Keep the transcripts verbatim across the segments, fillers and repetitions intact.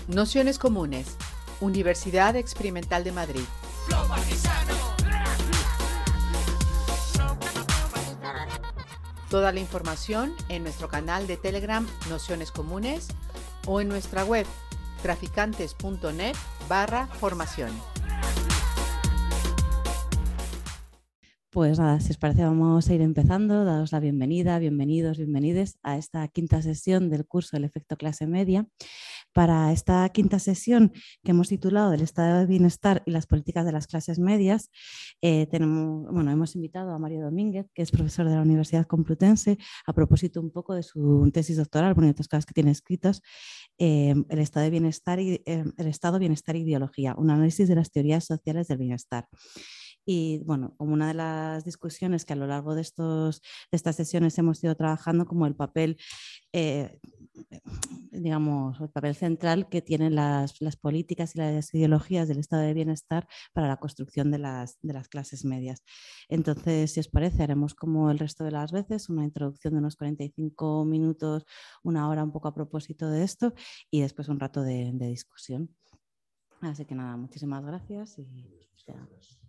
Nociones comunes, Universidad Experimental de Madrid. Toda la información en nuestro canal de Telegram Nociones Comunes o en nuestra web traficantes.net barra formación. Pues nada, si os parece vamos a ir empezando. Daos la bienvenida, bienvenidos, bienvenides a esta quinta sesión del curso El efecto clase media. Para esta quinta sesión que hemos titulado El estado de bienestar y las políticas de las clases medias, eh, tenemos, bueno, hemos invitado a Mario Domínguez, que es profesor de la Universidad Complutense, a propósito un poco de su tesis doctoral, bueno, y otras cosas que tiene escritas, eh, el estado de bienestar y eh, el estado, bienestar y ideología, un análisis de las teorías sociales del bienestar. Y bueno, como una de las discusiones que a lo largo de, estos, de estas sesiones hemos ido trabajando, como el papel, eh, digamos, el papel central que tienen las, las políticas y las ideologías del estado de bienestar para la construcción de las, de las clases medias. Entonces, si os parece, haremos como el resto de las veces, una introducción de unos cuarenta y cinco minutos, una hora un poco a propósito de esto y después un rato de, de discusión. Así que nada, muchísimas gracias y ya.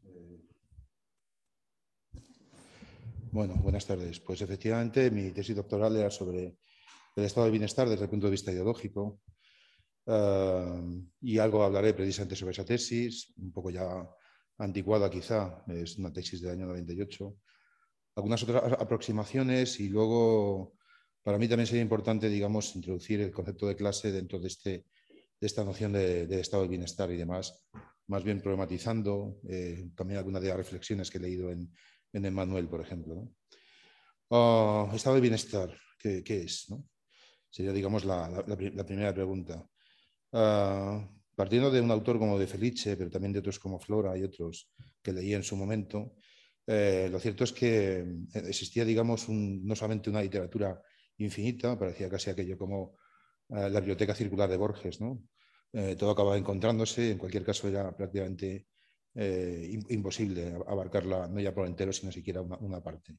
Bueno, buenas tardes. Pues efectivamente mi tesis doctoral era sobre el estado del bienestar desde el punto de vista ideológico uh, y algo hablaré precisamente sobre esa tesis, un poco ya anticuada quizá, es una tesis del año noventa y ocho. Algunas otras aproximaciones y luego para mí también sería importante, digamos, introducir el concepto de clase dentro de, este, de esta noción de, de estado del bienestar y demás, más bien problematizando eh, también algunas de las reflexiones que he leído en en Emmanuel, por ejemplo, ¿no? Uh, estado de bienestar, ¿qué, qué es? ¿No? Sería, digamos, la, la, la primera pregunta. Uh, partiendo de un autor como de Felice, pero también de otros como Flora y otros que leí en su momento, eh, lo cierto es que existía, digamos, un, no solamente una literatura infinita, parecía casi aquello como uh, la biblioteca circular de Borges, ¿no? Eh, todo acababa encontrándose, en cualquier caso era prácticamente Eh, imposible abarcarla, no ya por entero, sino siquiera una, una parte.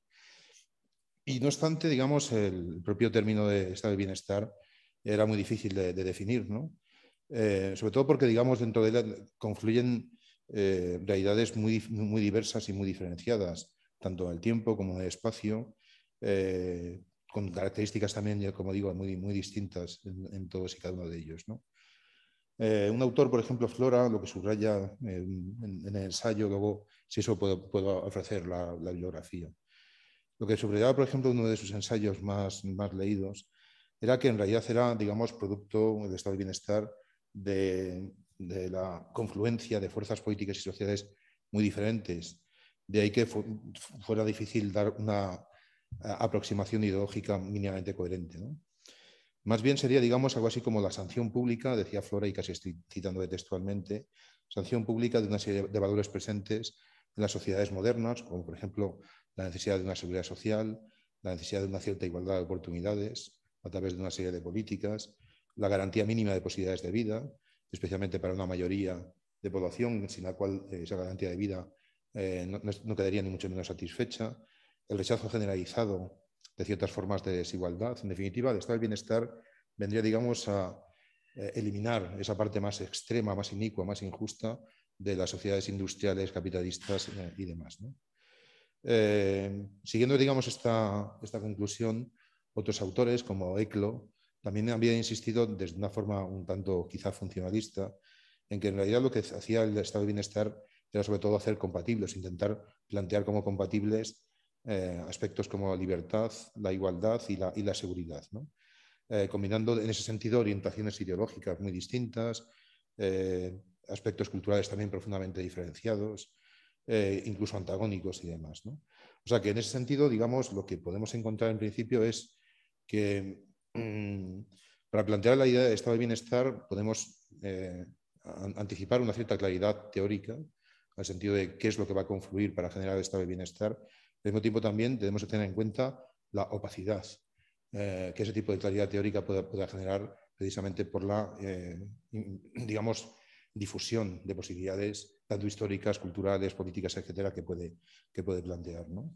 Y no obstante, digamos, el propio término de estado de bienestar era muy difícil de, de definir, ¿no? Eh, sobre todo porque, digamos, dentro de él confluyen eh, realidades muy, muy diversas y muy diferenciadas, tanto en el tiempo como en el espacio, eh, con características también, como digo, muy, muy distintas en, en todos y cada uno de ellos, ¿no? Eh, un autor, por ejemplo, Flora, lo que subraya en, en, en el ensayo, luego, si eso puedo, puedo ofrecer la, la bibliografía. Lo que subrayaba, por ejemplo, uno de sus ensayos más, más leídos, era que en realidad era, digamos, producto del estado de bienestar de, de la confluencia de fuerzas políticas y sociales muy diferentes. De ahí que fu fuera difícil dar una aproximación ideológica mínimamente coherente, ¿no? Más bien sería, digamos, algo así como la sanción pública, decía Flora, y casi estoy citando textualmente, sanción pública de una serie de valores presentes en las sociedades modernas, como por ejemplo la necesidad de una seguridad social, la necesidad de una cierta igualdad de oportunidades a través de una serie de políticas, la garantía mínima de posibilidades de vida, especialmente para una mayoría de población, sin la cual eh, esa garantía de vida eh, no, no quedaría ni mucho menos satisfecha, el rechazo generalizado de ciertas formas de desigualdad. En definitiva, el estado del bienestar vendría, digamos, a eh, eliminar esa parte más extrema, más inicua, más injusta de las sociedades industriales, capitalistas eh, y demás, ¿no? Eh, siguiendo, digamos, esta, esta conclusión, otros autores como Eclo también habían insistido desde una forma un tanto quizá funcionalista en que en realidad lo que hacía el estado de bienestar era sobre todo hacer compatibles, intentar plantear como compatibles Eh, aspectos como la libertad, la igualdad y la, y la seguridad, ¿no? Eh, combinando en ese sentido orientaciones ideológicas muy distintas, eh, aspectos culturales también profundamente diferenciados, eh, incluso antagónicos y demás, ¿no? O sea que en ese sentido, digamos, lo que podemos encontrar en principio es que mmm, para plantear la idea de estado de bienestar podemos eh, anticipar una cierta claridad teórica, al sentido de qué es lo que va a confluir para generar el estado de bienestar. Al mismo tiempo también tenemos que tener en cuenta la opacidad eh, que ese tipo de claridad teórica pueda, pueda generar precisamente por la, eh, digamos, difusión de posibilidades tanto históricas, culturales, políticas, etcétera, que puede, que puede plantear, ¿no?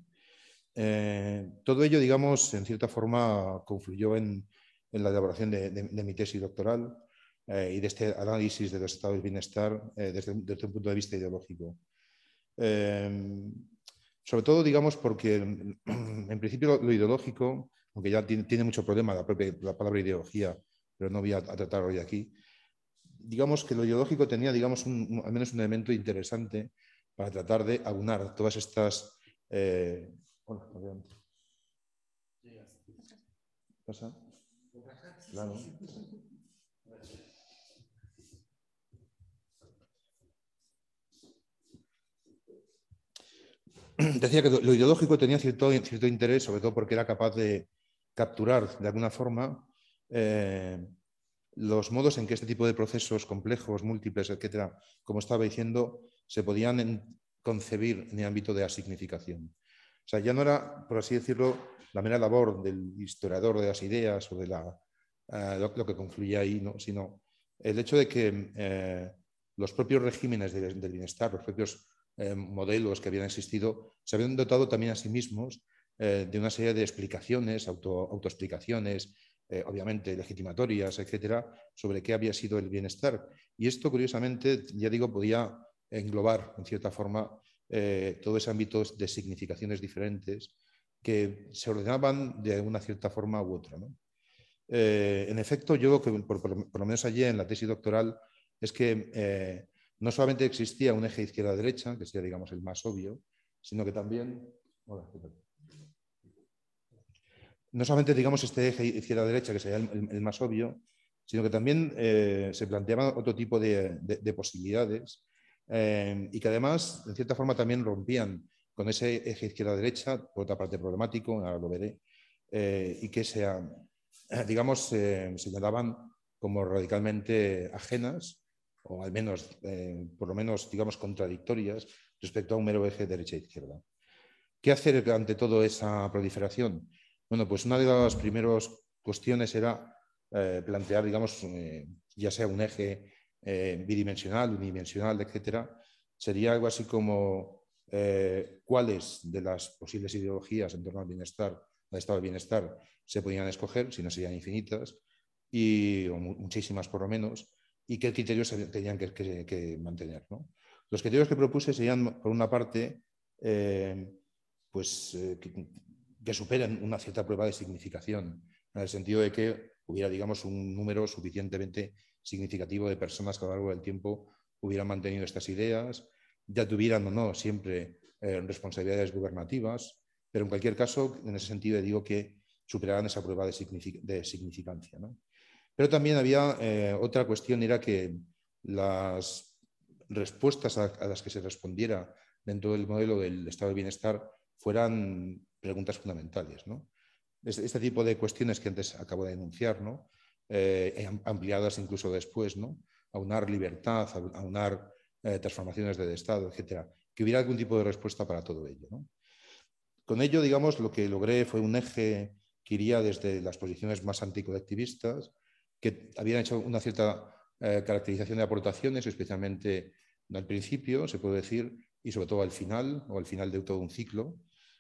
Eh, todo ello, digamos, en cierta forma confluyó en, en la elaboración de, de, de mi tesis doctoral. eh, y de este análisis de los estados del bienestar eh, desde, desde un punto de vista ideológico. Eh, sobre todo, digamos, porque en principio lo, lo ideológico, aunque ya tiene, tiene mucho problema la, propia, la palabra ideología, pero no voy a, a tratar hoy aquí, digamos que lo ideológico tenía, digamos, un, un, al menos un elemento interesante para tratar de aunar todas estas... Eh, hola, adelante. ¿Pasa? Claro. Decía que lo ideológico tenía cierto, cierto interés, sobre todo porque era capaz de capturar de alguna forma eh, los modos en que este tipo de procesos complejos, múltiples, etcétera, como estaba diciendo, se podían en, concebir en el ámbito de la significación. O sea, ya no era, por así decirlo, la mera labor del historiador de las ideas o de la, eh, lo, lo que confluye ahí, ¿no? Sino el hecho de que eh, los propios regímenes de, del bienestar, los propios eh, modelos que habían existido, se habían dotado también a sí mismos eh, de una serie de explicaciones, auto, autoexplicaciones, eh, obviamente legitimatorias, etcétera, sobre qué había sido el bienestar. Y esto, curiosamente, ya digo, podía englobar, en cierta forma, eh, todo ese ámbito de significaciones diferentes que se ordenaban de una cierta forma u otra, ¿no? Eh, en efecto, yo lo que, por, por, por lo menos allí en la tesis doctoral, es que eh, no solamente existía un eje izquierda-derecha, que sería, digamos, el más obvio, sino que también... Hola, ¿qué tal? No solamente, digamos, este eje izquierda-derecha, que sería el, el, el, más obvio, sino que también eh, se planteaban otro tipo de, de, de posibilidades eh, y que además, en cierta forma, también rompían con ese eje izquierda-derecha, por otra parte problemático, ahora lo veré, eh, y que se, digamos, eh, señalaban como radicalmente ajenas, o al menos, eh, por lo menos, digamos, contradictorias respecto a un mero eje derecha-izquierda. ¿Qué hacer ante toda esa proliferación? Bueno, pues una de las primeras cuestiones era eh, plantear, digamos, eh, ya sea un eje eh, bidimensional, unidimensional, etcétera, sería algo así como eh, cuáles de las posibles ideologías en torno al bienestar, al estado del bienestar, se podían escoger, si no serían infinitas, y, o muchísimas por lo menos, y qué criterios se tenían que, que, que mantener, ¿no? Los criterios que propuse serían, por una parte, eh, pues, eh, que, que superen una cierta prueba de significación, en el sentido de que hubiera, digamos, un número suficientemente significativo de personas que a lo largo del tiempo hubieran mantenido estas ideas, ya tuvieran o no siempre eh, responsabilidades gubernativas, pero en cualquier caso, en ese sentido digo que superaran esa prueba de, signific de significancia, ¿no? Pero también había eh, otra cuestión, era que las respuestas a, a las que se respondiera dentro del modelo del estado de bienestar fueran preguntas fundamentales, ¿no? Este, este tipo de cuestiones que antes acabo de enunciar, ¿no? Eh, ampliadas incluso después, ¿no? Aunar libertad, aunar eh, transformaciones del Estado, etcétera, que hubiera algún tipo de respuesta para todo ello, ¿no? Con ello, digamos, lo que logré fue un eje que iría desde las posiciones más anticolectivistas, que habían hecho una cierta eh, caracterización de aportaciones, especialmente al principio, se puede decir, y sobre todo al final, o al final de todo un ciclo.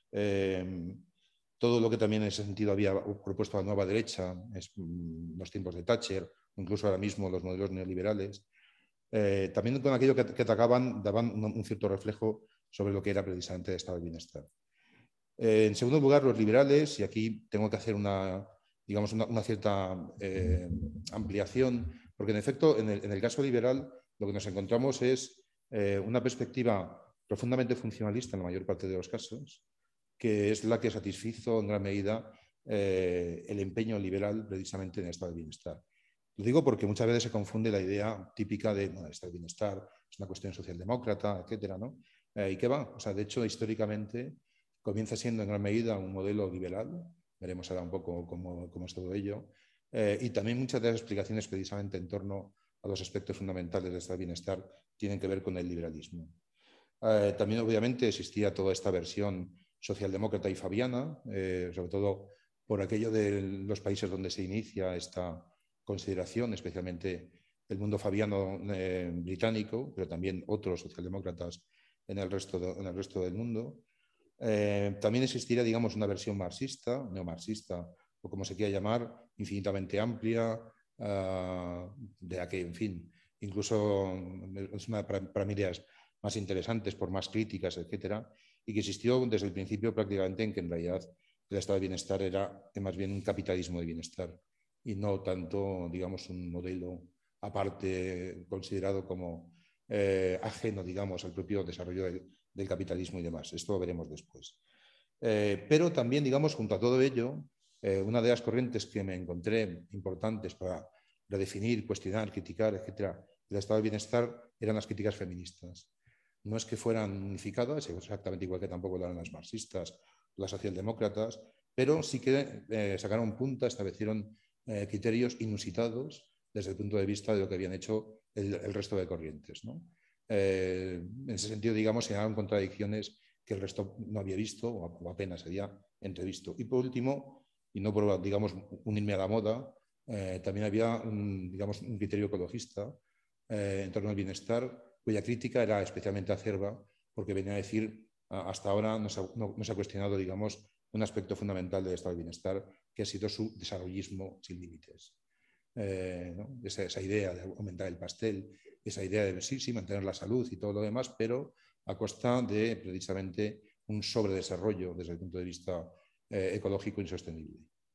Eh, todo lo que también en ese sentido había propuesto la nueva derecha, es, mm, los tiempos de Thatcher, incluso ahora mismo los modelos neoliberales, eh, también con aquello que, que atacaban, daban un, un cierto reflejo sobre lo que era precisamente el estado de bienestar. Eh, en segundo lugar, los liberales, y aquí tengo que hacer una, digamos, una, una cierta eh, ampliación, porque en efecto, en el, en el caso liberal, lo que nos encontramos es eh, una perspectiva profundamente funcionalista en la mayor parte de los casos, que es la que satisfizo en gran medida eh, el empeño liberal precisamente en el estado de bienestar. Lo digo porque muchas veces se confunde la idea típica de bueno, el estado de bienestar es una cuestión socialdemócrata, etcétera, ¿no? Eh, ¿Y qué va? O sea, de hecho, históricamente comienza siendo en gran medida un modelo liberal, veremos ahora un poco cómo, cómo es todo ello, eh, y también muchas de las explicaciones precisamente en torno a los aspectos fundamentales del estado de bienestar tienen que ver con el liberalismo. Eh, también obviamente existía toda esta versión socialdemócrata y fabiana, eh, sobre todo por aquello de los países donde se inicia esta consideración, especialmente el mundo fabiano eh, británico, pero también otros socialdemócratas en el resto, de, en el resto del mundo. Eh, también existiría, digamos, una versión marxista, neomarxista, o como se quiera llamar, infinitamente amplia, uh, de la que, en fin, incluso es una para, para mí ideas más interesantes, por más críticas, etcétera, y que insistió desde el principio prácticamente en que en realidad el estado de bienestar era más bien un capitalismo de bienestar y no tanto, digamos, un modelo aparte considerado como eh, ajeno, digamos, al propio desarrollo del, del capitalismo y demás. Esto lo veremos después. Eh, pero también, digamos, junto a todo ello, eh, una de las corrientes que me encontré importantes para redefinir, cuestionar, criticar, etcétera, el estado de bienestar eran las críticas feministas. No es que fueran unificadas, exactamente igual que tampoco lo eran las marxistas, las socialdemócratas, pero sí que eh, sacaron punta, establecieron eh, criterios inusitados desde el punto de vista de lo que habían hecho el, el resto de corrientes, ¿no? Eh, en ese sentido, digamos, se daban contradicciones que el resto no había visto o apenas había entrevisto. Y por último, y no por, digamos, unirme a la moda, eh, también había un, digamos, un criterio ecologista eh, en torno al bienestar, cuya crítica era especialmente acerba, porque venía a decir, hasta ahora no se ha, no, no se ha cuestionado, digamos, un aspecto fundamental del estado del bienestar, que ha sido su desarrollismo sin límites. Eh, ¿no? esa, esa idea de aumentar el pastel, esa idea de sí, sí, mantener la salud y todo lo demás, pero a costa de precisamente un sobredesarrollo desde el punto de vista eh, ecológico insostenible.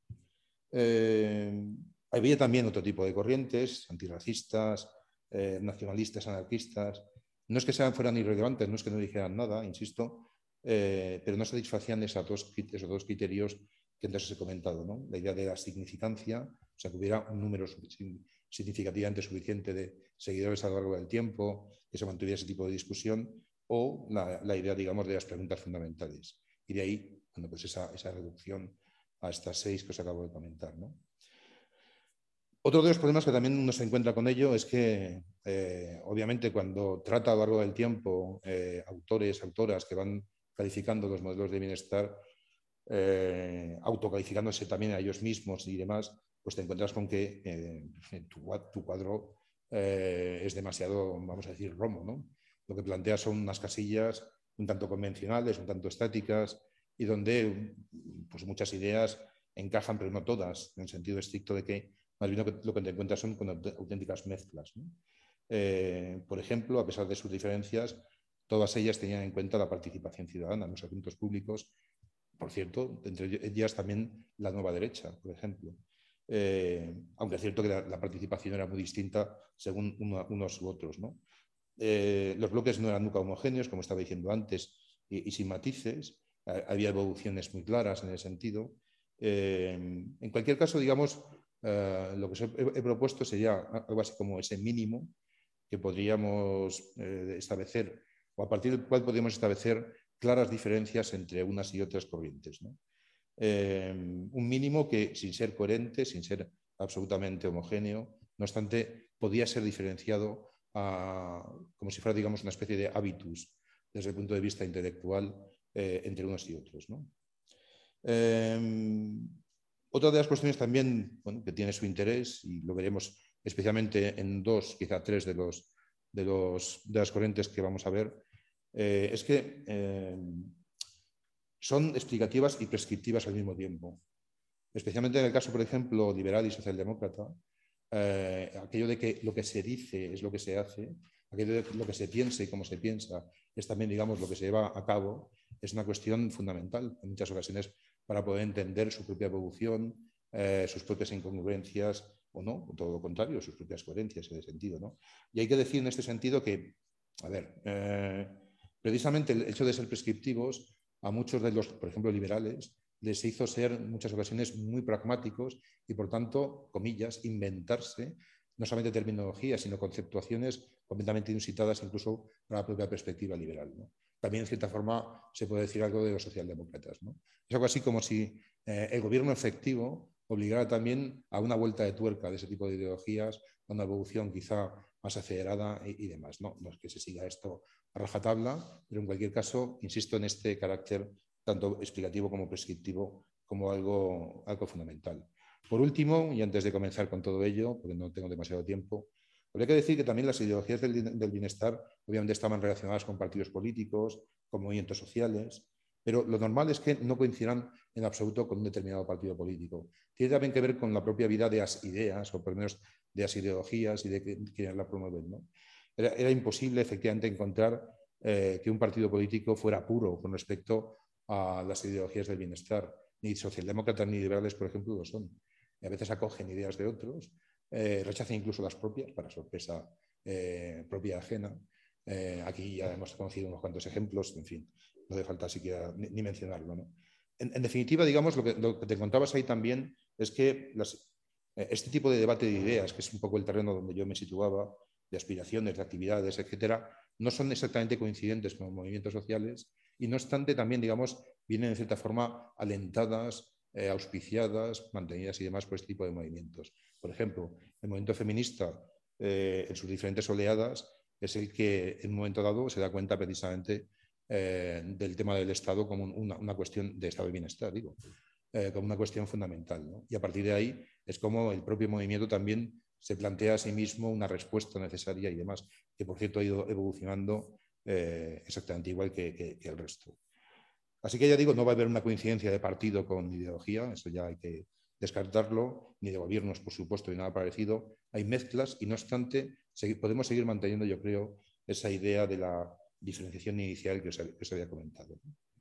Eh, había también otro tipo de corrientes, antirracistas, eh, nacionalistas, anarquistas. No es que sean, fueran irrelevantes, no es que no dijeran nada, insisto, eh, pero no satisfacían esos dos, esos dos criterios que antes os he comentado, ¿no? La idea de la significancia, o sea, que hubiera un número significativamente suficiente de seguidores a lo largo del tiempo, que se mantuviera ese tipo de discusión, o la, la idea, digamos, de las preguntas fundamentales. Y de ahí, bueno, pues esa, esa reducción a estas seis que os acabo de comentar, ¿no? Otro de los problemas que también uno se encuentra con ello es que, eh, obviamente, cuando trata a lo largo del tiempo eh, autores, autoras que van calificando los modelos de bienestar, eh, autocalificándose también a ellos mismos y demás, pues te encuentras con que eh, tu, tu cuadro eh, es demasiado, vamos a decir, romo, ¿no? Lo que plantea son unas casillas un tanto convencionales, un tanto estáticas, y donde pues, muchas ideas encajan, pero no todas, en el sentido estricto de que más bien lo que, lo que te encuentras son con auténticas mezclas, ¿no? Eh, por ejemplo, a pesar de sus diferencias, todas ellas tenían en cuenta la participación ciudadana en los asuntos públicos. Por cierto, entre ellas también la nueva derecha, por ejemplo. Eh, aunque es cierto que la, la participación era muy distinta según uno, unos u otros, ¿no? Eh, los bloques no eran nunca homogéneos, como estaba diciendo antes, y, y sin matices. Eh, había evoluciones muy claras en ese sentido. Eh, en cualquier caso, digamos, eh, lo que he, he propuesto sería algo así como ese mínimo que podríamos eh, establecer, o a partir del cual podríamos establecer claras diferencias entre unas y otras corrientes, ¿no? Eh, un mínimo que, sin ser coherente, sin ser absolutamente homogéneo, no obstante, podía ser diferenciado a, como si fuera, digamos, una especie de hábitus desde el punto de vista intelectual eh, entre unos y otros, ¿no? Eh, otra de las cuestiones también, bueno, que tiene su interés, y lo veremos especialmente en dos, quizá tres de, los, de, los, de las corrientes que vamos a ver, eh, es que eh, son explicativas y prescriptivas al mismo tiempo. Especialmente en el caso, por ejemplo, liberal y socialdemócrata, eh, aquello de que lo que se dice es lo que se hace, aquello de lo que se piensa y cómo se piensa es también, digamos, lo que se lleva a cabo, es una cuestión fundamental en muchas ocasiones para poder entender su propia evolución, eh, sus propias incongruencias o no, o todo lo contrario, sus propias coherencias en ese sentido, ¿no? Y hay que decir en este sentido que, a ver, eh, precisamente el hecho de ser prescriptivos a muchos de los, por ejemplo, liberales, les hizo ser en muchas ocasiones muy pragmáticos y, por tanto, comillas, inventarse no solamente terminologías, sino conceptuaciones completamente inusitadas incluso para la propia perspectiva liberal, ¿no? También, en cierta forma, se puede decir algo de los socialdemócratas, ¿no? Es algo así como si eh, el gobierno efectivo obligara también a una vuelta de tuerca de ese tipo de ideologías, a una evolución quizá más acelerada y, y demás, ¿no? No es que se siga esto a rajatabla, pero en cualquier caso, insisto en este carácter tanto explicativo como prescriptivo, como algo, algo fundamental. Por último, y antes de comenzar con todo ello, porque no tengo demasiado tiempo, habría que decir que también las ideologías del, del bienestar obviamente estaban relacionadas con partidos políticos, con movimientos sociales, pero lo normal es que no coincidan en absoluto con un determinado partido político. Tiene también que ver con la propia vida de las ideas, o por lo menos de las ideologías y de quienes la promueven, ¿no? Era, era imposible, efectivamente, encontrar eh, que un partido político fuera puro con respecto a las ideologías del bienestar. Ni socialdemócratas ni liberales, por ejemplo, lo son. Y a veces acogen ideas de otros, eh, rechazan incluso las propias, para sorpresa eh, propia ajena. Eh, aquí ya hemos conocido unos cuantos ejemplos, en fin, no hace falta siquiera ni, ni mencionarlo, ¿no? En, en definitiva, digamos, lo que, lo que te contabas ahí también es que las, eh, este tipo de debate de ideas, que es un poco el terreno donde yo me situaba, de aspiraciones, de actividades, etcétera, no son exactamente coincidentes con los movimientos sociales y, no obstante, también, digamos, vienen en cierta forma alentadas, eh, auspiciadas, mantenidas y demás por este tipo de movimientos. Por ejemplo, el movimiento feminista, eh, en sus diferentes oleadas, es el que en un momento dado se da cuenta precisamente eh, del tema del Estado como una, una cuestión de estado de bienestar, digo, eh, como una cuestión fundamental, ¿no? Y a partir de ahí es como el propio movimiento también se plantea a sí mismo una respuesta necesaria y demás, que por cierto ha ido evolucionando eh, exactamente igual que, que, que el resto. Así que ya digo, no va a haber una coincidencia de partido con ideología, eso ya hay que descartarlo, ni de gobiernos, por supuesto, ni nada parecido. Hay mezclas y, no obstante, segui- podemos seguir manteniendo, yo creo, esa idea de la diferenciación inicial que os, que os había comentado.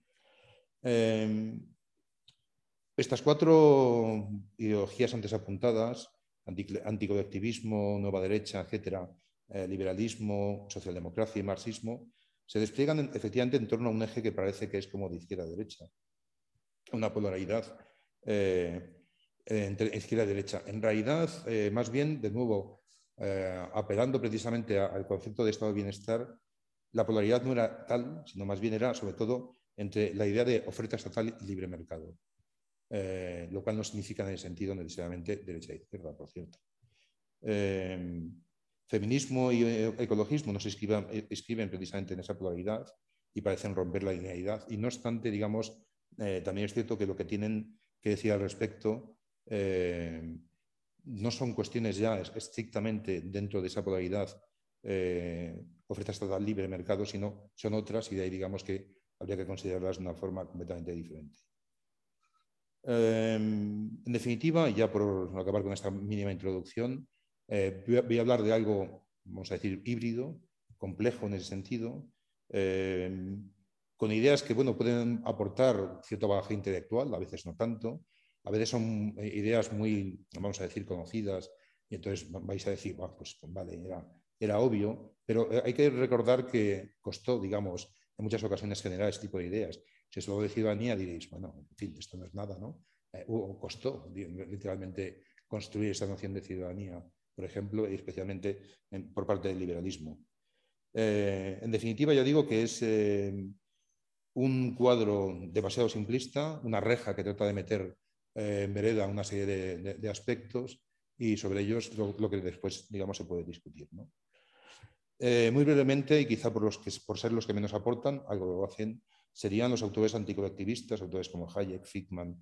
Eh, estas cuatro ideologías antes apuntadas, anticolectivismo, nueva derecha, etcétera, eh, liberalismo, socialdemocracia y marxismo, se despliegan en, efectivamente en torno a un eje que parece que es como de izquierda a derecha, una polaridad eh, entre izquierda y derecha. En realidad, eh, más bien, de nuevo, eh, apelando precisamente a, al concepto de estado de bienestar, la polaridad no era tal, sino más bien era, sobre todo, entre la idea de oferta estatal y libre mercado. Eh, lo cual no significa en el sentido necesariamente derecha e izquierda, por cierto. Eh, feminismo y ecologismo no se escriben, escriben precisamente en esa polaridad y parecen romper la linealidad. Y no obstante, digamos, eh, también es cierto que lo que tienen que decir al respecto eh, no son cuestiones ya estrictamente dentro de esa polaridad eh, oferta estatal libre mercado, sino son otras y de ahí digamos que habría que considerarlas de una forma completamente diferente. Eh, en definitiva, ya por acabar con esta mínima introducción, eh, voy, a, voy a hablar de algo, vamos a decir, híbrido, complejo en ese sentido, eh, con ideas que, bueno, pueden aportar cierto bagaje intelectual, a veces no tanto, a veces son ideas muy, vamos a decir, conocidas, y entonces vais a decir, ah, pues vale, era, era obvio, pero hay que recordar que costó, digamos, en muchas ocasiones generar este tipo de ideas. Si os lo de ciudadanía diréis, bueno, en fin, esto no es nada, ¿no? Eh, costó literalmente construir esa noción de ciudadanía, por ejemplo, y especialmente en, por parte del liberalismo. Eh, en definitiva, ya digo que es eh, un cuadro demasiado simplista, una reja que trata de meter eh, en vereda una serie de, de, de aspectos y sobre ellos lo, lo que después, digamos, se puede discutir, ¿no? Eh, muy brevemente, y quizá por, los que, por ser los que menos aportan, algo lo hacen, serían los autores anticolectivistas, autores como Hayek, Fickman,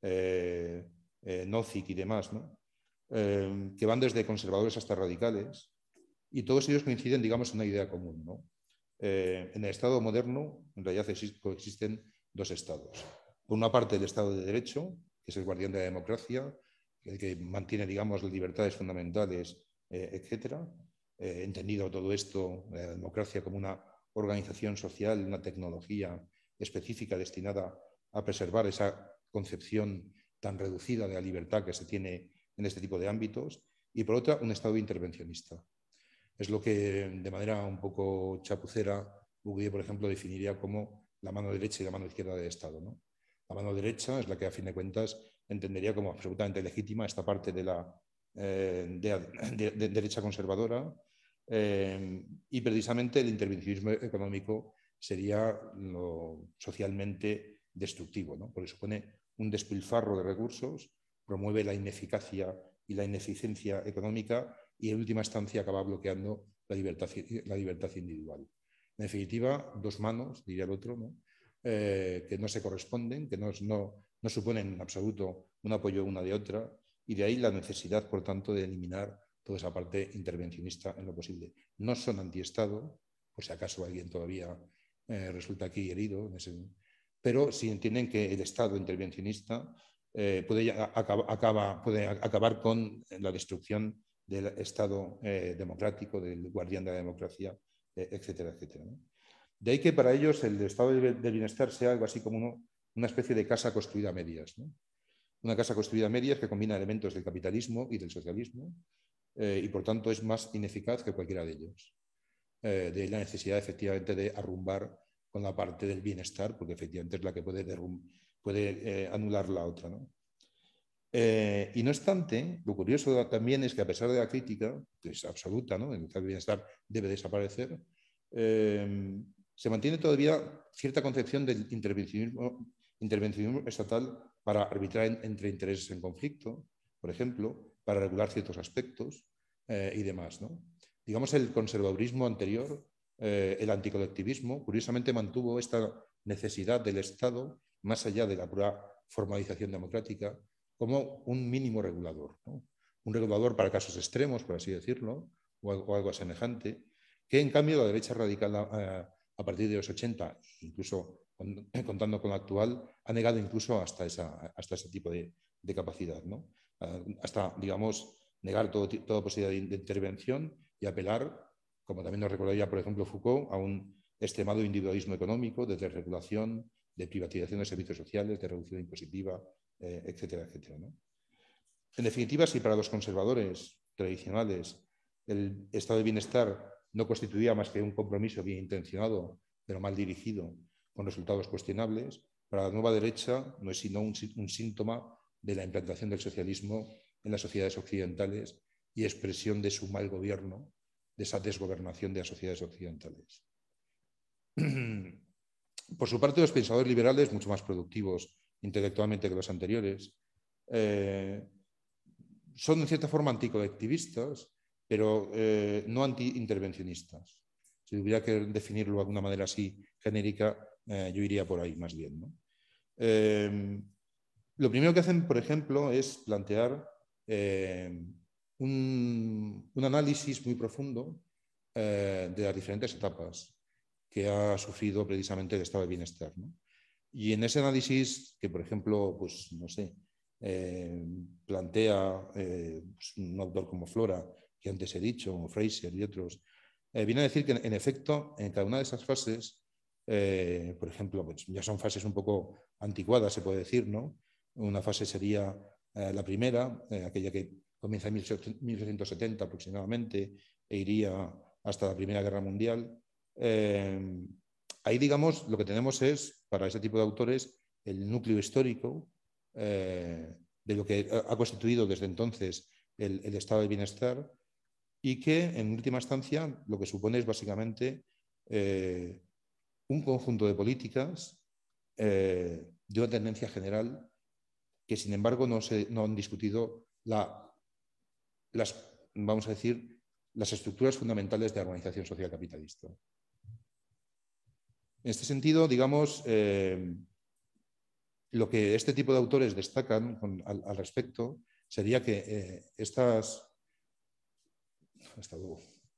eh, eh, Nozick y demás, ¿no? eh, que van desde conservadores hasta radicales, y todos ellos coinciden, digamos, en una idea común, ¿no? Eh, en el Estado moderno, en realidad coexisten dos estados. Por una parte, el Estado de Derecho, que es el guardián de la democracia, el que mantiene, digamos, las libertades fundamentales, eh, etcétera. Eh, entendido todo esto, la democracia como una organización social, una tecnología específica destinada a preservar esa concepción tan reducida de la libertad que se tiene en este tipo de ámbitos, y por otra, un Estado intervencionista. Es lo que, de manera un poco chapucera, Bourdieu, por ejemplo, definiría como la mano derecha y la mano izquierda del Estado, ¿no? La mano derecha es la que, a fin de cuentas, entendería como absolutamente legítima esta parte de la eh, de, de, de derecha conservadora, eh, y precisamente el intervencionismo económico sería lo socialmente destructivo, ¿no? Porque supone un despilfarro de recursos, promueve la ineficacia y la ineficiencia económica y en última instancia acaba bloqueando la libertad, la libertad individual. En definitiva, dos manos, diría el otro, ¿no? Eh, que no se corresponden, que no, no, no suponen en absoluto un apoyo una de otra, y de ahí la necesidad, por tanto, de eliminar toda esa parte intervencionista en lo posible. No son antiestado, por si acaso alguien todavía eh, resulta aquí herido, en ese, pero si entienden que el Estado intervencionista eh, puede, acaba, acaba, puede acabar con la destrucción del Estado eh, democrático, del guardián de la democracia, eh, etcétera, etcétera, ¿no? De ahí que para ellos el estado del bienestar sea algo así como uno, una especie de casa construida a medias, ¿no? Una casa construida a medias que combina elementos del capitalismo y del socialismo eh, y por tanto es más ineficaz que cualquiera de ellos. Eh, de la necesidad efectivamente de arrumbar con la parte del bienestar, porque efectivamente es la que puede, puede eh, anular la otra, ¿no? Eh, y no obstante, lo curioso también es que a pesar de la crítica, que es absoluta, ¿no? El estado del bienestar debe desaparecer, eh, se mantiene todavía cierta concepción del intervencionismo, intervencionismo estatal para arbitrar en, entre intereses en conflicto, por ejemplo, para regular ciertos aspectos eh, y demás, ¿no? Digamos, el conservadurismo anterior, eh, el anticolectivismo, curiosamente mantuvo esta necesidad del Estado, más allá de la pura formalización democrática, como un mínimo regulador, ¿no? Un regulador para casos extremos, por así decirlo, o algo, o algo semejante, que en cambio la derecha radical eh, a partir de los ochenta, incluso contando con la actual, ha negado incluso hasta, esa, hasta ese tipo de, de capacidad, ¿no? Hasta, digamos, negar todo, toda posibilidad de, de intervención y apelar, como también nos recordaría, por ejemplo, Foucault, a un extremado individualismo económico, de desregulación, de privatización de servicios sociales, de reducción impositiva, eh, etcétera, etcétera, ¿no? En definitiva, si para los conservadores tradicionales el estado de bienestar no constituía más que un compromiso bien intencionado, pero mal dirigido, con resultados cuestionables, para la nueva derecha no es sino un, un síntoma de la implantación del socialismo en las sociedades occidentales y expresión de su mal gobierno, de esa desgobernación de las sociedades occidentales. Por su parte, los pensadores liberales, mucho más productivos intelectualmente que los anteriores, eh, son en cierta forma anticolectivistas, pero eh, no anti-intervencionistas. Si hubiera que definirlo de alguna manera así genérica, eh, yo iría por ahí más bien, ¿no? Eh, lo primero que hacen, por ejemplo, es plantear eh, un, un análisis muy profundo eh, de las diferentes etapas que ha sufrido precisamente el estado de bienestar, ¿no? Y en ese análisis, que por ejemplo, pues no sé, eh, plantea eh, pues un autor como Flora, que antes he dicho, o Fraser y otros, eh, viene a decir que en efecto, en cada una de esas fases, eh, por ejemplo, pues ya son fases un poco anticuadas, se puede decir, ¿no? Una fase sería eh, la primera, eh, aquella que comienza en mil ochocientos setenta aproximadamente e iría hasta la Primera Guerra Mundial. Eh, ahí, digamos, lo que tenemos es, para ese tipo de autores, el núcleo histórico eh, de lo que ha constituido desde entonces el, el estado de bienestar y que, en última instancia, lo que supone es básicamente eh, un conjunto de políticas eh, de una tendencia general que, sin embargo, no, se, no han discutido la, las, vamos a decir, las estructuras fundamentales de la organización social capitalista. En este sentido, digamos, eh, lo que este tipo de autores destacan con, al, al respecto sería que eh, estas... Hasta luego.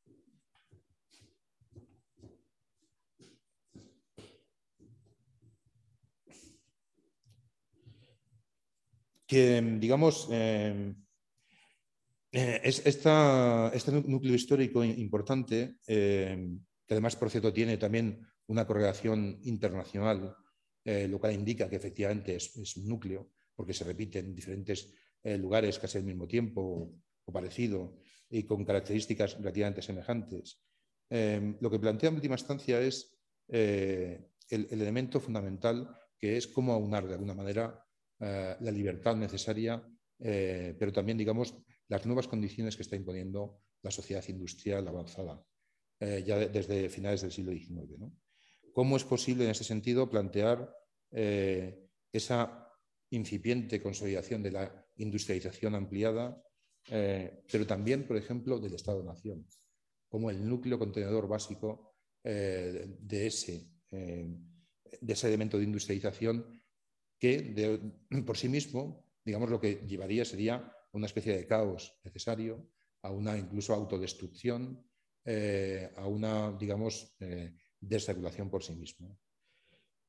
Que, digamos, eh, es esta, este núcleo histórico importante, eh, que además, por cierto, tiene también una correlación internacional, eh, lo cual indica que efectivamente es, es un núcleo, porque se repite en diferentes eh, lugares casi al mismo tiempo o, o parecido y con características relativamente semejantes. Eh, lo que plantea en última instancia es eh, el, el elemento fundamental, que es cómo aunar de alguna manera eh, la libertad necesaria, eh, pero también, digamos, las nuevas condiciones que está imponiendo la sociedad industrial avanzada, eh, ya de, desde finales del siglo diecinueve, ¿no? ¿Cómo es posible en ese sentido plantear eh, esa incipiente consolidación de la industrialización ampliada, eh, pero también, por ejemplo, del Estado-Nación, como el núcleo contenedor básico eh, de, ese, eh, de ese elemento de industrialización que de, por sí mismo, digamos, lo que llevaría sería una especie de caos necesario, a una incluso autodestrucción, eh, a una, digamos, eh, desregulación por sí mismo.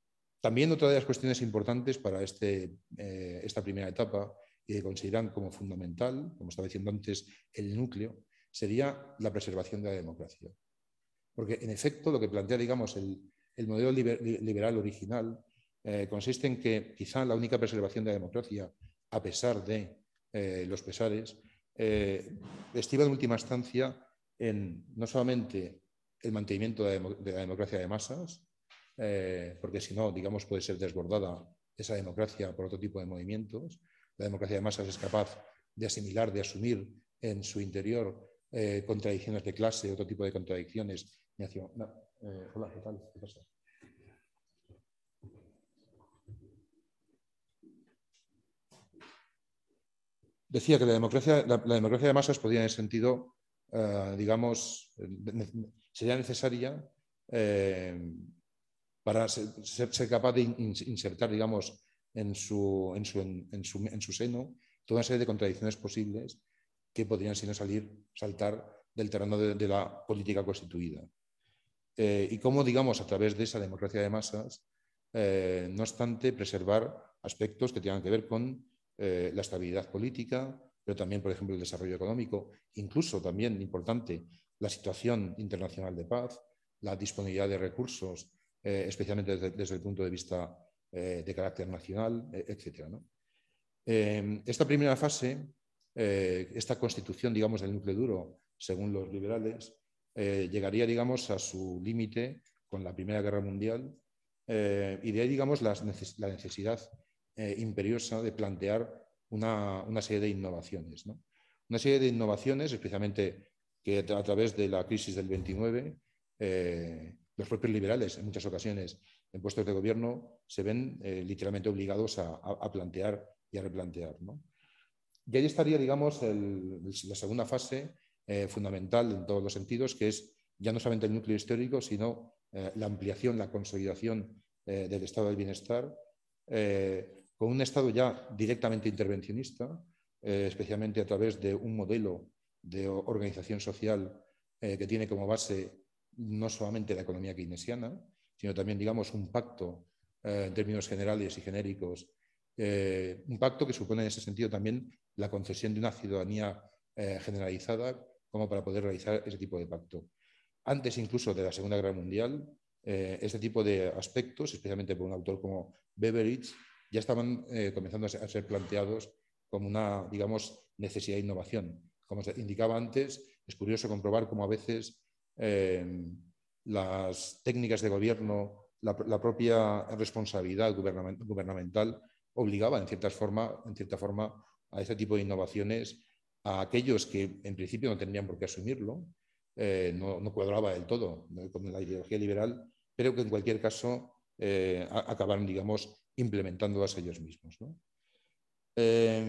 También otra de las cuestiones importantes para este, eh, esta primera etapa y que consideran como fundamental, como estaba diciendo antes, el núcleo, sería la preservación de la democracia. Porque, en efecto, lo que plantea, digamos, el, el modelo liber, liberal original eh, consiste en que quizá la única preservación de la democracia, a pesar de eh, los pesares, eh, estriba en última instancia en no solamente el mantenimiento de la, de la democracia de masas, eh, porque si no, digamos, puede ser desbordada esa democracia por otro tipo de movimientos. La democracia de masas es capaz de asimilar, de asumir en su interior eh, contradicciones de clase, otro tipo de contradicciones. No, eh, hola, ¿qué tal? ¿Qué pasa? Decía que la democracia, la, la democracia de masas podría, en ese sentido, eh, digamos, sería necesaria eh, para ser, ser, capaz de insertar, digamos, en su, en, su, en, en, su, en su seno toda una serie de contradicciones posibles que podrían, si no salir, saltar del terreno de, de la política constituida. Eh, y cómo, digamos, a través de esa democracia de masas, eh, no obstante, preservar aspectos que tengan que ver con eh, la estabilidad política, pero también, por ejemplo, el desarrollo económico, incluso también, importante, la situación internacional de paz, la disponibilidad de recursos, eh, especialmente desde, desde el punto de vista eh, de carácter nacional, eh, etcétera, ¿no? Eh, esta primera fase, eh, esta constitución, digamos, del núcleo duro, según los liberales, eh, llegaría, digamos, a su límite con la Primera Guerra Mundial eh, y de ahí, digamos, la, neces la necesidad eh, imperiosa de plantear una, una serie de innovaciones, ¿no? Una serie de innovaciones, especialmente que a través de la crisis del veintinueve, eh, los propios liberales, en muchas ocasiones, en puestos de gobierno, se ven eh, literalmente obligados a, a, a plantear y a replantear, ¿no? Y ahí estaría, digamos, el, la segunda fase eh, fundamental en todos los sentidos, que es ya no solamente el núcleo histórico, sino eh, la ampliación, la consolidación eh, del estado del bienestar, eh, con un estado ya directamente intervencionista, eh, especialmente a través de un modelo de organización social eh, que tiene como base no solamente la economía keynesiana, sino también, digamos, un pacto eh, en términos generales y genéricos, eh, un pacto que supone en ese sentido también la concesión de una ciudadanía eh, generalizada como para poder realizar ese tipo de pacto. Antes incluso de la Segunda Guerra Mundial, eh, este tipo de aspectos, especialmente por un autor como Beveridge, ya estaban eh, comenzando a ser, a ser planteados como una, digamos, necesidad de innovación. Como se indicaba antes, es curioso comprobar cómo a veces eh, las técnicas de gobierno, la, la propia responsabilidad gubernamental obligaba en, cierta forma, en cierta forma a este tipo de innovaciones a aquellos que en principio no tendrían por qué asumirlo, eh, no, no cuadraba del todo ¿no? con la ideología liberal, pero que en cualquier caso eh, acabaron, digamos, implementándolas ellos mismos, ¿no? Eh,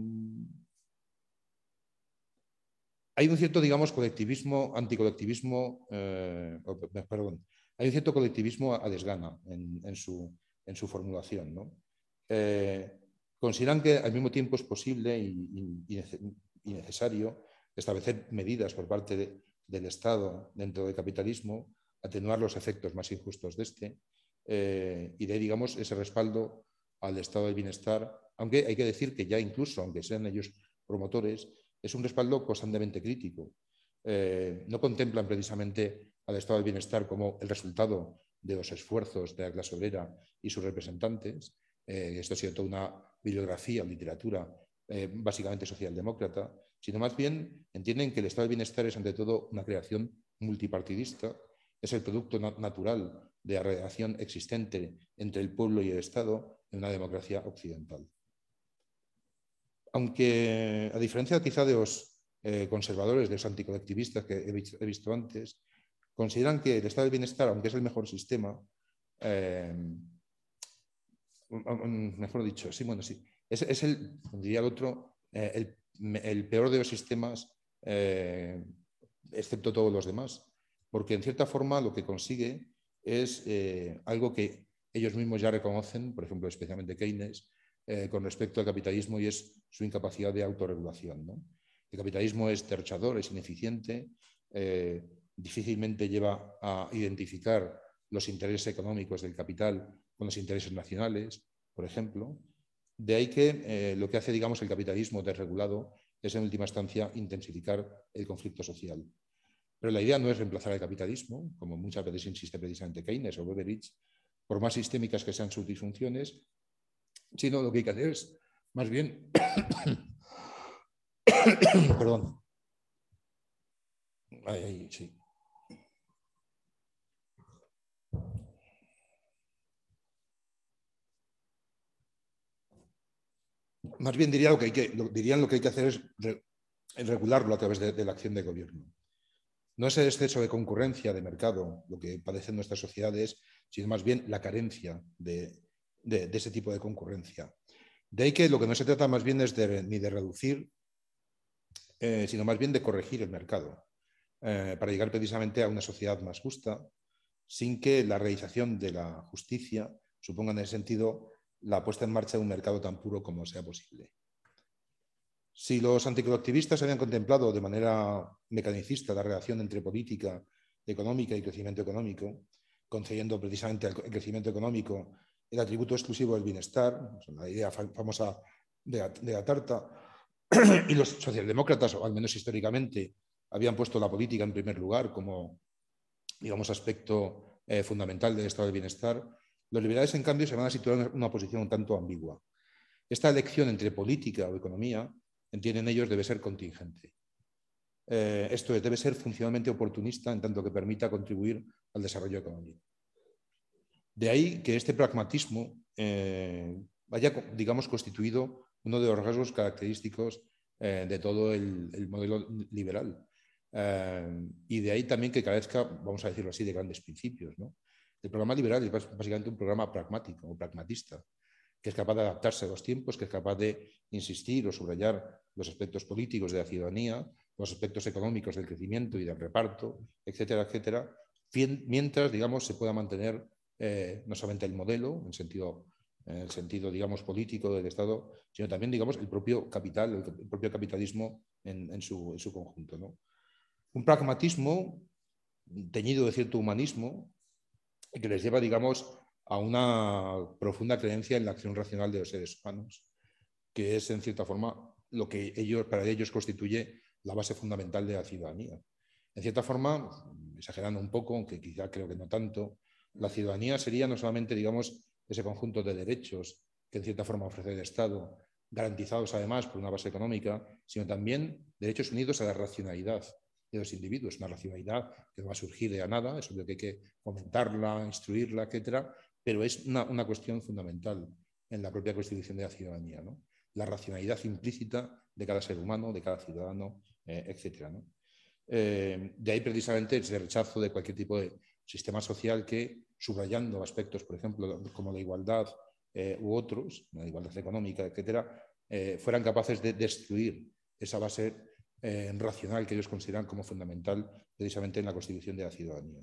hay un cierto, digamos, colectivismo, anticolectivismo, eh, perdón, hay un cierto colectivismo a desgana en, en, su, en su formulación, ¿no? Eh, consideran que al mismo tiempo es posible y, y, y necesario establecer medidas por parte de, del Estado dentro del capitalismo, atenuar los efectos más injustos de este eh, y de, digamos, ese respaldo al estado del bienestar, aunque hay que decir que ya incluso, aunque sean ellos promotores, es un respaldo constantemente crítico. Eh, no contemplan precisamente al estado del bienestar como el resultado de los esfuerzos de la clase obrera y sus representantes. Eh, esto ha sido toda una bibliografía, literatura eh, básicamente socialdemócrata, sino más bien entienden que el estado del bienestar es ante todo una creación multipartidista, es el producto nat natural de la relación existente entre el pueblo y el Estado en una democracia occidental. Aunque, a diferencia quizá de los eh, conservadores, de los anticolectivistas que he visto, he visto antes, consideran que el estado del bienestar, aunque es el mejor sistema, eh, mejor dicho, sí, bueno, sí, es, es el, diría el otro, eh, el, el peor de los sistemas, eh, excepto todos los demás, porque en cierta forma lo que consigue es eh, algo que ellos mismos ya reconocen, por ejemplo, especialmente Keynes, eh, con respecto al capitalismo, y es su incapacidad de autorregulación, ¿no? El capitalismo es derrochador, es ineficiente, eh, difícilmente lleva a identificar los intereses económicos del capital con los intereses nacionales, por ejemplo. De ahí que eh, lo que hace, digamos, el capitalismo desregulado es, en última instancia, intensificar el conflicto social. Pero la idea no es reemplazar el capitalismo, como muchas veces insiste precisamente Keynes o Beveridge, por más sistémicas que sean sus disfunciones, sino lo que hay que hacer es, más bien, perdón, ahí, ahí, sí. Más bien diría lo que hay que, lo, dirían lo que hay que hacer es re, regularlo a través de, de la acción de gobierno. No es el exceso de concurrencia de mercado lo que padecen nuestras sociedades, sino más bien la carencia de, de, de ese tipo de concurrencia. De ahí que lo que no se trata más bien es de, ni de reducir, eh, sino más bien de corregir el mercado, eh, para llegar precisamente a una sociedad más justa, sin que la realización de la justicia suponga en ese sentido la puesta en marcha de un mercado tan puro como sea posible. Si los anticolectivistas habían contemplado de manera mecanicista la relación entre política económica y crecimiento económico, concediendo precisamente al crecimiento económico el atributo exclusivo del bienestar, la idea famosa de la, de la tarta, y los socialdemócratas, o al menos históricamente, habían puesto la política en primer lugar como, digamos, aspecto eh, fundamental del estado del bienestar, los liberales, en cambio, se van a situar en una posición un tanto ambigua. Esta elección entre política o economía, entienden ellos, debe ser contingente. Eh, esto es, debe ser funcionalmente oportunista en tanto que permita contribuir al desarrollo económico. De ahí que este pragmatismo eh, haya, digamos, constituido uno de los rasgos característicos eh, de todo el, el modelo liberal. Eh, y de ahí también que carezca, vamos a decirlo así, de grandes principios, ¿no? El programa liberal es básicamente un programa pragmático o pragmatista, que es capaz de adaptarse a los tiempos, que es capaz de insistir o subrayar los aspectos políticos de la ciudadanía, los aspectos económicos del crecimiento y del reparto, etcétera, etcétera, mientras, digamos, se pueda mantener eh, no solamente el modelo, en, sentido, en el sentido, digamos, político del Estado, sino también, digamos, el propio capital, el, el propio capitalismo en, en, su, en su conjunto, ¿no? Un pragmatismo teñido de cierto humanismo que les lleva, digamos, a una profunda creencia en la acción racional de los seres humanos, que es, en cierta forma, lo que ellos, para ellos constituye la base fundamental de la ciudadanía. En cierta forma, exagerando un poco, aunque quizá creo que no tanto, la ciudadanía sería no solamente, digamos, ese conjunto de derechos que en cierta forma ofrece el Estado, garantizados además por una base económica, sino también derechos unidos a la racionalidad de los individuos, una racionalidad que no va a surgir de la nada, es obvio que hay que fomentarla, instruirla, etcétera, pero es una, una cuestión fundamental en la propia constitución de la ciudadanía, ¿no? La racionalidad implícita de cada ser humano, de cada ciudadano, eh, etcétera, ¿no? Eh, de ahí precisamente ese rechazo de cualquier tipo de sistema social que, subrayando aspectos, por ejemplo, como la igualdad eh, u otros, la igualdad económica, etcétera, eh, fueran capaces de destruir esa base eh, racional que ellos consideran como fundamental precisamente en la constitución de la ciudadanía.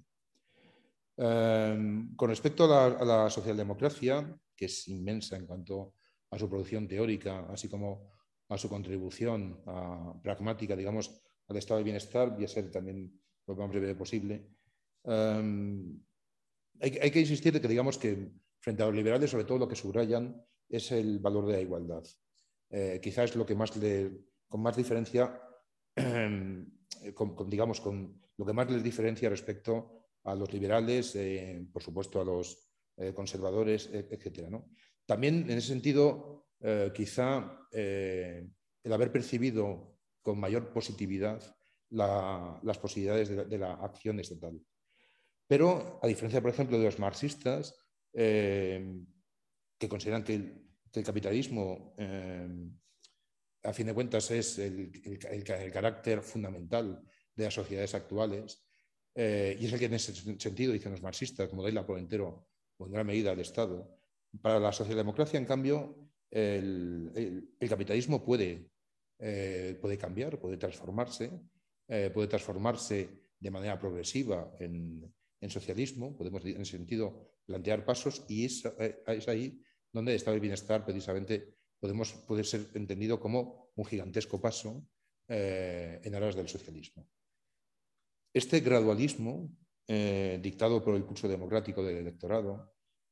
Eh, con respecto a la, a la socialdemocracia, que es inmensa en cuanto a su producción teórica, así como a su contribución a, pragmática, digamos, al estado del bienestar, voy a ser también lo más breve posible. Um, hay, hay que insistir de que, digamos, que frente a los liberales, sobre todo lo que subrayan es el valor de la igualdad. Eh, quizás es lo que más le, con más diferencia, eh, con, con, digamos, con lo que más les diferencia respecto a los liberales, eh, por supuesto a los eh, conservadores, etcétera, ¿no? También en ese sentido, eh, quizá eh, el haber percibido con mayor positividad la, las posibilidades de la, de la acción estatal. Pero, a diferencia, por ejemplo, de los marxistas, eh, que consideran que el, que el capitalismo, eh, a fin de cuentas, es el, el, el, el carácter fundamental de las sociedades actuales, eh, y es el que en ese sentido, dicen los marxistas, modela por entero o en gran medida el Estado. Para la socialdemocracia, en cambio, el, el, el capitalismo puede, eh, puede cambiar, puede transformarse, eh, puede transformarse de manera progresiva en, en socialismo, podemos en ese sentido plantear pasos, y es, es ahí donde el estado del bienestar precisamente podemos, puede ser entendido como un gigantesco paso eh, en aras del socialismo. Este gradualismo, eh, dictado por el pulso democrático del electorado,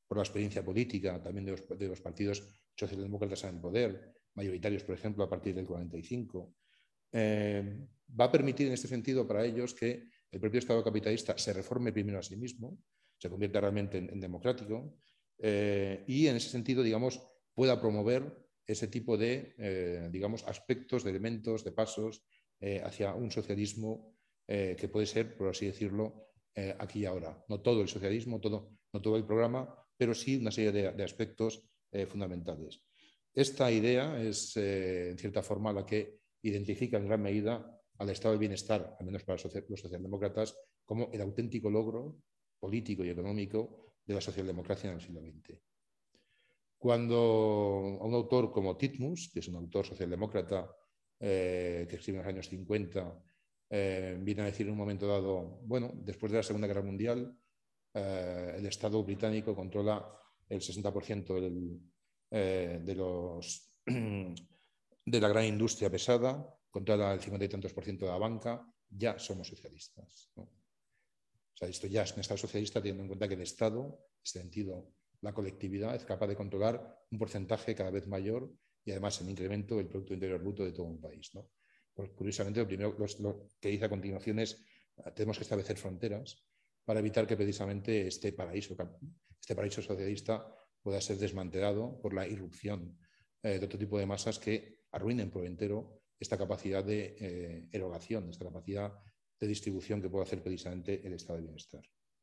por la experiencia política también de los, de los partidos socialdemócratas en el poder, mayoritarios, por ejemplo, a partir del cuarenta y cinco, eh, va a permitir en este sentido para ellos que el propio Estado capitalista se reforme primero a sí mismo, se convierta realmente en, en democrático eh, y en ese sentido, digamos, pueda promover ese tipo de, eh, digamos, aspectos, de elementos, de pasos eh, hacia un socialismo eh, que puede ser, por así decirlo, eh, aquí y ahora. No todo el socialismo, todo, no todo el programa, pero sí una serie de, de aspectos eh, fundamentales. Esta idea es, eh, en cierta forma, la que identifica en gran medida al estado del bienestar, al menos para los socialdemócratas, como el auténtico logro político y económico de la socialdemocracia en el siglo veinte. Cuando a un autor como Titmuss, que es un autor socialdemócrata eh, que escribe en los años cincuenta, eh, viene a decir en un momento dado, bueno, después de la Segunda Guerra Mundial, eh, el Estado británico controla el sesenta por ciento del, eh, de, los, de la gran industria pesada, controla el cincuenta y tantos por ciento de la banca, ya somos socialistas, ¿no? O sea, esto ya es un Estado socialista teniendo en cuenta que el Estado, en este sentido, la colectividad, es capaz de controlar un porcentaje cada vez mayor y además el incremento del Producto Interior Bruto de todo un país, ¿no? Pues, curiosamente, lo primero lo, lo que dice a continuación es tenemos que establecer fronteras para evitar que precisamente este paraíso, este paraíso socialista pueda ser desmantelado por la irrupción eh, de otro tipo de masas que arruinen por entero esta capacidad de eh, erogación, esta capacidad de distribución que puede hacer precisamente el estado de bienestar.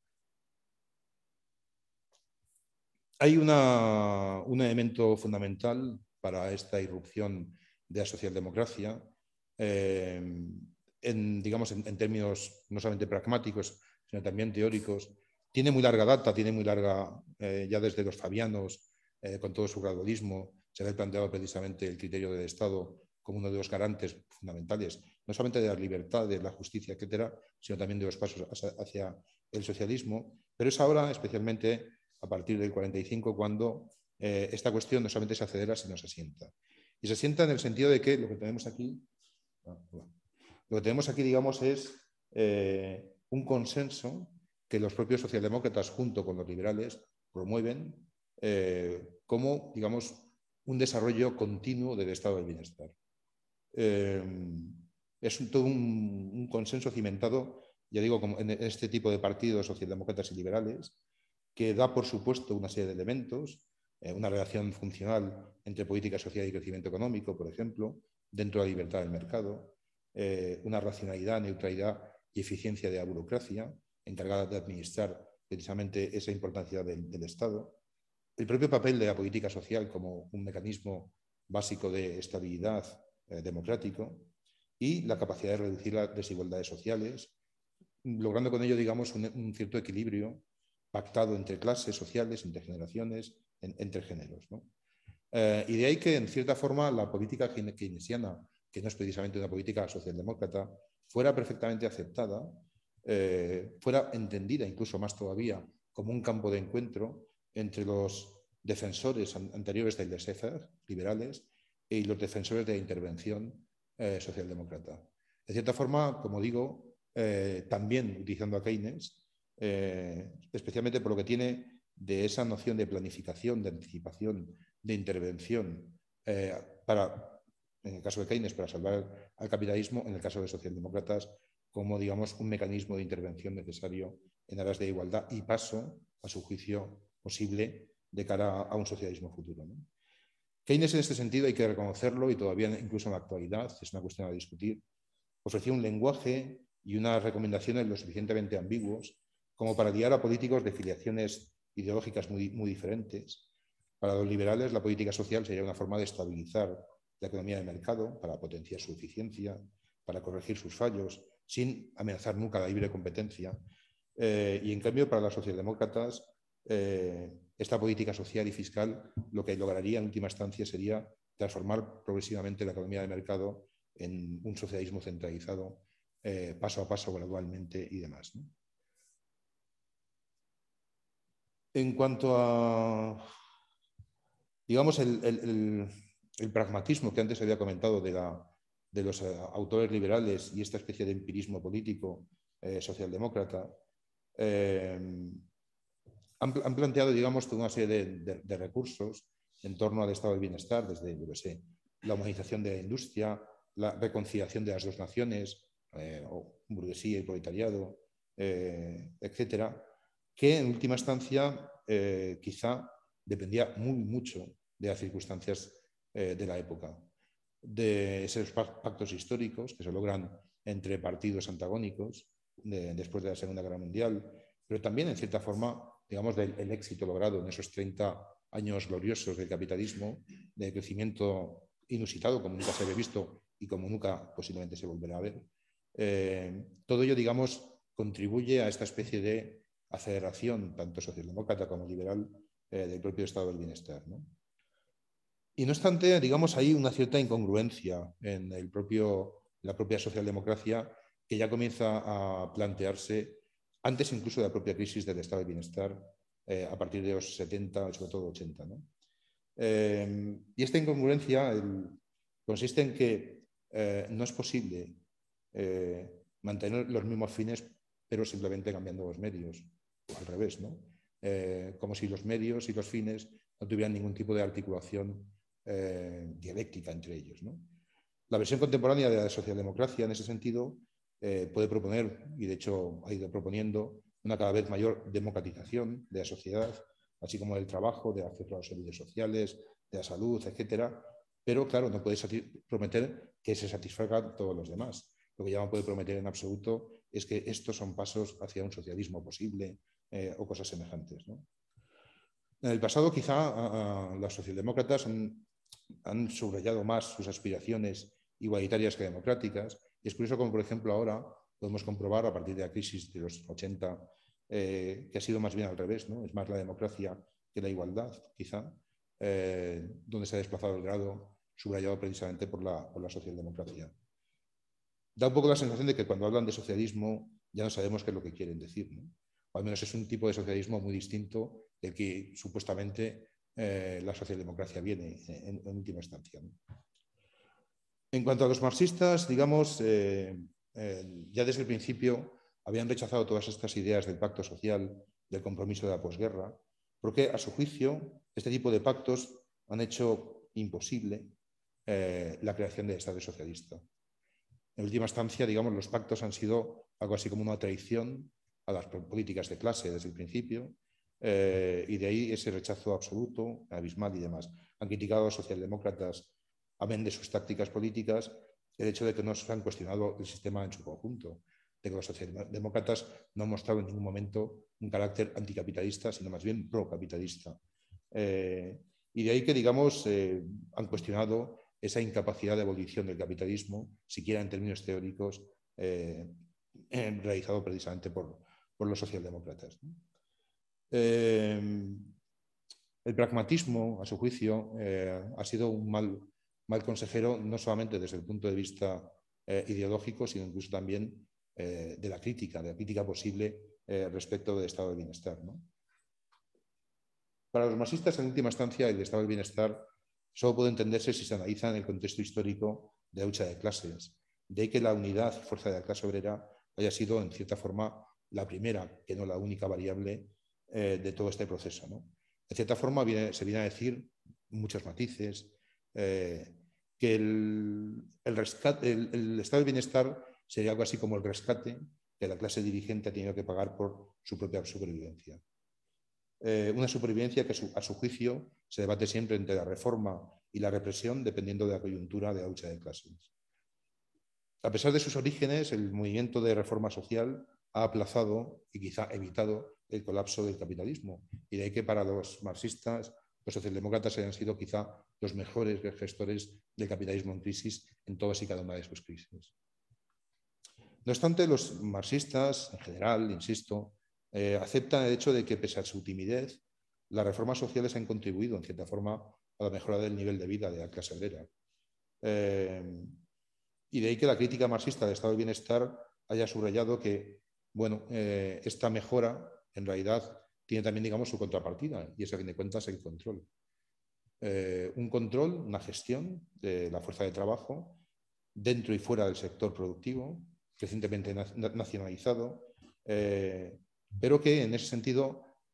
Hay una, un elemento fundamental para esta irrupción de la socialdemocracia, eh, en, digamos, en, en términos no solamente pragmáticos, sino también teóricos. Tiene muy larga data, tiene muy larga, eh, ya desde los fabianos, eh, con todo su gradualismo, se había planteado precisamente el criterio del Estado como uno de los garantes fundamentales, no solamente de la libertad, de la justicia, etcétera, sino también de los pasos hacia, hacia el socialismo. Pero es ahora, especialmente a partir del cuarenta y cinco, cuando eh, esta cuestión no solamente se acelera, sino se asienta. Y se asienta en el sentido de que lo que tenemos aquí, lo que tenemos aquí, digamos, es eh, un consenso que los propios socialdemócratas, junto con los liberales, promueven eh, como, digamos, un desarrollo continuo del estado del bienestar. Eh, es un, todo un, un consenso cimentado, ya digo, como en este tipo de partidos socialdemócratas y liberales, que da por supuesto una serie de elementos, eh, una relación funcional entre política social y crecimiento económico, por ejemplo, dentro de la libertad del mercado, eh, una racionalidad, neutralidad y eficiencia de la burocracia, encargada de administrar precisamente esa importancia del, del Estado, el propio papel de la política social como un mecanismo básico de estabilidad eh, democrático y la capacidad de reducir las desigualdades sociales, logrando con ello, digamos, un, un cierto equilibrio pactado entre clases sociales, entre generaciones, en, entre géneros, ¿no? Eh, y de ahí que, en cierta forma, la política keynesiana, que no es precisamente una política socialdemócrata, fuera perfectamente aceptada, eh, fuera entendida incluso más todavía como un campo de encuentro entre los defensores anteriores del laissez-faire, liberales, y los defensores de la intervención eh, socialdemócrata. De cierta forma, como digo, eh, también utilizando a Keynes, eh, especialmente por lo que tiene de esa noción de planificación, de anticipación, de intervención, eh, para, en el caso de Keynes, para salvar al capitalismo, en el caso de socialdemócratas, como, digamos, un mecanismo de intervención necesario en aras de igualdad y paso, a su juicio, posible de cara a un socialismo futuro, ¿no? Keynes, en este sentido, hay que reconocerlo, y todavía incluso en la actualidad, es una cuestión a discutir, ofrecía un lenguaje y unas recomendaciones lo suficientemente ambiguos como para guiar a políticos de filiaciones ideológicas muy, muy diferentes. Para los liberales, la política social sería una forma de estabilizar la economía de mercado, para potenciar su eficiencia, para corregir sus fallos, sin amenazar nunca la libre competencia. Eh, y en cambio, para los socialdemócratas, eh, esta política social y fiscal lo que lograría en última instancia sería transformar progresivamente la economía de mercado en un socialismo centralizado, eh, paso a paso, gradualmente y demás, ¿no? En cuanto a, digamos, el, el, el, el pragmatismo que antes había comentado de, la, de los uh, autores liberales y esta especie de empirismo político eh, socialdemócrata, eh, han, han planteado, digamos, toda una serie de, de, de recursos en torno al estado del bienestar, desde, yo qué sé, la humanización de la industria, la reconciliación de las dos naciones, eh, o burguesía y proletariado, eh, etcétera, que en última instancia eh, quizá dependía muy mucho de las circunstancias eh, de la época, de esos pactos históricos que se logran entre partidos antagónicos de, después de la Segunda Guerra Mundial, pero también, en cierta forma, digamos, del el éxito logrado en esos treinta años gloriosos del capitalismo, de crecimiento inusitado, como nunca se había visto y como nunca posiblemente se volverá a ver. Eh, todo ello, digamos, contribuye a esta especie de aceleración, tanto socialdemócrata como liberal, eh, del propio estado del bienestar, ¿no? Y no obstante, digamos, hay una cierta incongruencia en el propio, la propia socialdemocracia que ya comienza a plantearse, antes incluso de la propia crisis del estado del bienestar, eh, a partir de los setenta, sobre todo ochenta, ¿no? Eh, y esta incongruencia el, consiste en que eh, no es posible eh, mantener los mismos fines, pero simplemente cambiando los medios, o al revés, ¿no? Eh, como si los medios y los fines no tuvieran ningún tipo de articulación eh, dialéctica entre ellos, ¿no? La versión contemporánea de la socialdemocracia, en ese sentido, eh, puede proponer, y de hecho ha ido proponiendo, una cada vez mayor democratización de la sociedad, así como del trabajo, de acceso a los servicios sociales, de la salud, etcétera. Pero, claro, no puede prometer que se satisfagan todos los demás. Lo que ya no puede prometer en absoluto es que estos son pasos hacia un socialismo posible eh, o cosas semejantes, ¿no? En el pasado, quizá, a, a, los socialdemócratas han, han subrayado más sus aspiraciones igualitarias que democráticas. Y es curioso como, por ejemplo, ahora podemos comprobar, a partir de la crisis de los ochenta, eh, que ha sido más bien al revés, ¿no? Es más la democracia que la igualdad, quizá, eh, donde se ha desplazado el grado subrayado precisamente por la, por la socialdemocracia. Da un poco la sensación de que cuando hablan de socialismo ya no sabemos qué es lo que quieren decir, ¿no? O al menos es un tipo de socialismo muy distinto del que supuestamente eh, la socialdemocracia viene en, en última instancia, ¿no? En cuanto a los marxistas, digamos, eh, eh, ya desde el principio habían rechazado todas estas ideas del pacto social, del compromiso de la posguerra, porque a su juicio este tipo de pactos han hecho imposible eh, la creación del Estado socialista. En última instancia, digamos, los pactos han sido algo así como una traición a las políticas de clase desde el principio, eh, y de ahí ese rechazo absoluto, abismal y demás. Han criticado a los socialdemócratas, amén de sus tácticas políticas, el hecho de que no se han cuestionado el sistema en su conjunto, de que los socialdemócratas no han mostrado en ningún momento un carácter anticapitalista, sino más bien procapitalista. Eh, y de ahí que, digamos, eh, han cuestionado esa incapacidad de abolición del capitalismo, siquiera en términos teóricos, eh, realizado precisamente por, por los socialdemócratas, ¿no? Eh, el pragmatismo, a su juicio, eh, ha sido un mal, mal consejero, no solamente desde el punto de vista eh, ideológico, sino incluso también eh, de la crítica, de la crítica posible eh, respecto del estado del bienestar, ¿no? Para los marxistas, en última instancia, el estado del bienestar solo puede entenderse si se analiza en el contexto histórico de la lucha de clases. De ahí que la unidad y fuerza de la clase obrera haya sido, en cierta forma, la primera, que no la única variable eh, de todo este proceso, ¿no? En cierta forma, viene, se viene a decir, muchos matices, eh, que el, el, rescate, el, el estado del bienestar sería algo así como el rescate que la clase dirigente ha tenido que pagar por su propia supervivencia. Eh, una supervivencia que su, a su juicio se debate siempre entre la reforma y la represión, dependiendo de la coyuntura de la lucha de clases. A pesar de sus orígenes, el movimiento de reforma social ha aplazado y quizá evitado el colapso del capitalismo. Y de ahí que para los marxistas, los socialdemócratas hayan sido quizá los mejores gestores del capitalismo en crisis en todas y cada una de sus crisis. No obstante, los marxistas, en general, insisto, eh, aceptan el hecho de que, pese a su timidez, las reformas sociales han contribuido, en cierta forma, a la mejora del nivel de vida de la clase obrera. Eh, y de ahí que la crítica marxista del estado del bienestar haya subrayado que, bueno, eh, esta mejora, en realidad, tiene también, digamos, su contrapartida, y es, a fin de cuentas, el control. Eh, un control, una gestión de la fuerza de trabajo dentro y fuera del sector productivo, recientemente nacionalizado, eh, pero que en ese sentido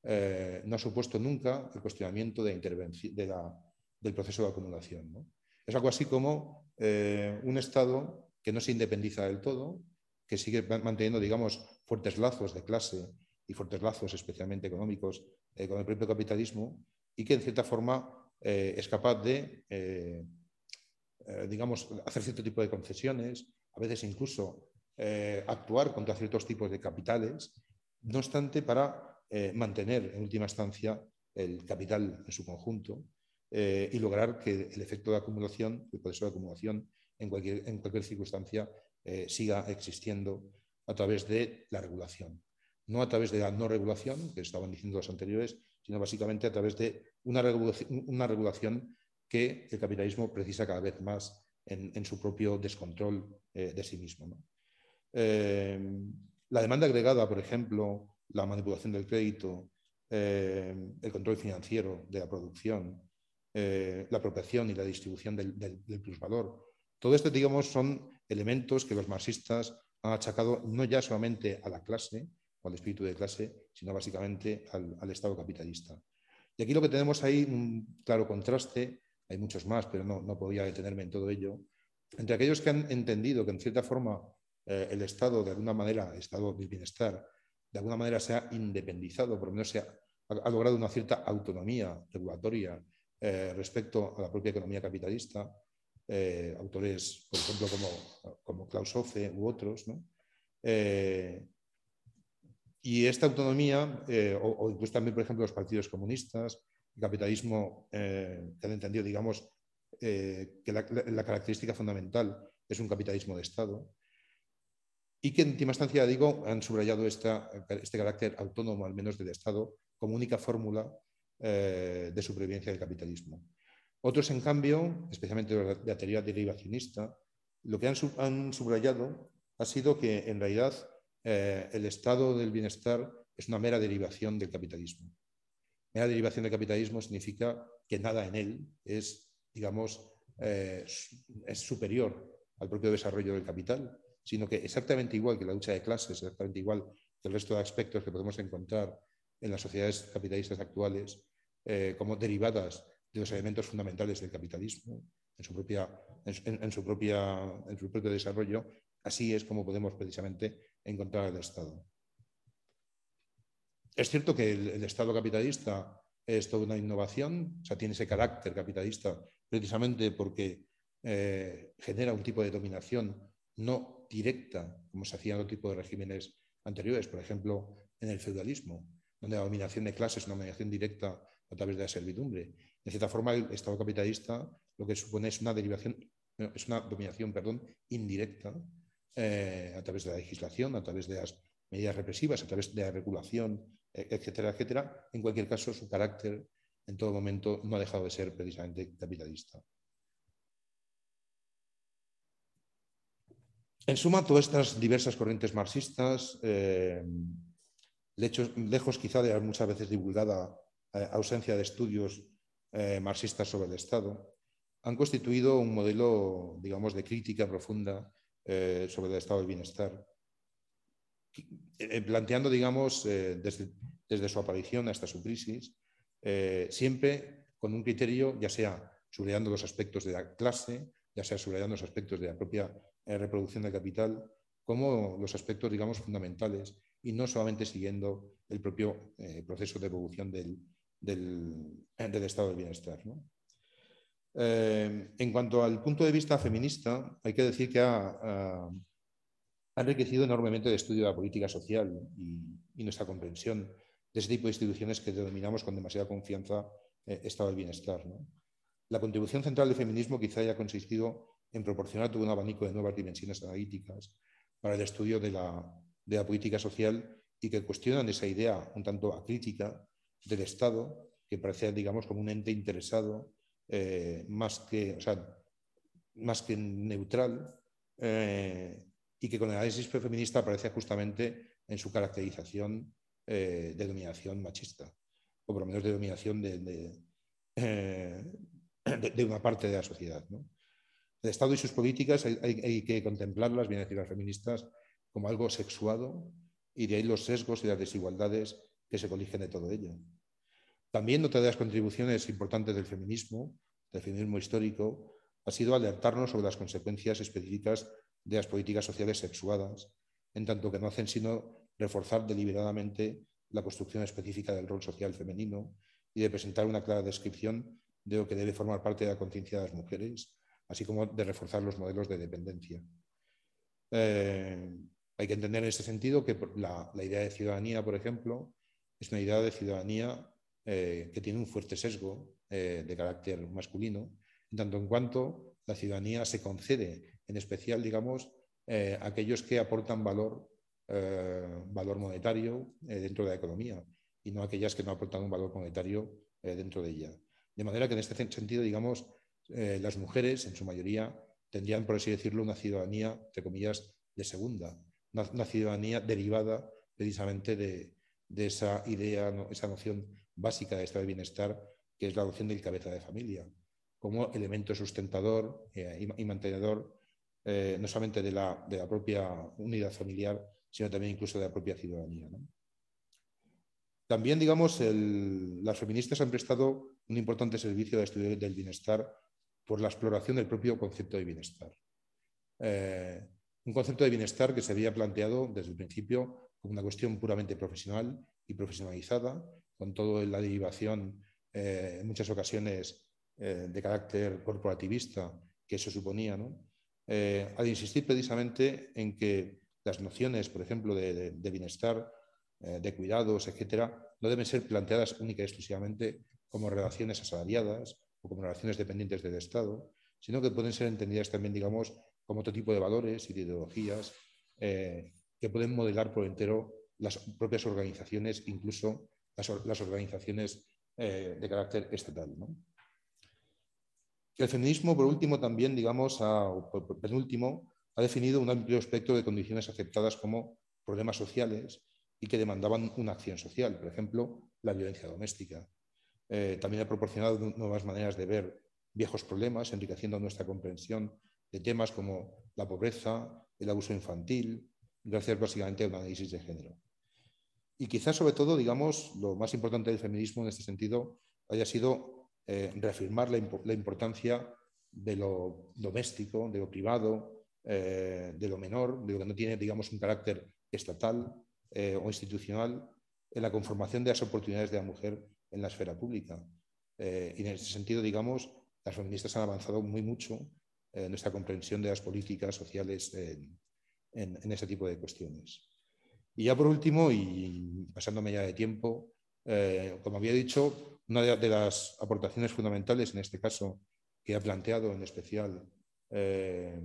eh, no ha supuesto nunca el cuestionamiento de intervención, de la, del proceso de acumulación, ¿no? Es algo así como eh, un Estado que no se independiza del todo, que sigue manteniendo, digamos, fuertes lazos de clase y fuertes lazos especialmente económicos eh, con el propio capitalismo, y que en cierta forma eh, es capaz de, eh, eh, digamos, hacer cierto tipo de concesiones, a veces incluso eh, actuar contra ciertos tipos de capitales, no obstante para eh, mantener en última instancia el capital en su conjunto eh, y lograr que el efecto de acumulación, el proceso de acumulación en cualquier, en cualquier circunstancia eh, siga existiendo a través de la regulación. No a través de la no regulación, que estaban diciendo los anteriores, sino básicamente a través de una regulación, una regulación que el capitalismo precisa cada vez más en, en su propio descontrol eh, de sí mismo, ¿no? Eh, la demanda agregada, por ejemplo, la manipulación del crédito, eh, el control financiero de la producción, eh, la apropiación y la distribución del, del, del plusvalor. Todo esto, digamos, son elementos que los marxistas han achacado no ya solamente a la clase o al espíritu de clase, sino básicamente al, al Estado capitalista. Y aquí lo que tenemos ahí, un claro contraste, hay muchos más, pero no, no podía detenerme en todo ello, entre aquellos que han entendido que en cierta forma eh, el Estado, de alguna manera, el Estado del bienestar, de alguna manera se ha independizado, por lo menos se ha, ha logrado una cierta autonomía regulatoria eh, respecto a la propia economía capitalista, eh, autores, por ejemplo, como, como Klaus Hofe u otros, ¿no? Eh, y esta autonomía, eh, o, o incluso también, por ejemplo, los partidos comunistas, el capitalismo, eh, que han entendido, digamos, eh, que la, la característica fundamental es un capitalismo de Estado, y que en última instancia, digo, han subrayado esta, este carácter autónomo, al menos del Estado, como única fórmula eh, de supervivencia del capitalismo. Otros, en cambio, especialmente de la teoría derivacionista, lo que han, sub, han subrayado ha sido que, en realidad, eh, el estado del bienestar es una mera derivación del capitalismo. Mera derivación del capitalismo significa que nada en él es, digamos, eh, es superior al propio desarrollo del capital, sino que exactamente igual que la lucha de clases, exactamente igual que el resto de aspectos que podemos encontrar en las sociedades capitalistas actuales, eh, como derivadas de los elementos fundamentales del capitalismo en su, propia, en, en, su propia, en su propio desarrollo, así es como podemos precisamente encontrar el Estado. Es cierto que el, el Estado capitalista es toda una innovación, o sea, tiene ese carácter capitalista precisamente porque eh, genera un tipo de dominación no directa, como se hacía en otro tipo de regímenes anteriores, por ejemplo, en el feudalismo, donde la dominación de clases es una dominación directa a través de la servidumbre. De cierta forma, el Estado capitalista lo que supone es una derivación, es una dominación, perdón, indirecta eh, a través de la legislación, a través de las medidas represivas, a través de la regulación, etcétera, etcétera. En cualquier caso, su carácter en todo momento no ha dejado de ser precisamente capitalista. En suma, todas estas diversas corrientes marxistas, eh, lejos, lejos quizá de la muchas veces divulgada eh, ausencia de estudios eh, marxistas sobre el Estado, han constituido un modelo, digamos, de crítica profunda eh, sobre el estado del bienestar, eh, planteando, digamos, eh, desde, desde su aparición hasta su crisis, eh, siempre con un criterio, ya sea subrayando los aspectos de la clase, ya sea subrayando los aspectos de la propia eh, reproducción del capital, como los aspectos, digamos, fundamentales, y no solamente siguiendo el propio eh, proceso de evolución del, del, del estado del bienestar, ¿no? Eh, en cuanto al punto de vista feminista, hay que decir que ha, ha, ha enriquecido enormemente el estudio de la política social y, y nuestra comprensión de ese tipo de instituciones que denominamos con demasiada confianza eh, estado del bienestar, ¿no? La contribución central del feminismo quizá haya consistido en proporcionar todo un abanico de nuevas dimensiones analíticas para el estudio de la, de la política social y que cuestionan esa idea un tanto acrítica del Estado, que parece, digamos, como un ente interesado, Eh, más, que, o sea, más que neutral, eh, y que con el análisis feminista aparece justamente en su caracterización eh, de dominación machista, o por lo menos de dominación de, de, eh, de, de una parte de la sociedad, ¿no? El Estado y sus políticas hay, hay, hay que contemplarlas, vienen a decir las feministas, como algo sexuado, y de ahí los sesgos y las desigualdades que se coligen de todo ello. También otra de las contribuciones importantes del feminismo, del feminismo histórico, ha sido alertarnos sobre las consecuencias específicas de las políticas sociales sexuadas, en tanto que no hacen sino reforzar deliberadamente la construcción específica del rol social femenino y de presentar una clara descripción de lo que debe formar parte de la conciencia de las mujeres, así como de reforzar los modelos de dependencia. Eh, hay que entender en este sentido que la, la idea de ciudadanía, por ejemplo, es una idea de ciudadanía eh, que tiene un fuerte sesgo eh, de carácter masculino, en tanto en cuanto la ciudadanía se concede, en especial, digamos, eh, a aquellos que aportan valor, eh, valor monetario eh, dentro de la economía y no aquellas que no aportan un valor monetario eh, dentro de ella. De manera que en este sentido, digamos, eh, las mujeres, en su mayoría, tendrían, por así decirlo, una ciudadanía, entre comillas, de segunda, una, una ciudadanía derivada precisamente de, de esa idea, ¿no? Esa noción básica de estado de bienestar, que es la noción del cabeza de familia, como elemento sustentador eh, y, y mantenedor eh, no solamente de la, de la propia unidad familiar, sino también incluso de la propia ciudadanía, ¿no? También, digamos, el, las feministas han prestado un importante servicio de estudio del bienestar por la exploración del propio concepto de bienestar. Eh, un concepto de bienestar que se había planteado desde el principio como una cuestión puramente profesional y profesionalizada, con toda la derivación, eh, en muchas ocasiones, eh, de carácter corporativista que eso suponía, ¿no? Eh, al insistir precisamente en que las nociones, por ejemplo, de, de, de bienestar, de cuidados, etcétera, no deben ser planteadas única y exclusivamente como relaciones asalariadas o como relaciones dependientes del Estado, sino que pueden ser entendidas también, digamos, como otro tipo de valores y de ideologías eh, que pueden modelar por entero las propias organizaciones, incluso las, las organizaciones eh, de carácter estatal, ¿no? El feminismo, por último, también, digamos, ha, por penúltimo, ha definido un amplio espectro de condiciones aceptadas como problemas sociales y que demandaban una acción social, por ejemplo, la violencia doméstica. Eh, también ha proporcionado nuevas maneras de ver viejos problemas, enriqueciendo nuestra comprensión de temas como la pobreza, el abuso infantil, gracias básicamente a un análisis de género. Y quizás, sobre todo, digamos, lo más importante del feminismo en este sentido haya sido eh, reafirmar la, imp la importancia de lo doméstico, de lo privado, eh, de lo menor, de lo que no tiene, digamos, un carácter estatal eh, o institucional en la conformación de las oportunidades de la mujer en la esfera pública. Eh, y en ese sentido, digamos, las feministas han avanzado muy mucho en nuestra comprensión de las políticas sociales en, en, en ese tipo de cuestiones. Y ya por último, y pasándome ya de tiempo, eh, como había dicho, una de, de las aportaciones fundamentales en este caso que ha planteado en especial eh,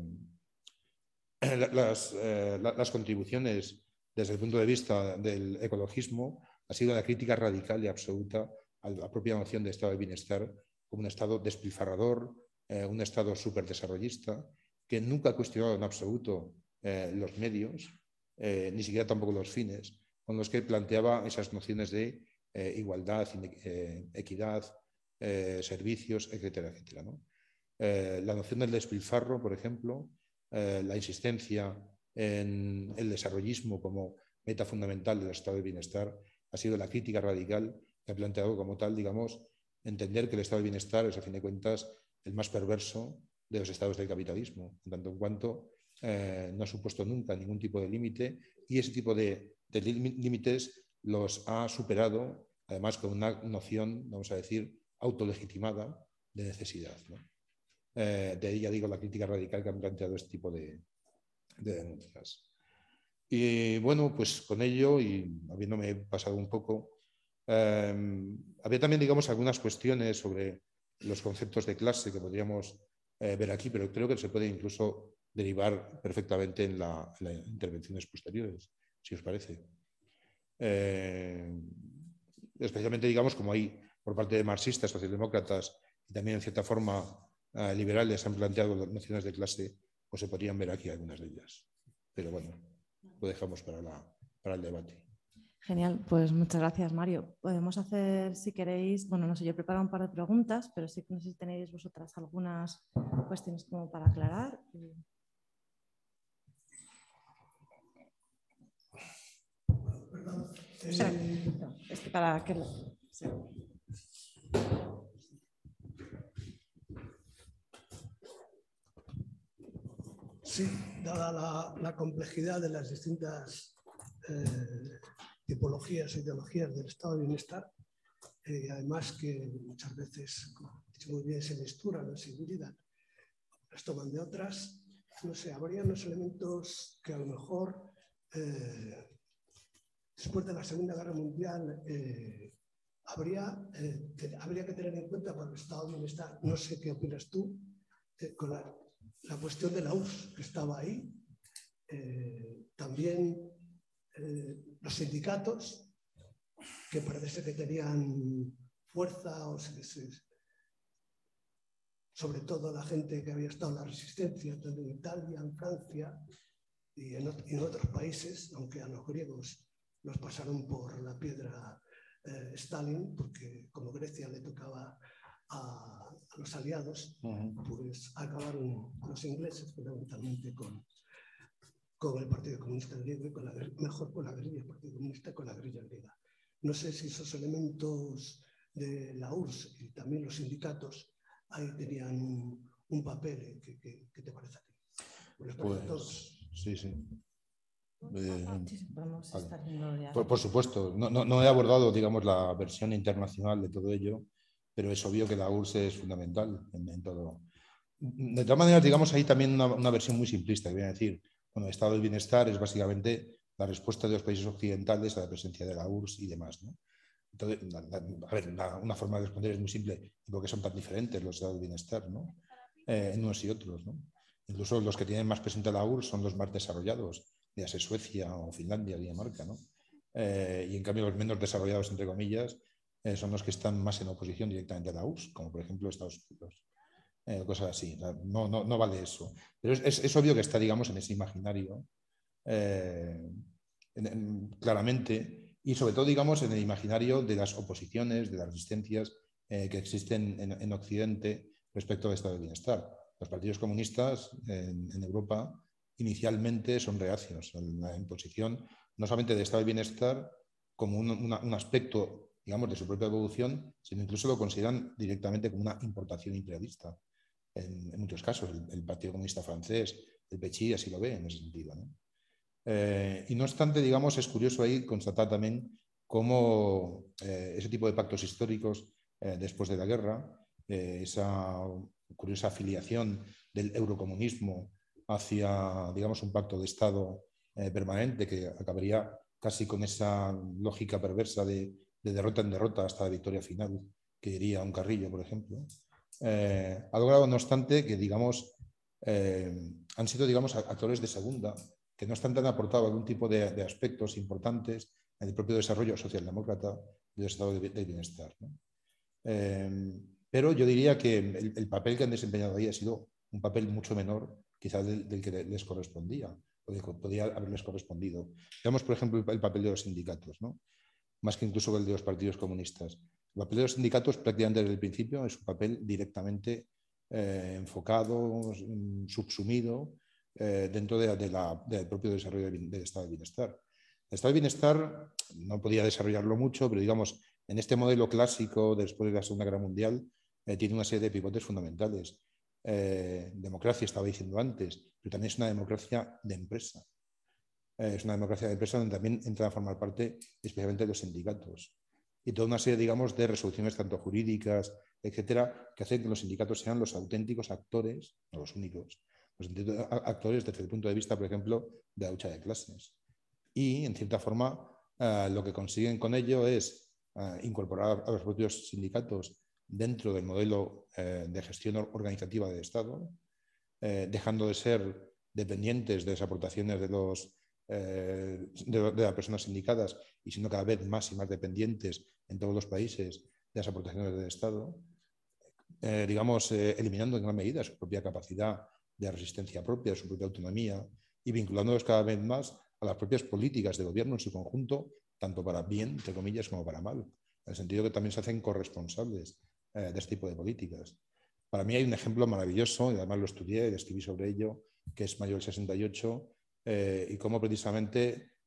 las, eh, las contribuciones desde el punto de vista del ecologismo ha sido la crítica radical y absoluta a la propia noción de estado de bienestar como un estado despilfarrador, eh, un estado superdesarrollista, que nunca ha cuestionado en absoluto eh, los medios, eh, ni siquiera tampoco los fines, con los que planteaba esas nociones de eh, igualdad, eh, equidad, eh, servicios, etcétera, etcétera, ¿no? Eh, la noción del despilfarro, por ejemplo, eh, la insistencia en el desarrollismo como meta fundamental del estado de bienestar ha sido la crítica radical que ha planteado como tal, digamos, entender que el estado de bienestar es, a fin de cuentas, el más perverso de los estados del capitalismo, en tanto en cuanto eh, no ha supuesto nunca ningún tipo de límite y ese tipo de, de límites los ha superado, además con una noción, vamos a decir, autolegitimada de necesidad, ¿no? Eh, de ahí ya digo la crítica radical que han planteado este tipo de, de denuncias. Y bueno, pues con ello, y habiéndome pasado un poco, eh, había también, digamos, algunas cuestiones sobre los conceptos de clase que podríamos eh, ver aquí, pero creo que se puede incluso derivar perfectamente en, la, en las intervenciones posteriores, si os parece. Eh, especialmente, digamos, como hay por parte de marxistas, socialdemócratas y también, en cierta forma, eh, liberales han planteado las nociones de clase, pues se podrían ver aquí algunas de ellas. Pero bueno, lo dejamos para, la, para el debate. Genial, pues muchas gracias, Mario. Podemos hacer, si queréis, bueno, no sé, yo he preparado un par de preguntas, pero sí que no sé si tenéis vosotras algunas cuestiones como para aclarar. O sea, no, es que para que... Sí. Sí, dada la, la complejidad de las distintas eh, tipologías o ideologías del estado de bienestar, y eh, además que muchas veces, como he dicho muy bien, se misturan, no se híbridan, las toman de otras, no sé, habría unos elementos que a lo mejor eh, después de la Segunda Guerra Mundial eh, habría, eh, te, habría que tener en cuenta para el estado de bienestar, no sé qué opinas tú, eh, con la, la cuestión de la U R S S que estaba ahí, eh, también eh, los sindicatos que parece que tenían fuerza, o se, se, sobre todo la gente que había estado en la resistencia, tanto en Italia, en Francia y en, y en otros países, aunque a los griegos los pasaron por la piedra eh, Stalin, porque como Grecia le tocaba a, a los aliados, pues acabaron los ingleses fundamentalmente con, con el Partido Comunista Griego y con la, mejor con la guerrilla del Partido Comunista con la guerrilla griega. No sé si esos elementos de la U R S S y también los sindicatos ahí tenían un, un papel. ¿Qué, qué, ¿Qué te parece a ti? Pues, pues sí, sí. Eh, Vamos a estar viendo ya. por, por supuesto, no, no, no he abordado, digamos, la versión internacional de todo ello, pero es obvio que la U R S S es fundamental en, en todo. De todas maneras, digamos, hay también una, una versión muy simplista, que viene a decir, bueno, el estado del bienestar es básicamente la respuesta de los países occidentales a la presencia de la U R S S y demás, ¿no? Entonces, a ver, una, una forma de responder es muy simple, porque son tan diferentes los estados de bienestar, ¿no? Eh, en unos y otros, ¿no? Incluso los que tienen más presente la U R S S son los más desarrollados, ya sea Suecia o Finlandia, Dinamarca, ¿no? Eh, y en cambio los menos desarrollados, entre comillas, eh, son los que están más en oposición directamente a la U R S S, como por ejemplo Estados Unidos. Eh, cosas así, no, no, no vale eso. Pero es, es, es obvio que está, digamos, en ese imaginario eh, en, en, claramente, y sobre todo, digamos, en el imaginario de las oposiciones, de las resistencias eh, que existen en, en Occidente respecto al estado de bienestar. Los partidos comunistas en, en Europa inicialmente son reacios a la imposición no solamente del estado de bienestar como un, una, un aspecto, digamos, de su propia evolución, sino incluso lo consideran directamente como una importación imperialista. En, en muchos casos, el, el Partido Comunista francés, el Vichy, así lo ve en ese sentido, ¿no? Eh, y no obstante, digamos, es curioso ahí constatar también cómo eh, ese tipo de pactos históricos eh, después de la guerra, eh, esa curiosa afiliación del eurocomunismo hacia, digamos, un pacto de Estado eh, permanente que acabaría casi con esa lógica perversa de, de derrota en derrota hasta la victoria final, que diría un Carrillo, por ejemplo. Eh, ha logrado, no obstante, que, digamos, eh, han sido, digamos, actores de segunda, que no obstante han aportado algún tipo de, de aspectos importantes en el propio desarrollo socialdemócrata del estado de, de bienestar, ¿no? Eh, pero yo diría que el, el papel que han desempeñado ahí ha sido un papel mucho menor, quizás del, del que les correspondía, o del que podía haberles correspondido. Veamos, por ejemplo, el, el papel de los sindicatos, ¿no? Más que incluso el de los partidos comunistas. El papel de los sindicatos, prácticamente desde el principio, es un papel directamente eh, enfocado, subsumido eh, dentro de, de la, del propio desarrollo del, del estado de bienestar. El estado de bienestar no podía desarrollarlo mucho, pero digamos, en este modelo clásico después de la Segunda Guerra Mundial eh, tiene una serie de pivotes fundamentales. Eh, democracia, estaba diciendo antes, pero también es una democracia de empresa. Eh, es una democracia de empresa donde también entran a formar parte especialmente los sindicatos. Y toda una serie, digamos, de resoluciones tanto jurídicas, etcétera, que hacen que los sindicatos sean los auténticos actores, no los únicos, los actores desde el punto de vista, por ejemplo, de la lucha de clases. Y, en cierta forma, eh, lo que consiguen con ello es eh, incorporar a los propios sindicatos dentro del modelo eh, de gestión organizativa del Estado, eh, dejando de ser dependientes de las aportaciones de, los, eh, de, de las personas sindicadas y siendo cada vez más y más dependientes en todos los países de las aportaciones del Estado, eh, digamos, eh, eliminando en gran medida su propia capacidad de resistencia propia, su propia autonomía y vinculándolos cada vez más a las propias políticas de gobierno en su conjunto, tanto para bien, entre comillas, como para mal, en el sentido que también se hacen corresponsables eh, de este tipo de políticas. Para mí hay un ejemplo maravilloso, y además lo estudié, escribí sobre ello, que es mayo del sesenta y ocho, eh, y cómo precisamente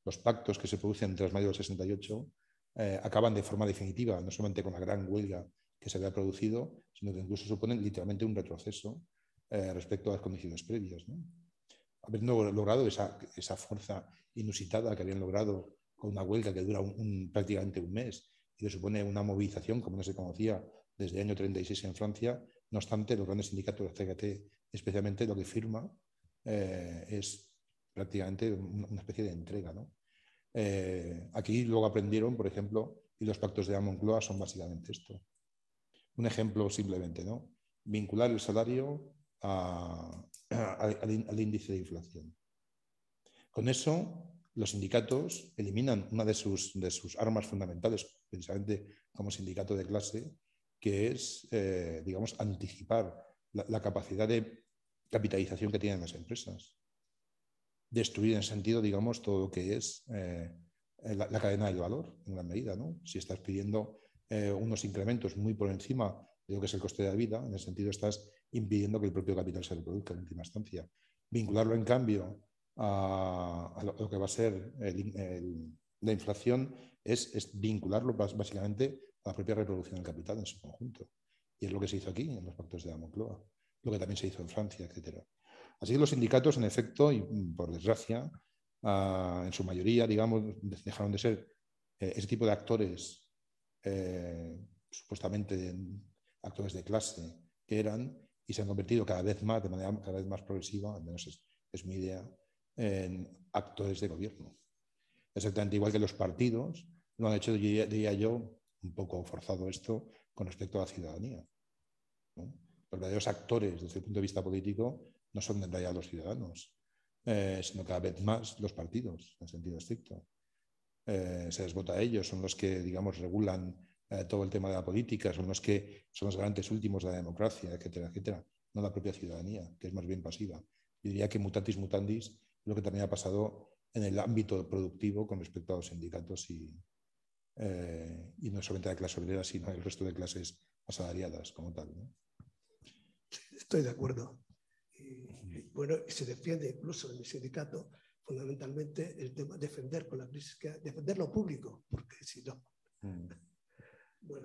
los pactos que se producen tras mayo del sesenta y ocho eh, acaban de forma definitiva, no solamente con la gran huelga que se había producido, sino que incluso suponen literalmente un retroceso eh, respecto a las condiciones previas, ¿no? Habiendo logrado esa, esa fuerza inusitada que habían logrado con una huelga que dura un, un, prácticamente un mes y que supone una movilización como no se conocía desde el año treinta y seis en Francia. No obstante, los grandes sindicatos de C G T, especialmente, lo que firma eh, es prácticamente una especie de entrega, ¿no? Eh, aquí luego aprendieron, por ejemplo, y los pactos de la Moncloa son básicamente esto. Un ejemplo simplemente, ¿no? Vincular el salario a, a, al, al índice de inflación. Con eso, los sindicatos eliminan una de sus, de sus armas fundamentales, precisamente como sindicato de clase, que es, eh, digamos, anticipar la, la capacidad de capitalización que tienen las empresas. Destruir en sentido, digamos, todo lo que es eh, la, la cadena del valor, en gran medida, ¿no? Si estás pidiendo eh, unos incrementos muy por encima de lo que es el coste de la vida, en el sentido estás impidiendo que el propio capital se reproduzca en última instancia. Vincularlo, en cambio, a, a, lo, a lo que va a ser el, el, la inflación es, es vincularlo básicamente a la propia reproducción del capital en su conjunto. Y es lo que se hizo aquí, en los pactos de la Moncloa, lo que también se hizo en Francia, etcétera. Así que los sindicatos, en efecto, y por desgracia, uh, en su mayoría, digamos, dejaron de ser eh, ese tipo de actores, eh, supuestamente actores de clase que eran, y se han convertido cada vez más, de manera cada vez más progresiva, al menos es, es mi idea, en actores de gobierno. Exactamente igual que los partidos lo han hecho, diría, diría yo, un poco forzado esto, con respecto a la ciudadanía, ¿no? Los verdaderos actores, desde el punto de vista político, no son en realidad los ciudadanos, eh, sino cada vez más los partidos, en sentido estricto. Eh, se les vota a ellos, son los que, digamos, regulan eh, todo el tema de la política, son los que son los garantes últimos de la democracia, etcétera, etcétera, no la propia ciudadanía, que es más bien pasiva. Yo diría que mutatis mutandis lo que también ha pasado en el ámbito productivo con respecto a los sindicatos y, eh, y no solamente la clase obrera, sino el resto de clases asalariadas como tal, ¿no? Estoy de acuerdo. Y, bueno, se defiende incluso en el sindicato fundamentalmente el tema de defender con la crisis, que defender lo público, porque si no. Mm. Bueno.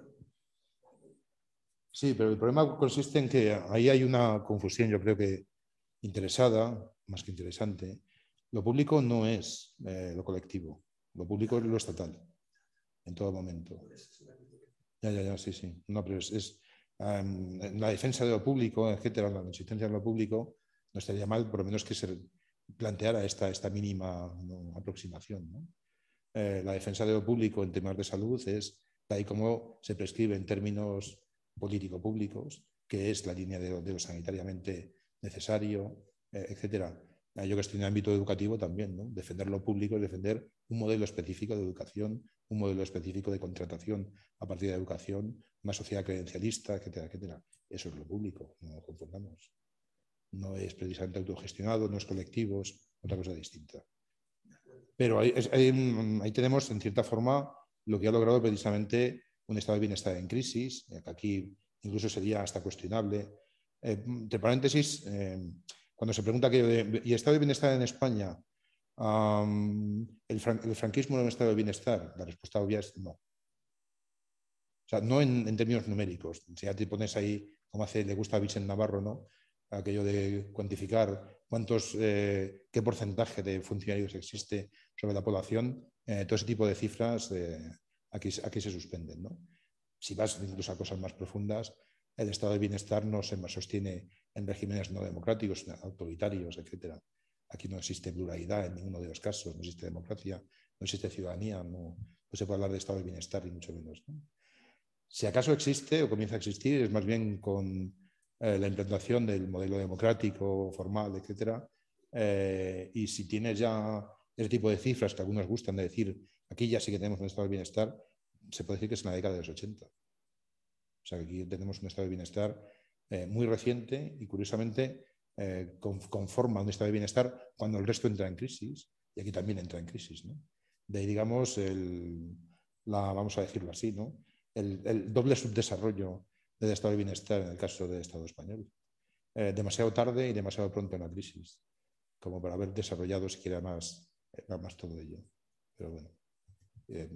Sí, pero el problema consiste en que ahí hay una confusión, yo creo que interesada, más que interesante. Lo público no es eh, lo colectivo, lo público es lo estatal, en todo momento. Ya, ya, ya, sí, sí. No, pero es, es um, la defensa de lo público, etcétera, la existencia de lo público, no estaría mal, por lo menos que se planteara esta, esta mínima, ¿no?, aproximación, ¿no? Eh, la defensa de lo público en temas de salud es tal y como se prescribe en términos político-públicos, que es la línea de lo, de lo sanitariamente necesario, eh, etcétera. Eh, yo que estoy en el ámbito educativo también, ¿no? Defender lo público es defender un modelo específico de educación, un modelo específico de contratación a partir de la educación, una sociedad credencialista, etcétera, etcétera. Eso es lo público, no lo confundamos. No es precisamente autogestionado, no es colectivo, es otra cosa distinta. Pero ahí, ahí, ahí tenemos, en cierta forma, lo que ha logrado precisamente un estado de bienestar en crisis, que aquí incluso sería hasta cuestionable. Eh, entre paréntesis, eh, cuando se pregunta aquello de ¿y estado de bienestar en España? Um, ¿el, fran ¿El franquismo era un estado de bienestar? La respuesta obvia es no. O sea, no en, en términos numéricos. Si ya te pones ahí, como hace, le gusta a Vicente Navarro, ¿no?, aquello de cuantificar cuántos, eh, qué porcentaje de funcionarios existe sobre la población, eh, todo ese tipo de cifras eh, aquí, aquí se suspenden, ¿no? Si vas incluso a cosas más profundas, el estado de bienestar no se sostiene en regímenes no democráticos, autoritarios, etcétera. Aquí no existe pluralidad en ninguno de los casos, no existe democracia, no existe ciudadanía, no, no se puede hablar de estado de bienestar, ni mucho menos, ¿no? Si acaso existe o comienza a existir, es más bien con eh, la implantación del modelo democrático, formal, etcétera. Eh, y si tienes ya ese tipo de cifras que algunos gustan de decir, aquí ya sí que tenemos un estado de bienestar, se puede decir que es en la década de los ochenta. O sea, que aquí tenemos un estado de bienestar eh, muy reciente y, curiosamente, eh, conforma un estado de bienestar cuando el resto entra en crisis, y aquí también entra en crisis, ¿no? De ahí, digamos, el, la, vamos a decirlo así, ¿no?, el, el doble subdesarrollo del estado de bienestar en el caso del Estado español. Eh, demasiado tarde y demasiado pronto en la crisis, como para haber desarrollado siquiera más, más todo ello. Pero bueno. Eh,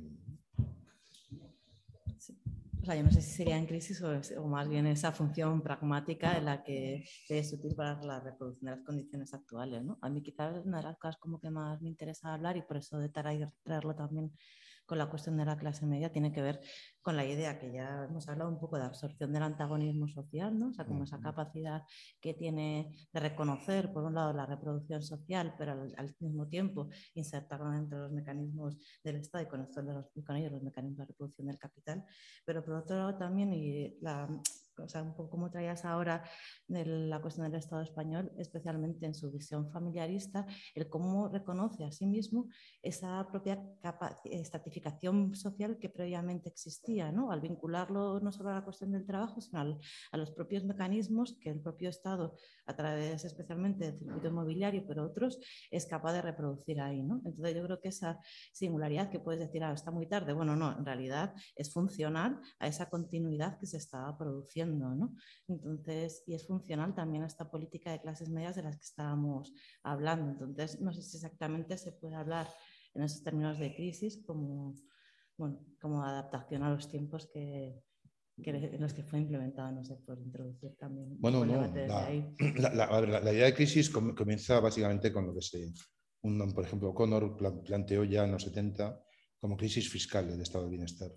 sí. O sea, yo no sé si sería en crisis o, o más bien esa función pragmática en la que es útil para la reproducción de las condiciones actuales, ¿no? A mí quizás una de las cosas como que más me interesa hablar, y por eso de traer, traerlo también con la cuestión de la clase media, tiene que ver con la idea que ya hemos hablado un poco de absorción del antagonismo social, ¿no? O sea, como esa capacidad que tiene de reconocer, por un lado, la reproducción social, pero al, al mismo tiempo insertarla dentro de los mecanismos del Estado y con, esto de los, y con ellos los mecanismos de reproducción del capital. Pero por otro lado también, y la, o sea, un poco como traías ahora de la cuestión del Estado español, especialmente en su visión familiarista, el cómo reconoce a sí mismo esa propia estratificación social que previamente existía, ¿no? Al vincularlo no solo a la cuestión del trabajo, sino al, a los propios mecanismos que el propio Estado, a través especialmente del circuito inmobiliario, pero otros, es capaz de reproducir ahí, ¿no? Entonces yo creo que esa singularidad que puedes decir, ah, está muy tarde, bueno, no, en realidad es funcional a esa continuidad que se estaba produciendo, ¿no? Entonces, y es funcional también a esta política de clases medias de las que estábamos hablando. Entonces, no sé si exactamente se puede hablar en esos términos de crisis como, bueno, como adaptación a los tiempos que, que en los que fue implementado, no sé, por introducir también bueno, un no, debate desde la, ahí. La, la, la, la idea de crisis comienza básicamente con lo que se, un, por ejemplo, O'Connor planteó ya en los setenta como crisis fiscal del estado del bienestar.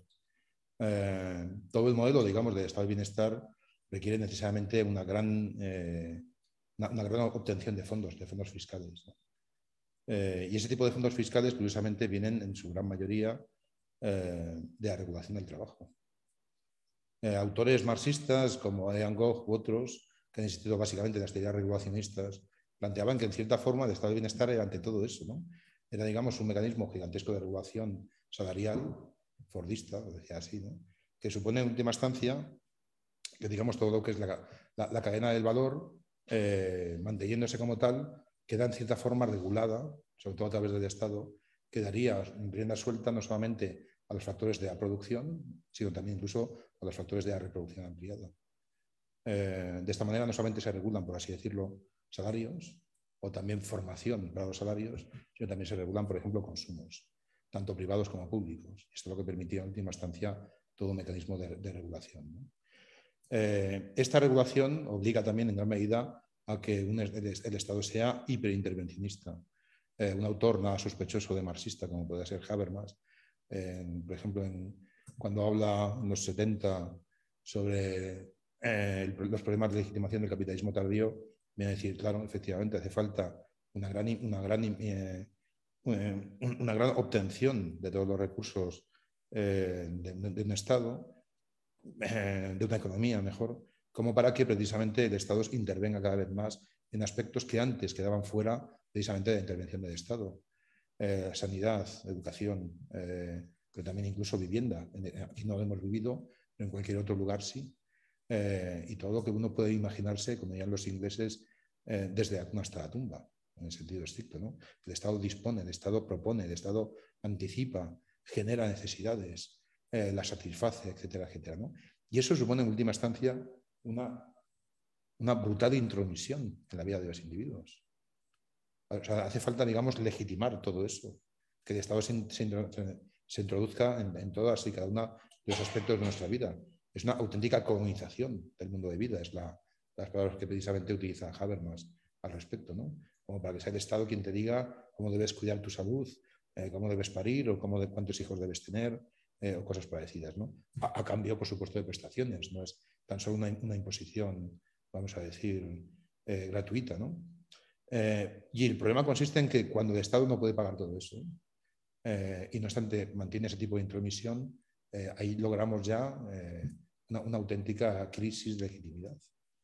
Eh, todo el modelo, digamos, del estado del bienestar requiere necesariamente una gran, eh, una, una gran obtención de fondos, de fondos fiscales, ¿no? Eh, y ese tipo de fondos fiscales, curiosamente, vienen en su gran mayoría eh, de la regulación del trabajo. Eh, autores marxistas como Ian Gough u otros, que han existido básicamente en las teorías regulacionistas, planteaban que en cierta forma el estado de bienestar era ante todo eso, ¿no? Era, digamos, un mecanismo gigantesco de regulación salarial, fordista, lo decía así, ¿no? Que supone en última instancia que, digamos, todo lo que es la, la, la cadena del valor, eh, manteniéndose como tal, queda en cierta forma regulada, sobre todo a través del Estado, que daría rienda suelta no solamente a los factores de la producción, sino también incluso a los factores de la reproducción ampliada. Eh, de esta manera no solamente se regulan, por así decirlo, salarios o también formación para los salarios, sino también se regulan, por ejemplo, consumos, tanto privados como públicos. Esto es lo que permitía en última instancia todo un mecanismo de, de regulación, ¿no? Eh, esta regulación obliga también en gran medida a que un, el, el Estado sea hiperintervencionista. Eh, un autor nada sospechoso de marxista, como puede ser Habermas, eh, por ejemplo, en, cuando habla en los setenta sobre eh, el, los problemas de legitimación del capitalismo tardío, viene a decir, claro, efectivamente hace falta una gran, una gran, eh, una gran obtención de todos los recursos eh, de, de un Estado, eh, de una economía mejor, como para que precisamente el Estado intervenga cada vez más en aspectos que antes quedaban fuera precisamente de la intervención del Estado. Eh, sanidad, educación, eh, pero también incluso vivienda. Aquí no lo hemos vivido, pero en cualquier otro lugar sí. Eh, y todo lo que uno puede imaginarse, como dirían los ingleses, eh, desde la cuna hasta la tumba, en el sentido estricto, ¿no? El Estado dispone, el Estado propone, el Estado anticipa, genera necesidades, eh, las satisface, etcétera, etcétera, ¿no? Y eso supone en última instancia una, una brutal intromisión en la vida de los individuos. O sea, hace falta, digamos, legitimar todo eso, que el Estado se, se, se introduzca en, en todas y cada uno de los aspectos de nuestra vida. Es una auténtica colonización del mundo de vida, es la, las palabras que precisamente utiliza Habermas al respecto, ¿no? Como para que sea el Estado quien te diga cómo debes cuidar tu salud, eh, cómo debes parir o cómo de, cuántos hijos debes tener, eh, o cosas parecidas, ¿no? A, a cambio, por supuesto, de prestaciones, no es tan solo una, una imposición, vamos a decir, eh, gratuita, ¿no? Eh, y el problema consiste en que cuando el Estado no puede pagar todo eso, eh, y no obstante mantiene ese tipo de intromisión, eh, ahí logramos ya eh, una, una auténtica crisis de legitimidad.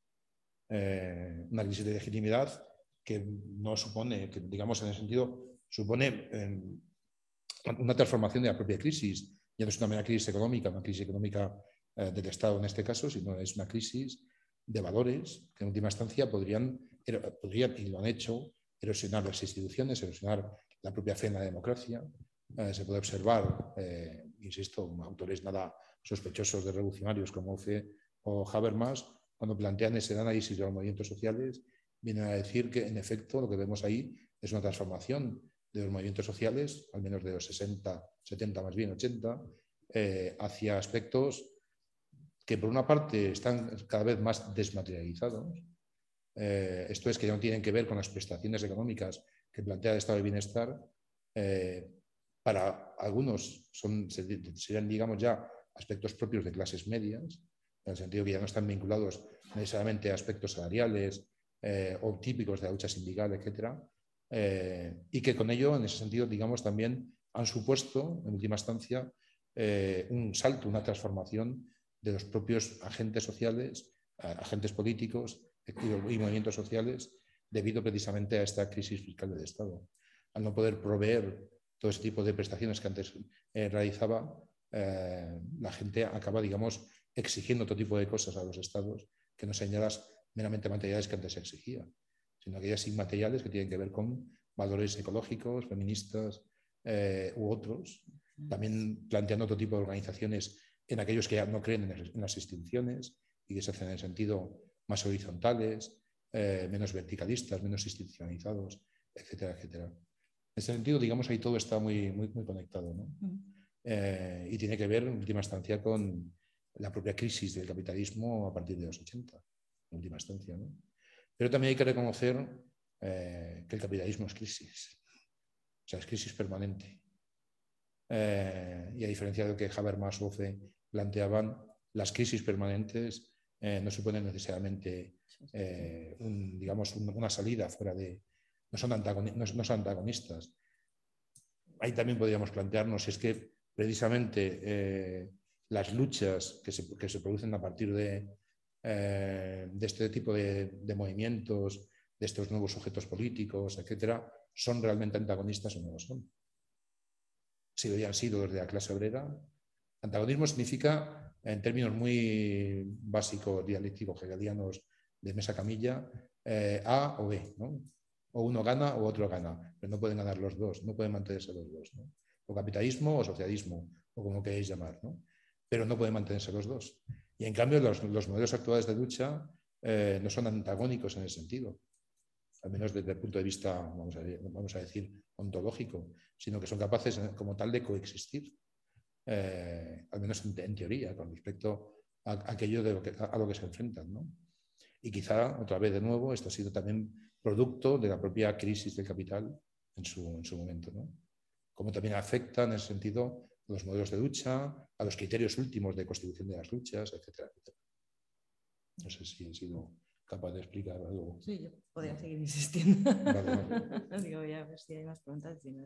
Eh, una crisis de legitimidad que no supone, que digamos en el sentido, supone eh, una transformación de la propia crisis. Ya no es una mera crisis económica, una crisis económica eh, del Estado en este caso, sino es una crisis de valores que en última instancia podrían, podrían y lo han hecho, erosionar las instituciones, erosionar la propia fe en la democracia. Eh, se puede observar, eh, insisto, autores nada sospechosos de revolucionarios como Ofe o Habermas, cuando plantean ese análisis de los movimientos sociales, vienen a decir que en efecto lo que vemos ahí es una transformación de los movimientos sociales, al menos de los sesenta, setenta más bien, ochenta, eh, hacia aspectos que por una parte están cada vez más desmaterializados. Eh, esto es que ya no tienen que ver con las prestaciones económicas que plantea el estado de bienestar. Eh, para algunos son, serían, digamos, ya aspectos propios de clases medias, en el sentido que ya no están vinculados necesariamente a aspectos salariales eh, o típicos de la lucha sindical, etcétera, eh, y que con ello, en ese sentido, digamos, también han supuesto, en última instancia, eh, un salto, una transformación de los propios agentes sociales, agentes políticos y movimientos sociales, debido precisamente a esta crisis fiscal del Estado. Al no poder proveer todo ese tipo de prestaciones que antes eh, realizaba, eh, la gente acaba, digamos, exigiendo otro tipo de cosas a los estados que no sean ya las meramente materiales que antes se exigía, sino aquellas inmateriales que tienen que ver con valores ecológicos, feministas eh, u otros, también planteando otro tipo de organizaciones en aquellos que ya no creen en las instituciones y que se hacen en el sentido más horizontales, eh, menos verticalistas, menos institucionalizados, etcétera, etcétera. En ese sentido, digamos, ahí todo está muy, muy, muy conectado, ¿no? Eh, y tiene que ver, en última instancia, con la propia crisis del capitalismo a partir de los ochenta, en última instancia, ¿no? Pero también hay que reconocer eh, que el capitalismo es crisis, o sea, es crisis permanente. Eh, y a diferencia de lo que Habermas o Ofe planteaban, las crisis permanentes eh, no suponen necesariamente eh, un, digamos, un, una salida fuera de... No son, antagoni no, no son antagonistas. Ahí también podríamos plantearnos si es que precisamente eh, las luchas que se, que se producen a partir de, eh, de este tipo de, de movimientos, de estos nuevos sujetos políticos, etcétera, son realmente antagonistas o no lo son. Si lo hayan sido desde la clase obrera. Antagonismo significa, en términos muy básicos, dialécticos, hegelianos, de mesa camilla, eh, A o B, ¿no? O uno gana o otro gana, pero no pueden ganar los dos, no pueden mantenerse los dos, ¿no? O capitalismo o socialismo, o como queréis llamar, ¿no? Pero no pueden mantenerse los dos. Y en cambio los, los modelos actuales de lucha eh, no son antagónicos en ese sentido, al menos desde el punto de vista, vamos a, vamos a decir, ontológico, sino que son capaces como tal de coexistir, eh, al menos en, en teoría, con respecto a, a aquello de lo que, a lo que se enfrentan, ¿no? Y quizá, otra vez de nuevo, esto ha sido también producto de la propia crisis del capital en su, en su momento, ¿no? Como también afecta en ese sentido a los modelos de lucha, a los criterios últimos de constitución de las luchas, etcétera, etcétera. No sé si he sido capaz de explicar algo. Sí, yo podría seguir insistiendo. Vale, vale. Digo, ya, pues si hay más preguntas. Si no...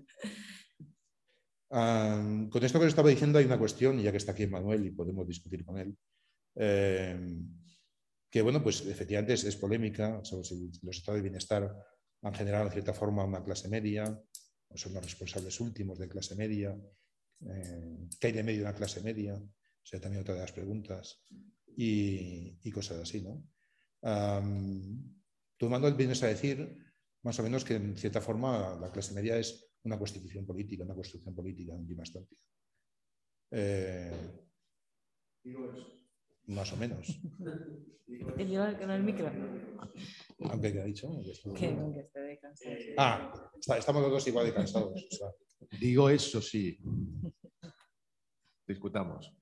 um, con esto que os estaba diciendo hay una cuestión, y ya que está aquí Manuel y podemos discutir con él, eh, que, bueno, pues efectivamente es, es polémica sobre si los estados de bienestar han generado, en cierta forma, una clase media, o son los responsables últimos de clase media, eh, ¿qué hay de medio de una clase media? O sea, también otra de las preguntas, y, y cosas así, ¿no? Um, tú, Manuel, vienes a decir, más o menos, que en cierta forma la clase media es una constitución política, una construcción política en última instancia. Eh, Digo eso. Más o menos. ¿Te lleva con el micro? Aunque, ¿qué ha dicho? Que aunque esté de cansado. Ah, está, estamos los dos igual de cansados. O sea. Digo eso, sí. Discutamos.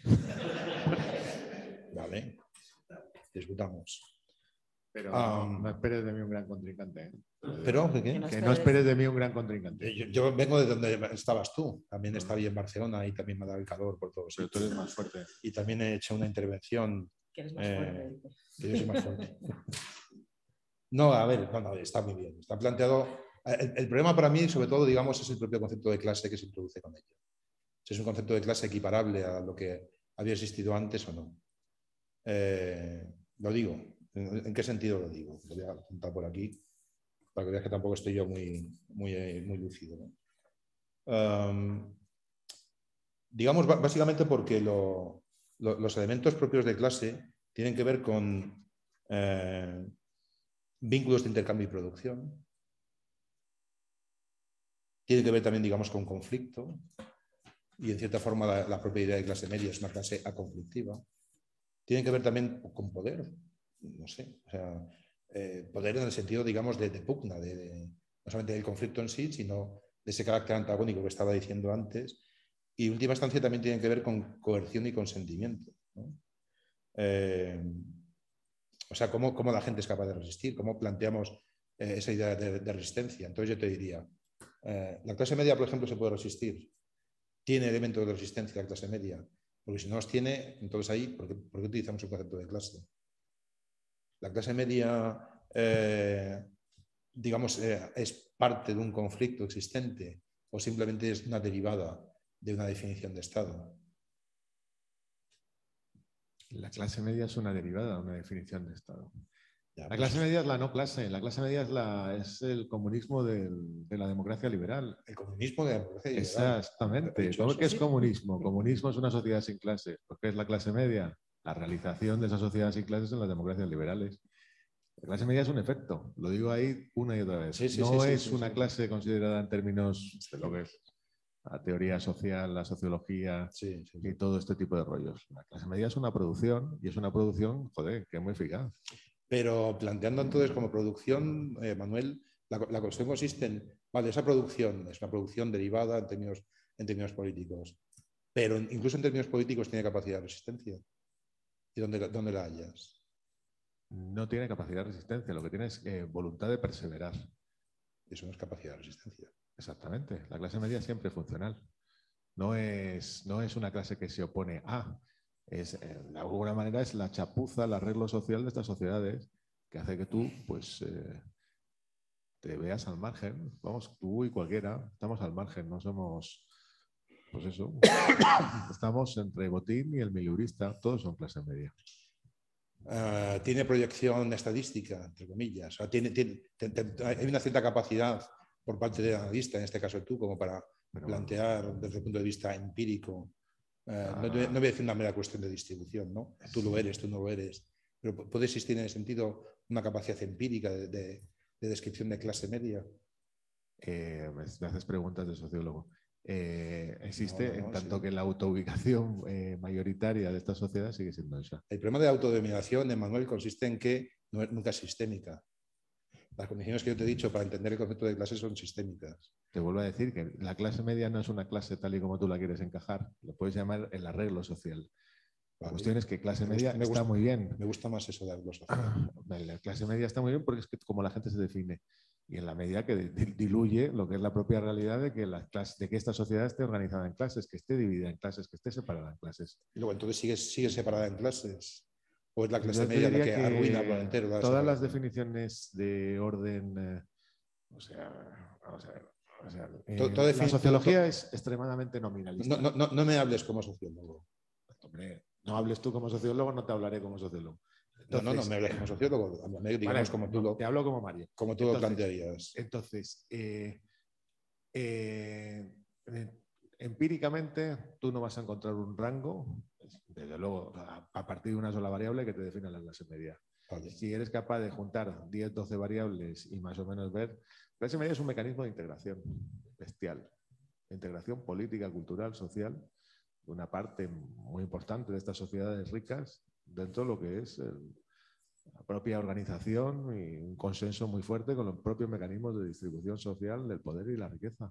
Vale. Discutamos. Pero um, no, no esperes de mí un gran contrincante. ¿eh? ¿Pero? ¿Qué, qué? Que no Que no esperes de mí un gran contrincante. Yo, yo vengo de donde estabas tú. También estaba ahí en Barcelona y también me ha dado el calor por todos. Pero tú eres más fuerte. Y también he hecho una intervención. Que eres más eh, fuerte. Que yo soy más fuerte. No, a ver, no, no, está muy bien. Está planteado. El, el problema para mí, sobre todo, digamos, es el propio concepto de clase que se introduce con ello. Si es un concepto de clase equiparable a lo que había existido antes o no. Eh, lo digo. ¿En, ¿En qué sentido lo digo? Lo voy a apuntar por aquí para que veas que tampoco estoy yo muy, muy, muy lúcido, ¿no? Um, digamos, básicamente porque lo, lo, los elementos propios de clase tienen que ver con eh, vínculos de intercambio y producción. Tiene que ver también, digamos, con conflicto. Y en cierta forma la, la propia idea de clase media es una clase aconflictiva. Tiene que ver también con poder. No sé, o sea, eh, poder en el sentido, digamos, de, de pugna, de, de, no solamente del conflicto en sí, sino de ese carácter antagónico que estaba diciendo antes, y en última instancia también tienen que ver con coerción y consentimiento, ¿no? Eh, o sea, cómo, cómo la gente es capaz de resistir, cómo planteamos eh, esa idea de, de resistencia. Entonces yo te diría, eh, la clase media, por ejemplo, se puede resistir. Tiene elementos de resistencia la clase media, porque si no los tiene, entonces ahí, ¿por qué, por qué utilizamos el concepto de clase? La clase media, eh, digamos, eh, es parte de un conflicto existente o simplemente es una derivada de una definición de Estado. La clase media es una derivada de una definición de Estado. Ya, La pues, clase media es la no clase. La clase media es, la, es el comunismo del- de la democracia liberal. el comunismo de la democracia liberal. Exactamente. Dicho ¿Cómo eso, que es sí. comunismo? Comunismo es una sociedad sin clases. ¿Por qué es la clase media? La realización de esa sociedad sin clases en las democracias liberales. La clase media es un efecto. Lo digo ahí una y otra vez. Sí, sí, no sí, sí, es sí, una sí. clase considerada en términos de lo que es la teoría social, la sociología Sí, sí, y sí. todo este tipo de rollos. La clase media es una producción y es una producción, joder, que es muy eficaz. Pero planteando entonces como producción, eh, Manuel, la, la cuestión consiste en, vale, esa producción es una producción derivada en términos, en términos políticos, pero incluso en términos políticos tiene capacidad de resistencia. ¿Y dónde, la- dónde la hallas? No tiene capacidad de resistencia, lo que tiene es eh, voluntad de perseverar. Eso no es capacidad de resistencia. Exactamente. La clase media siempre es funcional. No es, no es una clase que se opone a. Es, eh, de alguna manera es la chapuza, el arreglo social de estas sociedades que hace que tú, pues, eh, te veas al margen. Vamos, tú y cualquiera, estamos al margen, no somos, pues eso, estamos entre Botín y el milurista, todos son clase media. Uh, tiene proyección estadística, entre comillas. O sea, tiene, tiene, te, te, hay una cierta capacidad por parte del analista, en este caso tú, como para Pero plantear bueno, desde el punto de vista empírico. Uh, ah, no, no voy a decir una mera cuestión de distribución, ¿no? Tú lo eres, tú no lo eres. Pero puede existir en ese sentido una capacidad empírica de, de, de descripción de clase media. Eh, me haces preguntas de sociólogo. Eh, existe, No, no, no, en tanto sí. que la autoubicación eh, mayoritaria de esta sociedad sigue siendo esa. El problema de autodominación, Emmanuel, consiste en que no, nunca es sistémica. Las condiciones que yo te he dicho para entender el concepto de clase son sistémicas. Te vuelvo a decir que la clase media no es una clase tal y como tú la quieres encajar. Lo puedes llamar el arreglo social. La Vale. cuestión es que clase Me media gusta, me está gusta, muy bien. Me gusta más eso de algo social. La clase media está muy bien porque es que como la gente se define. Y en la medida que diluye lo que es la propia realidad de que, la clase, de que esta sociedad esté organizada en clases, que esté dividida en clases, que esté separada en clases. Y luego entonces sigue, sigue separada en clases. ¿O es la clase Yo te media la diría que, que arruina por entero la todas las separación? definiciones de orden, eh, o sea, vamos a ver, o sea, eh, To- toda la defini- sociología to- es extremadamente nominalista. No, no, no, no me hables como sociólogo. Hombre, no hables tú como sociólogo, no te hablaré como sociólogo. No, no, no Entonces, me hables como sociólogo. Háblame, digamos, vale, como tú, no, lo, te hablo como Mario. como tú Entonces, lo plantearías. Entonces, eh, eh, eh, empíricamente tú no vas a encontrar un rango, desde luego, a, a partir de una sola variable que te defina la clase media. Vale. Si eres capaz de juntar diez, doce variables y más o menos ver, la clase media es un mecanismo de integración bestial, de integración política, cultural, social, de una parte muy importante de estas sociedades ricas dentro de lo que es el, la propia organización y un consenso muy fuerte con los propios mecanismos de distribución social del poder y la riqueza.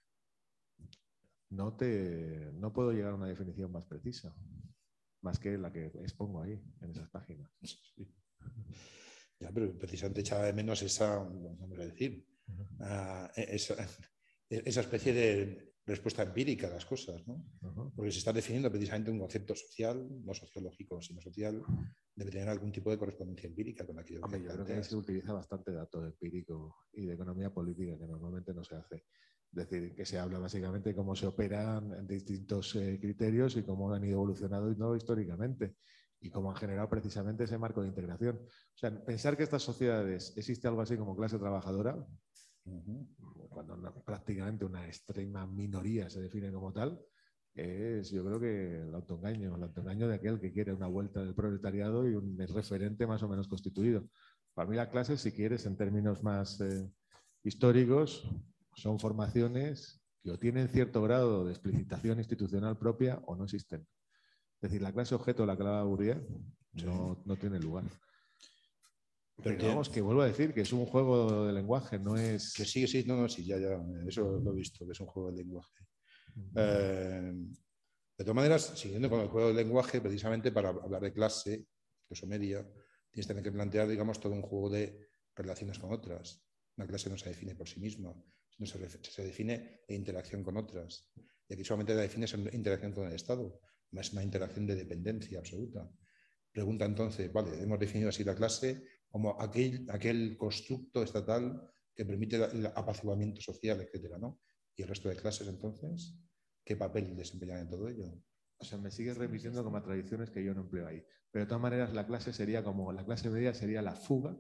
No, te, no puedo llegar a una definición más precisa, más que la que expongo ahí, en esas páginas. Sí. Ya, pero precisamente echaba de menos esa, vamos a decir, uh, esa, esa especie de respuesta empírica a las cosas, ¿no? Uh-huh. Porque se está definiendo precisamente un concepto social, no sociológico, sino social, debe tener algún tipo de correspondencia empírica con aquello Hombre, que yo creo que ahí se utiliza bastante dato empírico y de economía política que normalmente no se hace. Es decir, que se habla básicamente de cómo se operan en distintos eh, criterios y cómo han ido evolucionando y no históricamente y cómo han generado precisamente ese marco de integración. O sea, pensar que estas sociedades existe algo así como clase trabajadora, uh-huh. cuando una, prácticamente una extrema minoría se define como tal, es yo creo que el autoengaño, el autoengaño de aquel que quiere una vuelta del proletariado y un referente más o menos constituido. Para mí la clase, si quieres, en términos más eh, históricos, son formaciones que o tienen cierto grado de explicitación institucional propia o no existen. Es decir, la clase objeto, la que hablaba Bourdieu, no, no tiene lugar. Pero Pero vamos, que vuelvo a decir que es un juego de lenguaje, no es... Que sí, sí, no, no, sí, ya, ya, eso lo he visto, que es un juego de lenguaje. Uh-huh. eh, de todas maneras, siguiendo con el juego de lenguaje, precisamente para hablar de clase, clase media, tienes que tener que plantear, digamos, todo un juego de relaciones con otras. Una clase no se define por sí misma, sino se, se define en interacción con otras. Y aquí solamente la defines en interacción con el Estado, no es una interacción de dependencia absoluta. Pregunta entonces, vale, hemos definido así la clase como aquel, aquel constructo estatal que permite el apaciguamiento social, etcétera, ¿no? Y el resto de clases, entonces, ¿qué papel desempeñan en todo ello? O sea, me sigues remitiendo como a tradiciones que yo no empleo ahí. Pero de todas maneras, la clase sería como, la clase media sería la fuga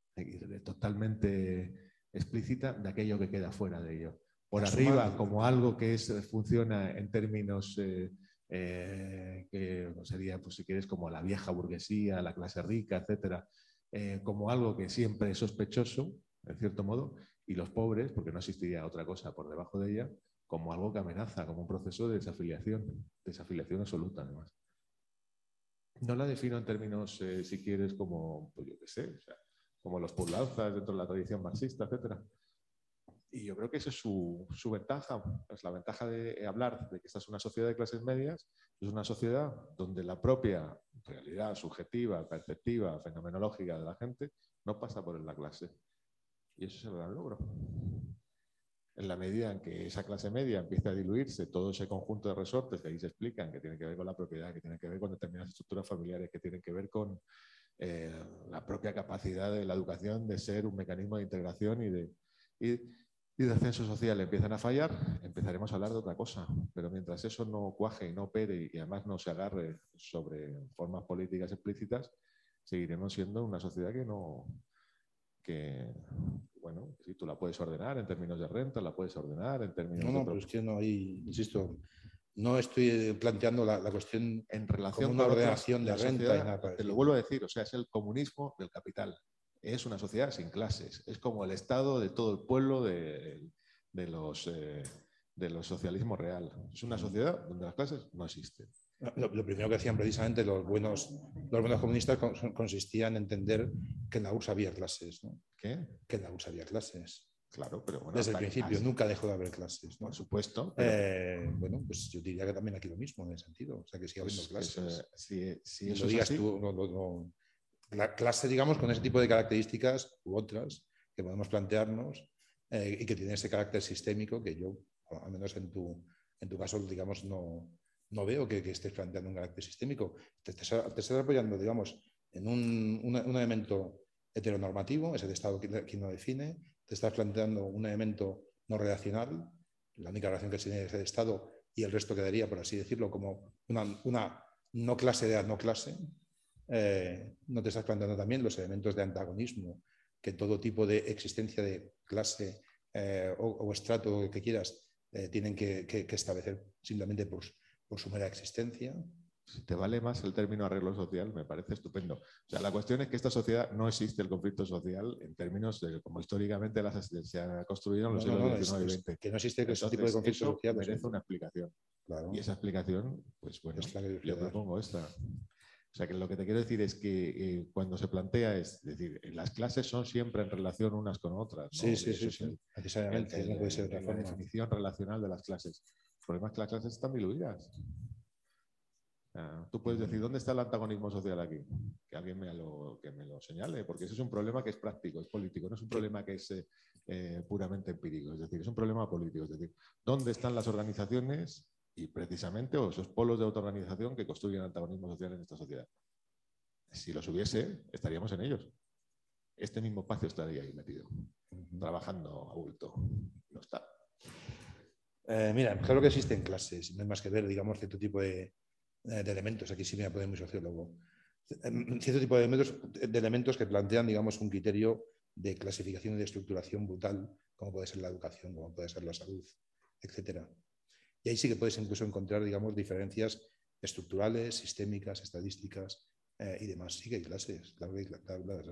totalmente explícita de aquello que queda fuera de ello. Por la arriba, suma, como algo que es, funciona en términos eh, eh, que sería, pues si quieres, como la vieja burguesía, la clase rica, etcétera, eh, como algo que siempre es sospechoso, en cierto modo, y los pobres, porque no existiría otra cosa por debajo de ella, como algo que amenaza, como un proceso de desafiliación, desafiliación absoluta, además. No la defino en términos, eh, si quieres, como, pues yo qué sé, o sea, como los puzzlanzas dentro de la tradición marxista, etcétera. Y yo creo que esa es su, su ventaja, es la ventaja de hablar de que esta es una sociedad de clases medias, es una sociedad donde la propia realidad subjetiva, perceptiva, fenomenológica de la gente no pasa por la clase. Y eso es el gran logro. En la medida en que esa clase media empieza a diluirse, todo ese conjunto de resortes que ahí se explican, que tienen que ver con la propiedad, que tienen que ver con determinadas estructuras familiares, que tienen que ver con eh, la propia capacidad de la educación de ser un mecanismo de integración y de, y, y de ascenso social, empiezan a fallar, empezaremos a hablar de otra cosa. Pero mientras eso no cuaje y no opere y además no se agarre sobre formas políticas explícitas, seguiremos siendo una sociedad que no... que, bueno, sí, tú la puedes ordenar en términos de renta, la puedes ordenar en términos no, no, de... pero es que no hay, insisto, no estoy planteando la, la cuestión en relación como una con ordenación otras, de renta sociedad, y nada parecido. Te lo vuelvo a decir, o sea, es el comunismo del capital. Es una sociedad sin clases, es como el Estado de todo el pueblo de, de, los, eh, de los socialismos real. Es una sociedad donde las clases no existen. Lo, lo primero que hacían precisamente los buenos, los buenos comunistas consistía en entender que en la U R S S había clases, ¿no? ¿Qué? Que en la U R S S había clases. Claro, pero bueno, desde el principio, así. Nunca dejó de haber clases, ¿no? Por supuesto. Pero... Eh, bueno, pues yo diría que también aquí lo mismo en ese sentido. O sea, que sigue habiendo pues, clases. Eso, si, si y eso lo digas así... tú, no, no, no. La clase, digamos, con ese tipo de características u otras que podemos plantearnos eh, y que tiene ese carácter sistémico que yo, al menos en tu, en tu caso, digamos, no, no veo que, que estés planteando un carácter sistémico. Te, te, te estás apoyando, digamos, en un, un, un elemento heteronormativo, es el Estado quien lo define. Te estás planteando un elemento no relacional, la única relación que tiene es el Estado y el resto quedaría, por así decirlo, como una, una no clase de no clase. Eh, no te estás planteando también los elementos de antagonismo que todo tipo de existencia de clase eh, o, o estrato que quieras eh, tienen que, que, que establecer simplemente por, por su mera existencia. Si te vale más el término arreglo social, me parece estupendo. O sea, la cuestión es que esta sociedad no existe el conflicto social en términos de como históricamente las, se ha construido en los no, siglos no, no, diecinueve y es, veinte. Es que no existe Entonces, ese tipo de conflicto eso social. merece una explicación. Claro. Y esa explicación, pues bueno, es la que yo propongo esta. O sea, que lo que te quiero decir es que eh, cuando se plantea es, es decir, las clases son siempre en relación unas con otras, ¿no? Sí, sí, sí, sí. El, necesariamente, el, el, no puede ser de otra la forma. definición relacional de las clases. El problema es que las clases están diluidas. O sea, tú puedes decir, ¿dónde está el antagonismo social aquí? Que alguien me lo, que me lo señale, porque ese es un problema que es práctico, es político, no es un problema que es eh, puramente empírico, es decir, es un problema político, es decir, ¿dónde están las organizaciones y precisamente o esos polos de autoorganización que construyen antagonismo social en esta sociedad? Si los hubiese, estaríamos en ellos. Este mismo espacio estaría ahí metido, uh-huh. trabajando a bulto. No está. Eh, mira, claro que existen clases, no hay más que ver, digamos, cierto tipo de, de elementos. Aquí sí me apoyo mi sociólogo. Cierto tipo de elementos, de elementos que plantean, digamos, un criterio de clasificación y de estructuración brutal, como puede ser la educación, como puede ser la salud, etcétera. Y ahí sí que puedes incluso encontrar, digamos, diferencias estructurales, sistémicas, estadísticas eh, y demás. Sí que hay clases, claro que hay, claro, claro, hay.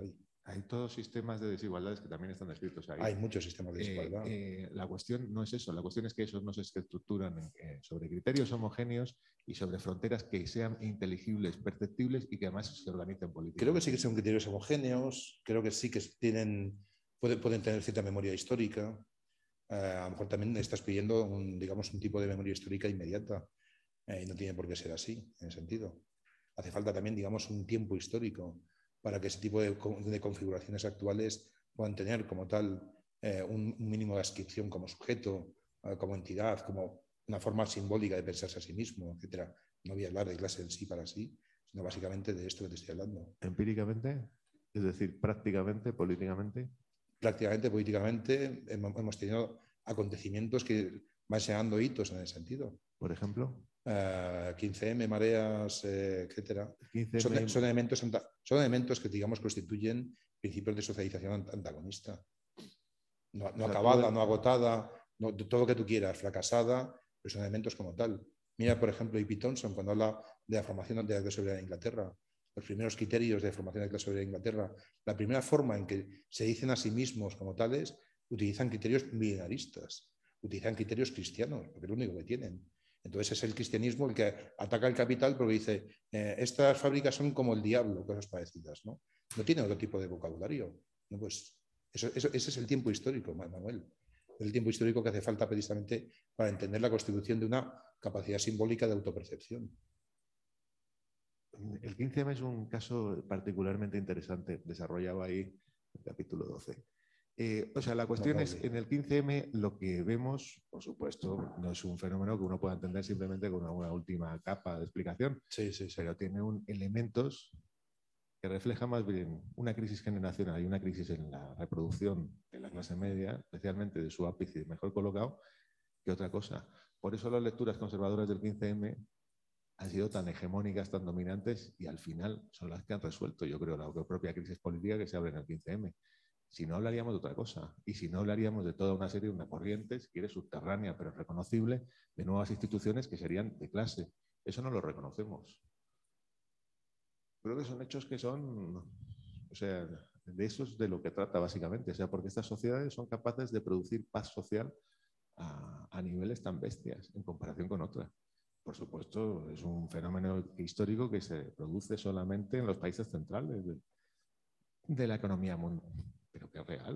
hay todos sistemas de desigualdades que también están descritos ahí. Hay muchos sistemas de desigualdad. Eh, eh, la cuestión no es eso, la cuestión es que esos no se estructuran eh, sobre criterios homogéneos y sobre fronteras que sean inteligibles, perceptibles y que además se organicen políticamente. Creo que sí que son criterios homogéneos, creo que sí que tienen, pueden, pueden tener cierta memoria histórica. Eh, a lo mejor también estás pidiendo un, digamos, un tipo de memoria histórica inmediata eh, y no tiene por qué ser así, en ese sentido. Hace falta también, digamos, un tiempo histórico para que ese tipo de, de configuraciones actuales puedan tener como tal eh, un, un mínimo de adscripción como sujeto, eh, como entidad, como una forma simbólica de pensarse a sí mismo, etcétera. No voy a hablar de clase en sí para sí, sino básicamente de esto que te estoy hablando. Empíricamente, es decir, prácticamente, políticamente. Prácticamente, políticamente, hemos, hemos tenido acontecimientos que van señalando hitos en ese sentido. Por ejemplo. Uh, quince eme, mareas, eh, etcétera. quince eme... Son, son, elementos, son elementos que, digamos, constituyen principios de socialización antagonista. No, no acabada, no agotada, no, todo lo que tú quieras, fracasada, pero son elementos como tal. Mira, por ejemplo, E P Thompson, cuando habla de la formación de la clase obrera de Inglaterra, los primeros criterios de formación de la clase obrera de Inglaterra, la primera forma en que se dicen a sí mismos como tales, utilizan criterios milenaristas, utilizan criterios cristianos, porque es lo único que tienen. Entonces es el cristianismo el que ataca el capital porque dice, eh, estas fábricas son como el diablo, cosas parecidas, ¿no? No tiene otro tipo de vocabulario. ¿No? Pues eso, eso, ese es el tiempo histórico, Manuel. El tiempo histórico que hace falta precisamente para entender la constitución de una capacidad simbólica de autopercepción. El quince eme es un caso particularmente interesante, desarrollado ahí en el capítulo doce. Eh, o sea, la cuestión es, en el quince eme lo que vemos, por supuesto, no es un fenómeno que uno pueda entender simplemente con una, una última capa de explicación, sí, sí, sí. pero tiene un, elementos que reflejan más bien una crisis generacional y una crisis en la reproducción de la clase media, especialmente de su ápice mejor colocado, que otra cosa. Por eso las lecturas conservadoras del quince eme han sido tan hegemónicas, tan dominantes, y al final son las que han resuelto, yo creo, la propia crisis política que se abre en el quince eme. Si no, hablaríamos de otra cosa. Y si no, hablaríamos de toda una serie de una corriente, si quiere, subterránea, pero reconocible, de nuevas instituciones que serían de clase. Eso no lo reconocemos. Creo que son hechos que son, o sea, de eso es de lo que trata básicamente. O sea, porque estas sociedades son capaces de producir paz social a, a niveles tan bestias en comparación con otras. Por supuesto, es un fenómeno histórico que se produce solamente en los países centrales de, de la economía mundial. Pero que es real.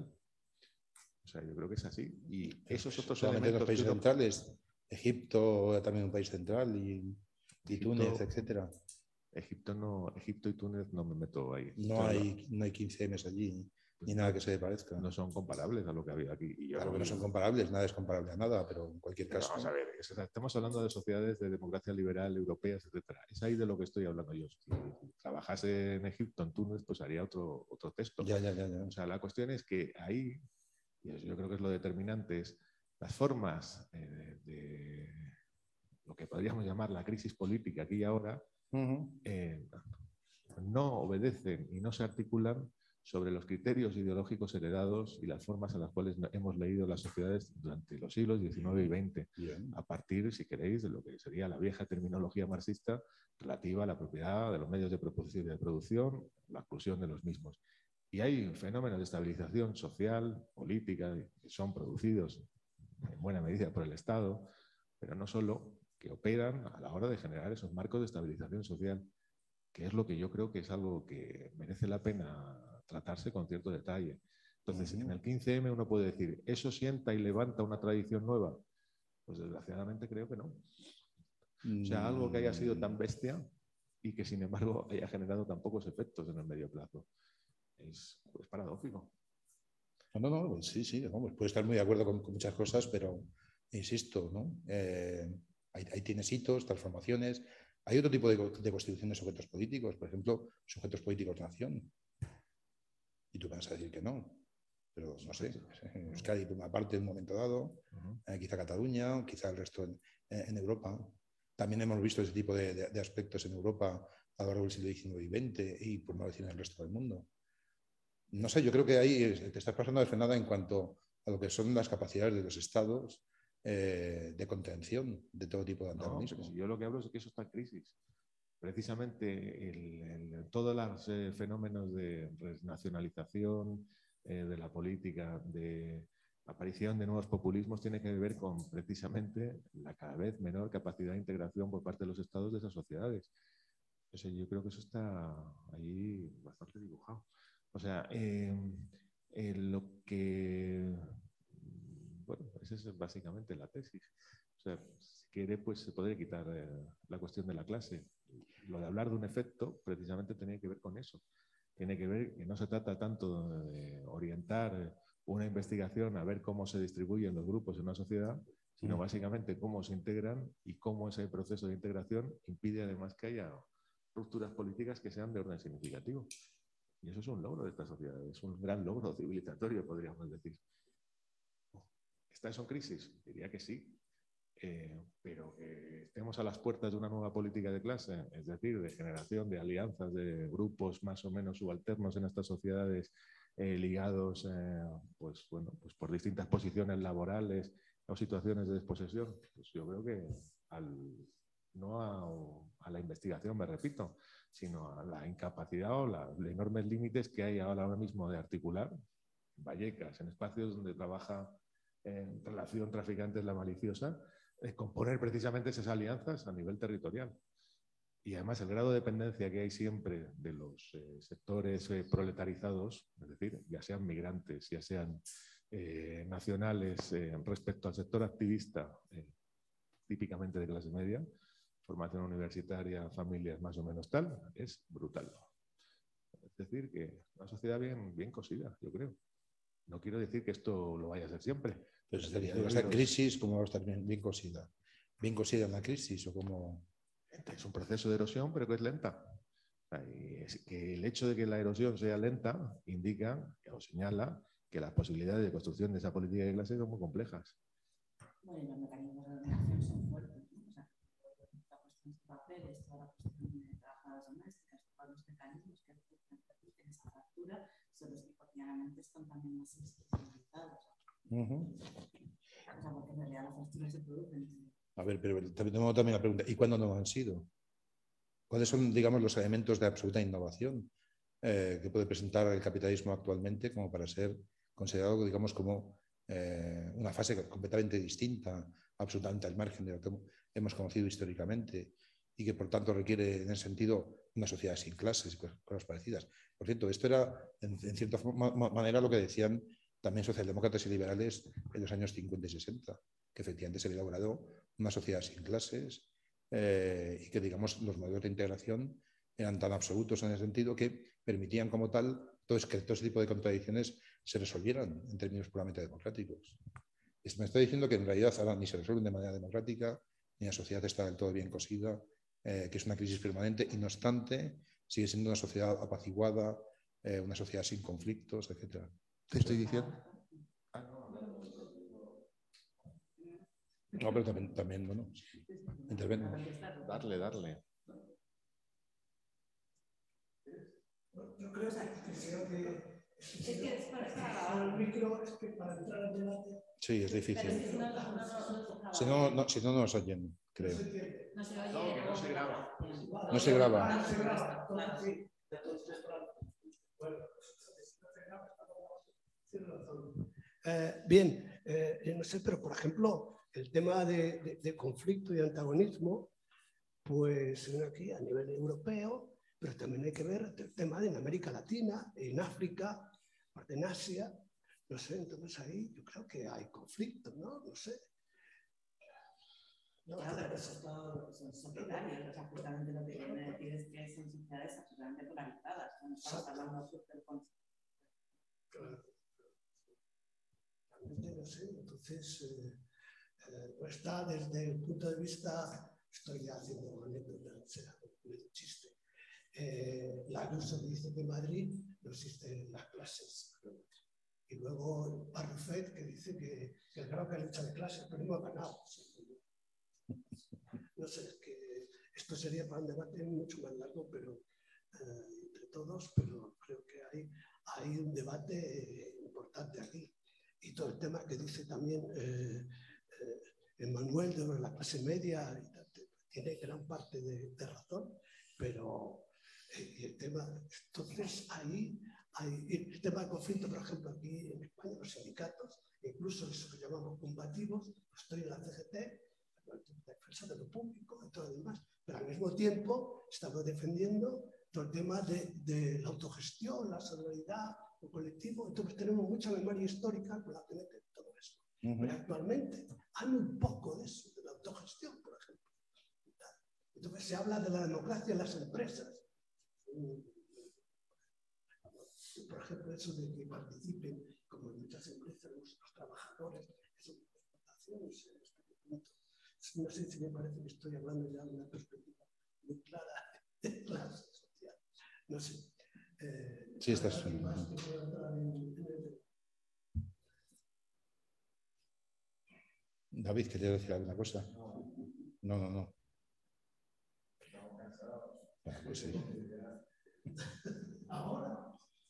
O sea, yo creo que es así. Y esos otros solamente elementos... en los países uno... centrales, Egipto también un país central, y, y Egipto, Túnez, etcétera. Egipto, no, Egipto y Túnez no me meto ahí. No hay, no hay quince emes allí, pues ni no, nada que se le parezca. No son comparables a lo que ha habido aquí. Y yo claro que no son comparables, nada es comparable a nada, pero en cualquier caso... Vamos a ver, estamos hablando de sociedades de democracia liberal, europeas, etcétera. Es ahí de lo que estoy hablando yo. Si trabajase en Egipto, en Túnez, pues haría otro, otro texto. Ya, ya, ya, ya. O sea, la cuestión es que ahí, y eso yo creo que es lo determinante, es las formas eh, de lo que podríamos llamar la crisis política aquí y ahora, uh-huh. eh, no obedecen y no se articulan sobre los criterios ideológicos heredados y las formas en las cuales hemos leído las sociedades durante los siglos diecinueve y veinte, Bien. a partir, si queréis, de lo que sería la vieja terminología marxista relativa a la propiedad de los medios de producción y de producción, la exclusión de los mismos. Y hay fenómenos de estabilización social, política, que son producidos en buena medida por el Estado, pero no solo, que operan a la hora de generar esos marcos de estabilización social, que es lo que yo creo que es algo que merece la pena tratarse con cierto detalle. Entonces, uh-huh. en el quince eme uno puede decir, ¿eso sienta y levanta una tradición nueva? Pues desgraciadamente creo que no. O sea, algo que haya sido tan bestia y que sin embargo haya generado tan pocos efectos en el medio plazo. Es, es paradójico. No, no, no, sí, sí, vamos, puedo estar muy de acuerdo con, con muchas cosas, pero insisto, ¿no? Eh, ahí, ahí tienes hitos, transformaciones. Hay otro tipo de, de constitución de sujetos políticos, por ejemplo, sujetos políticos nación. Y tú vas a decir que no, pero no sé, Euskadi por una parte en un momento dado, uh-huh. eh, quizá Cataluña, quizá el resto en, en Europa. También hemos visto ese tipo de, de, de aspectos en Europa a lo largo del siglo diecinueve y veinte y por no decir en el resto del mundo. No sé, yo creo que ahí te estás pasando de frenada en cuanto a lo que son las capacidades de los estados eh, de contención de todo tipo de antagonismo. No, si yo lo que hablo es que eso está en crisis. precisamente el, el, todos los eh, fenómenos de renacionalización eh, de la política, de aparición de nuevos populismos, tiene que ver con precisamente la cada vez menor capacidad de integración por parte de los estados de esas sociedades. O sea, yo creo que eso está ahí bastante dibujado. O sea, eh, eh, lo que... Bueno, esa es básicamente la tesis. O sea, si quiere, pues se podría quitar eh, la cuestión de la clase. Lo de hablar de un efecto, precisamente, tiene que ver con eso. Tiene que ver que no se trata tanto de orientar una investigación a ver cómo se distribuyen los grupos en una sociedad, sino básicamente cómo se integran y cómo ese proceso de integración impide además que haya rupturas políticas que sean de orden significativo. Y eso es un logro de esta sociedad, es un gran logro civilizatorio, podríamos decir. ¿Está eso en crisis? Diría que sí. Eh, pero que estemos a las puertas de una nueva política de clase, es decir, de generación de alianzas de grupos más o menos subalternos en estas sociedades eh, ligados eh, pues, bueno, pues por distintas posiciones laborales o situaciones de desposesión, pues yo creo que al, no a, a la investigación, me repito, sino a la incapacidad o la, los enormes límites que hay ahora mismo de articular Vallecas en espacios donde trabaja en relación traficantes la maliciosa, es componer precisamente esas alianzas a nivel territorial. Y además el grado de dependencia que hay siempre de los eh, sectores eh, proletarizados, es decir, ya sean migrantes, ya sean eh, nacionales, eh, respecto al sector activista, eh, típicamente de clase media, formación universitaria, familias más o menos tal, es brutal. Es decir, que una sociedad bien, bien cosida, yo creo. No quiero decir que esto lo vaya a ser siempre. Pero si va a estar en crisis, ¿cómo va a estar bien, bien cosida? ¿Bien cosida en la crisis o cómo? Es un proceso de erosión, pero que es lenta. Y es que el hecho de que la erosión sea lenta indica o señala que las posibilidades de construcción de esa política de clase son muy complejas. Bueno, y los mecanismos de organización son fuertes, ¿no? O sea, la cuestión de papeles, toda la cuestión de trabajadoras domésticas, todos los mecanismos que reducen esa factura son los que cotidianamente están también más institucionalizados. Uh-huh. O sea, porque en realidad las facturas se producen. A ver, pero también tengo también la pregunta, ¿y cuándo no han sido? ¿Cuáles son, digamos, los elementos de absoluta innovación eh, que puede presentar el capitalismo actualmente como para ser considerado, digamos, como eh, una fase completamente distinta, absolutamente al margen de lo que hemos conocido históricamente y que, por tanto, requiere, en ese sentido, una sociedad sin clases y cosas parecidas? Por cierto, esto era, en, en cierta forma, manera, lo que decían también socialdemócratas y liberales en los años cincuenta y sesenta, que efectivamente se había logrado una sociedad sin clases eh, y que, digamos, los modelos de integración eran tan absolutos en ese sentido que permitían como tal todo, que todo ese tipo de contradicciones se resolvieran en términos puramente democráticos. Me está diciendo que en realidad ahora ni se resuelven de manera democrática, ni la sociedad está del todo bien cosida, eh, que es una crisis permanente y no obstante sigue siendo una sociedad apaciguada, eh, una sociedad sin conflictos, etcétera. Te estoy diciendo. No, pero también, también bueno, intervengo. Darle, darle. Yo creo que, creo que, es que es para el micro, es que para entrar al debate. Sí, es difícil. Si no, no, si no, no nos oyen, creo. No se oye. No, que no se graba. No se graba. No se graba. Bueno, tiene razón. Eh, bien, eh, no sé, pero por ejemplo, el tema de, de, de conflicto y antagonismo, pues aquí a nivel europeo, pero también hay que ver el tema de en América Latina, en África, en Asia, no sé, entonces ahí yo creo que hay conflictos, ¿no? No sé. No, claro, pero eso es todo, son solidarios, o sea, justamente lo que quiere decir es que son sociedades absolutamente polarizadas, no estamos hablando de conflicto. Claro. No sé, entonces, eh, eh, pues está desde el punto de vista, estoy ya haciendo anécdota, será un chiste. Eh, la Ayuso dice que en Madrid no existen las clases. Y luego Barrufet que dice que, que el grado que ha lucha de clases, pero no ha ganado. No sé, es que esto sería para un debate mucho más largo, pero eh, entre todos, pero creo que hay, hay un debate importante aquí. Y todo el tema que dice también eh, eh, Emmanuel de la clase media, tiene gran parte de, de razón. Pero eh, el tema, entonces ahí hay el tema de conflicto, por ejemplo, aquí en España los sindicatos, incluso eso que llamamos combativos, estoy en la C G T, defensa de lo público y todo lo demás, pero al mismo tiempo estamos defendiendo todo el tema de, de la autogestión, la solidaridad, lo colectivo, entonces tenemos mucha memoria histórica con la que mete todo eso. Uh-huh. Pero actualmente hay muy poco de eso, de la autogestión, por ejemplo. Entonces se habla de la democracia en las empresas. Por ejemplo, eso de que participen, como en muchas empresas, los, los trabajadores, eso, explotaciones en este momento. No sé si me parece que estoy hablando ya de una perspectiva muy clara de clase social. No sé. Eh, sí, estás. David, ¿querías decir alguna cosa? No, no, no. Bueno, pues sí. Ahora.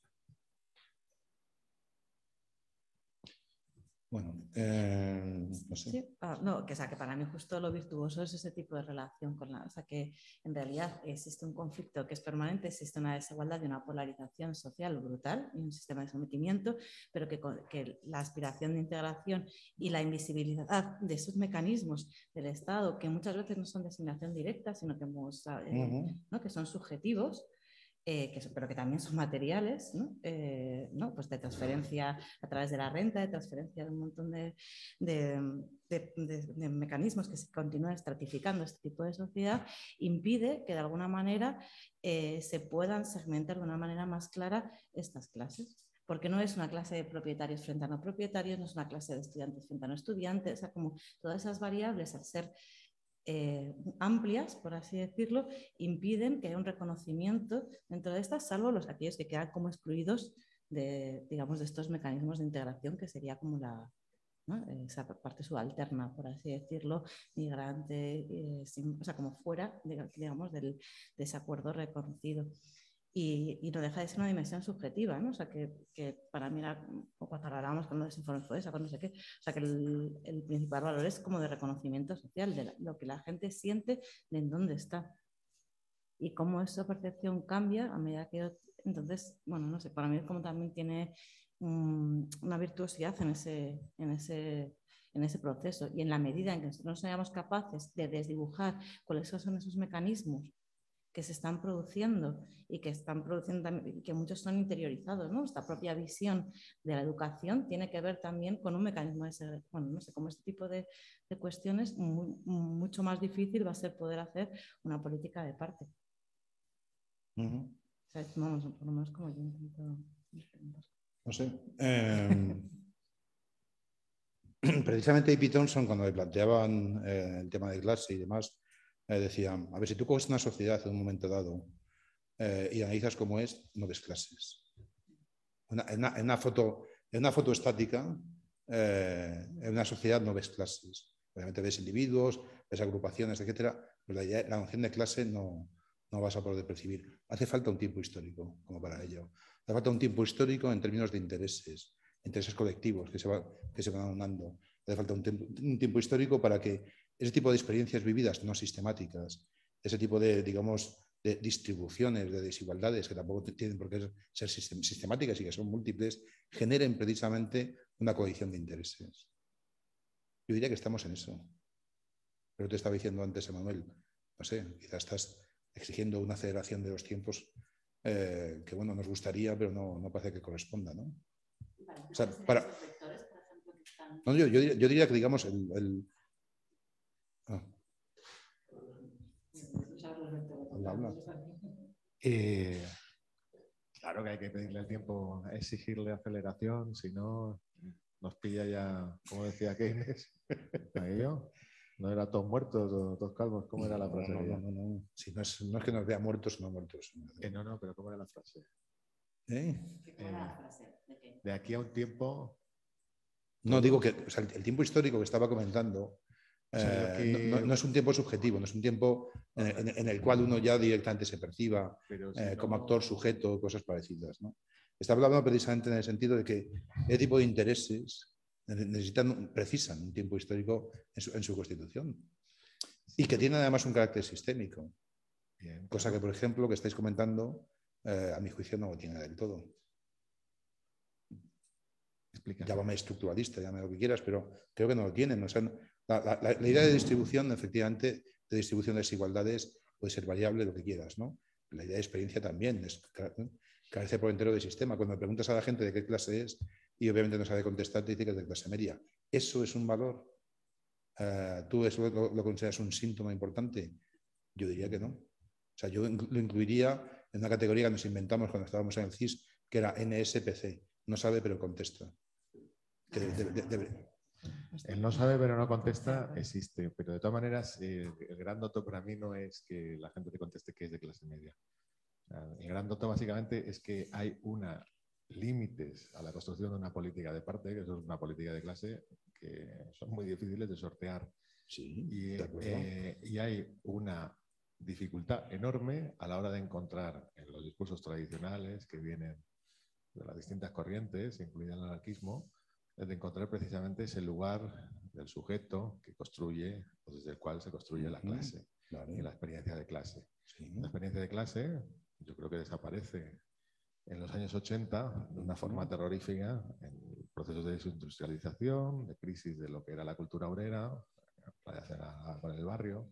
Bueno, eh, no sé. Sí, ah, no, que, o sea, que para mí justo lo virtuoso es ese tipo de relación con la, o sea, que en realidad existe un conflicto que es permanente, existe una desigualdad y una polarización social brutal y un sistema de sometimiento, pero que, que la aspiración de integración y la invisibilidad de esos mecanismos del Estado, que muchas veces no son de asignación directa, sino que, hemos, eh, uh-huh. ¿no? que son subjetivos, Eh, que, pero que también son materiales, ¿no? Eh, ¿no? Pues de transferencia a través de la renta, de transferencia de un montón de, de, de, de, de mecanismos que se continúan estratificando este tipo de sociedad, impide que de alguna manera eh, se puedan segmentar de una manera más clara estas clases. Porque no es una clase de propietarios frente a no propietarios, no es una clase de estudiantes frente a no estudiantes, o sea, como todas esas variables al ser Eh, amplias, por así decirlo, impiden que haya un reconocimiento dentro de estas, salvo los aquellos que quedan como excluidos de, digamos, de estos mecanismos de integración, que sería como la, ¿no? esa parte subalterna, por así decirlo, migrante, eh, sin, o sea, como fuera, digamos, del desacuerdo reconocido. Y, y no deja de ser una dimensión subjetiva, ¿no? O sea, que, que para mirar, o cuando hablábamos con los informes FOESA, con no sé qué, o sea, que el, el principal valor es como de reconocimiento social, de la, lo que la gente siente de en dónde está. Y cómo esa percepción cambia a medida que... Entonces, bueno, no sé, para mí como también tiene um, una virtuosidad en ese, en ese en ese proceso. Y en la medida en que nosotros no seamos capaces de desdibujar cuáles son esos mecanismos que se están produciendo y que están produciendo también, que muchos son interiorizados, ¿no? Esta propia visión de la educación tiene que ver también con un mecanismo de ser, bueno, no sé, como este tipo de, de cuestiones, muy, mucho más difícil va a ser poder hacer una política de parte. Uh-huh. O sea, vamos, por lo menos como yo intento. No sé. Eh, precisamente A P Thompson, cuando le planteaban eh, el tema de clase y demás, Eh, decían, a ver, si tú coges una sociedad en un momento dado eh, y analizas cómo es, no ves clases. Una, en, una, en, una foto, en una foto estática, eh, en una sociedad no ves clases. Obviamente ves individuos, ves agrupaciones, etcétera, pero la, la noción de clase no, no vas a poder percibir. Hace falta un tiempo histórico como para ello. Hace falta un tiempo histórico en términos de intereses, intereses colectivos que se, va, que se van aunando. Hace falta un tiempo, un tiempo histórico para que ese tipo de experiencias vividas no sistemáticas, ese tipo de, digamos, de distribuciones, de desigualdades que tampoco tienen por qué ser sistemáticas y que son múltiples, generen precisamente una coalición de intereses. Yo diría que estamos en eso. Pero te estaba diciendo antes, Emanuel, no sé, quizás estás exigiendo una aceleración de los tiempos eh, que, bueno, nos gustaría, pero no, no parece que corresponda, ¿no? O sea, para... no, yo, yo, diría, yo diría que, digamos, el... el... Ah. Habla, habla. Eh, claro que hay que pedirle el tiempo, exigirle aceleración, si no nos pilla ya, como decía Keynes, aquello. No era todos muertos o todos calvos, ¿cómo era la frase? No, no, no, no, no. Si no, es, no es que nos vea muertos o no muertos. Eh, no, no, pero ¿cómo era la frase? ¿Eh? ¿Cómo era la frase? ¿De qué? De aquí a un tiempo... No, digo que o sea, el, el tiempo histórico que estaba comentando o sea, eh, que... no, no es un tiempo subjetivo, no es un tiempo en, en, en el cual uno ya directamente se perciba si eh, no... como actor, sujeto, cosas parecidas, ¿no? Está hablando precisamente en el sentido de que ese tipo de intereses necesitan, precisan un tiempo histórico en su, en su constitución y que tienen además un carácter sistémico. Bien, Cosa claro. que, por ejemplo, lo que estáis comentando, eh, a mi juicio no lo tiene del todo. Explícame. Llámame estructuralista, llámame lo que quieras, pero creo que no lo tienen. O sea, la, la, la idea de distribución, efectivamente, de distribución de desigualdades puede ser variable, lo que quieras, ¿no? La idea de experiencia también es, carece por entero de sistema. Cuando me preguntas a la gente de qué clase es y obviamente no sabe contestar, te dice que es de clase media. ¿Eso es un valor? Uh, ¿Tú eso lo, lo consideras un síntoma importante? Yo diría que no. O sea, yo lo incluiría en una categoría que nos inventamos cuando estábamos en el C I S, que era N S P C. No sabe, pero contesta. Que debe, debe, debe. El no sabe pero no contesta existe, pero de todas maneras eh, el gran dato para mí no es que la gente te conteste que es de clase media. O sea, el gran dato básicamente es que hay una límites a la construcción de una política de parte, que eso es una política de clase, que son muy difíciles de sortear. Sí, y, de acuerdo. Eh, y hay una dificultad enorme a la hora de encontrar en los discursos tradicionales que vienen de las distintas corrientes, incluida el anarquismo, de encontrar precisamente ese lugar del sujeto que construye, o desde el cual se construye la clase, vale. Y la experiencia de clase. Sí. La experiencia de clase yo creo que desaparece en los años ochenta de una forma terrorífica en procesos de desindustrialización, de crisis de lo que era la cultura obrera, relacionada con el barrio,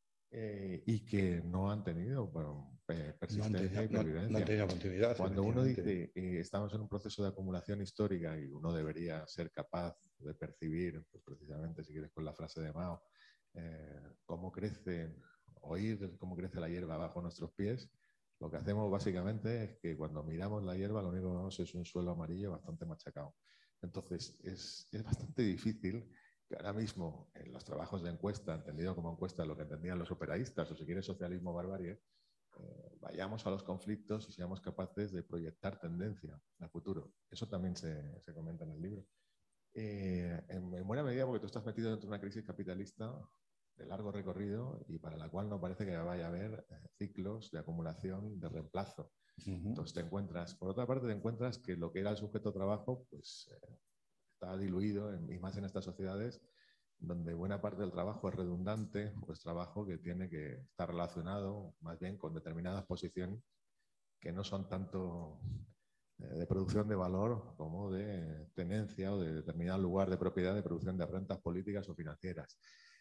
eh, y que no han tenido bueno, persistencia no y pervivencia. No, no han tenido continuidad. Cuando uno dice eh, estamos en un proceso de acumulación histórica y uno debería ser capaz de percibir, pues precisamente si quieres con la frase de Mao, eh, cómo crece, oír cómo crece la hierba bajo nuestros pies, lo que hacemos básicamente es que cuando miramos la hierba lo único que vemos es un suelo amarillo bastante machacado. Entonces es, es bastante difícil que ahora mismo en los trabajos de encuesta, entendido como encuesta lo que entendían los operaístas o si quieres socialismo barbarie, eh, vayamos a los conflictos y seamos capaces de proyectar tendencia al futuro. Eso también se, se comenta en el libro. Eh, en, en buena medida porque tú estás metido dentro de una crisis capitalista de largo recorrido y para la cual no parece que vaya a haber eh, ciclos de acumulación, de reemplazo. Uh-huh. Entonces te encuentras, por otra parte te encuentras que lo que era el sujeto trabajo pues eh, está diluido, en, y más en estas sociedades donde buena parte del trabajo es redundante, o es trabajo que tiene que estar relacionado más bien con determinadas posiciones que no son tanto eh, de producción de valor como de tenencia o de determinado lugar de propiedad de producción de rentas políticas o financieras.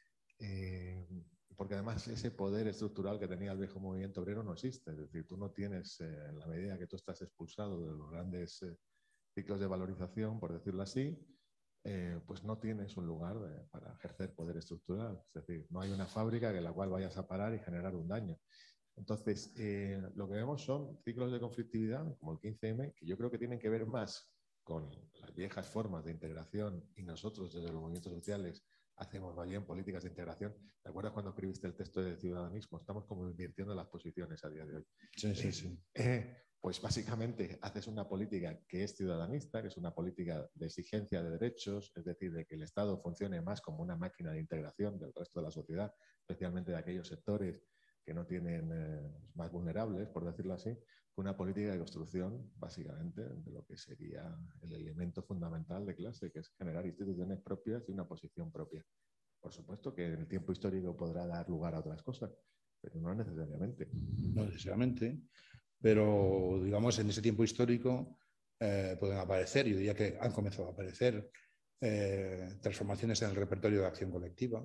Eh, porque además ese poder estructural que tenía el viejo movimiento obrero no existe. Es decir, tú no tienes, eh, en la medida que tú estás expulsado de los grandes eh, ciclos de valorización, por decirlo así, eh, pues no tienes un lugar de, para ejercer poder estructural. Es decir, no hay una fábrica en la cual vayas a parar y generar un daño. Entonces, eh, lo que vemos son ciclos de conflictividad, como el quince eme, que yo creo que tienen que ver más con las viejas formas de integración y nosotros desde los movimientos sociales hacemos más bien políticas de integración. ¿Te acuerdas cuando escribiste el texto de ciudadanismo? Estamos como invirtiendo las posiciones a día de hoy. Sí, sí, sí. Eh, pues básicamente haces una política que es ciudadanista, que es una política de exigencia de derechos, es decir, de que el Estado funcione más como una máquina de integración del resto de la sociedad, especialmente de aquellos sectores que no tienen eh, más vulnerables, por decirlo así, una política de construcción, básicamente, de lo que sería el elemento fundamental de clase, que es generar instituciones propias y una posición propia. Por supuesto que en el tiempo histórico podrá dar lugar a otras cosas, pero no necesariamente. No necesariamente, pero digamos en ese tiempo histórico eh, pueden aparecer, yo diría que han comenzado a aparecer eh, transformaciones en el repertorio de acción colectiva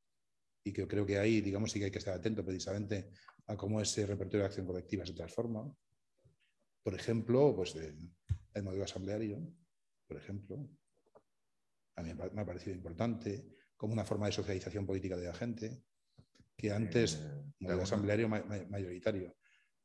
y que yo creo que ahí, digamos, sí que hay que estar atento precisamente a cómo ese repertorio de acción colectiva se transforma. Por ejemplo, pues el, el modelo asambleario, por ejemplo, a mí me ha parecido importante como una forma de socialización política de la gente, que antes, eh, modelo asambleario ma mayoritario,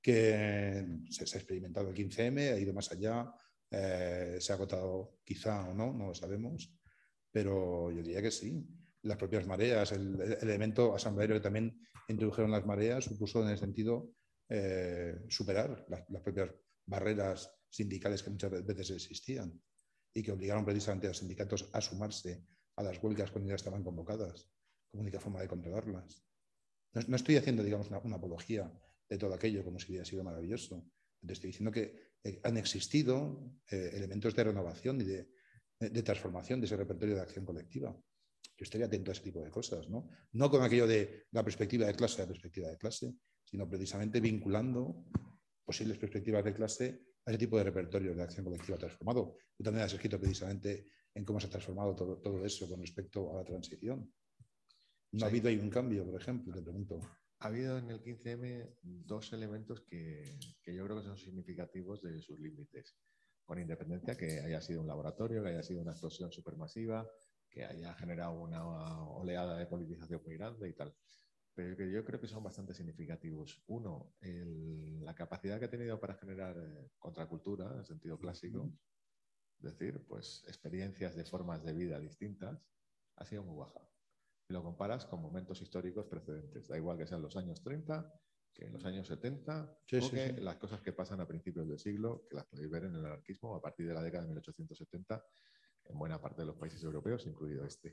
que se, se ha experimentado el quince eme, ha ido más allá, eh, se ha agotado quizá o no, no lo sabemos, pero yo diría que sí. Las propias mareas, el, el elemento asambleario que también introdujeron las mareas supuso en el sentido eh, superar las, las propias barreras sindicales que muchas veces existían y que obligaron precisamente a los sindicatos a sumarse a las huelgas cuando ya estaban convocadas, como única forma de controlarlas. No, no estoy haciendo, digamos, una, una apología de todo aquello como si hubiera sido maravilloso. Te estoy diciendo que eh, han existido eh, elementos de renovación y de, de, de transformación de ese repertorio de acción colectiva. yo estaría atento a ese tipo de cosas, ¿no? No con aquello de la perspectiva de clase a perspectiva de clase, sino precisamente vinculando posibles perspectivas de clase a ese tipo de repertorios de acción colectiva transformado. Tú también has escrito precisamente en cómo se ha transformado todo, todo eso con respecto a la transición. ¿No sí. ha habido ahí un cambio, por ejemplo? Te pregunto. Ha habido en el quince eme dos elementos que, que yo creo que son significativos de sus límites. Con independencia que haya sido un laboratorio, que haya sido una explosión supermasiva, que haya generado una oleada de politización muy grande y tal. Pero que yo creo que son bastante significativos. Uno, el, la capacidad que ha tenido para generar eh, contracultura, en el sentido clásico, es decir, pues experiencias de formas de vida distintas, ha sido muy baja. Y lo comparas con momentos históricos precedentes. Da igual que sean los años treinta, que en los años setenta, sí, o sí, que sí. las cosas que pasan a principios del siglo, que las podéis ver en el anarquismo a partir de la década de mil ochocientos setenta, en buena parte de los países europeos, incluido este.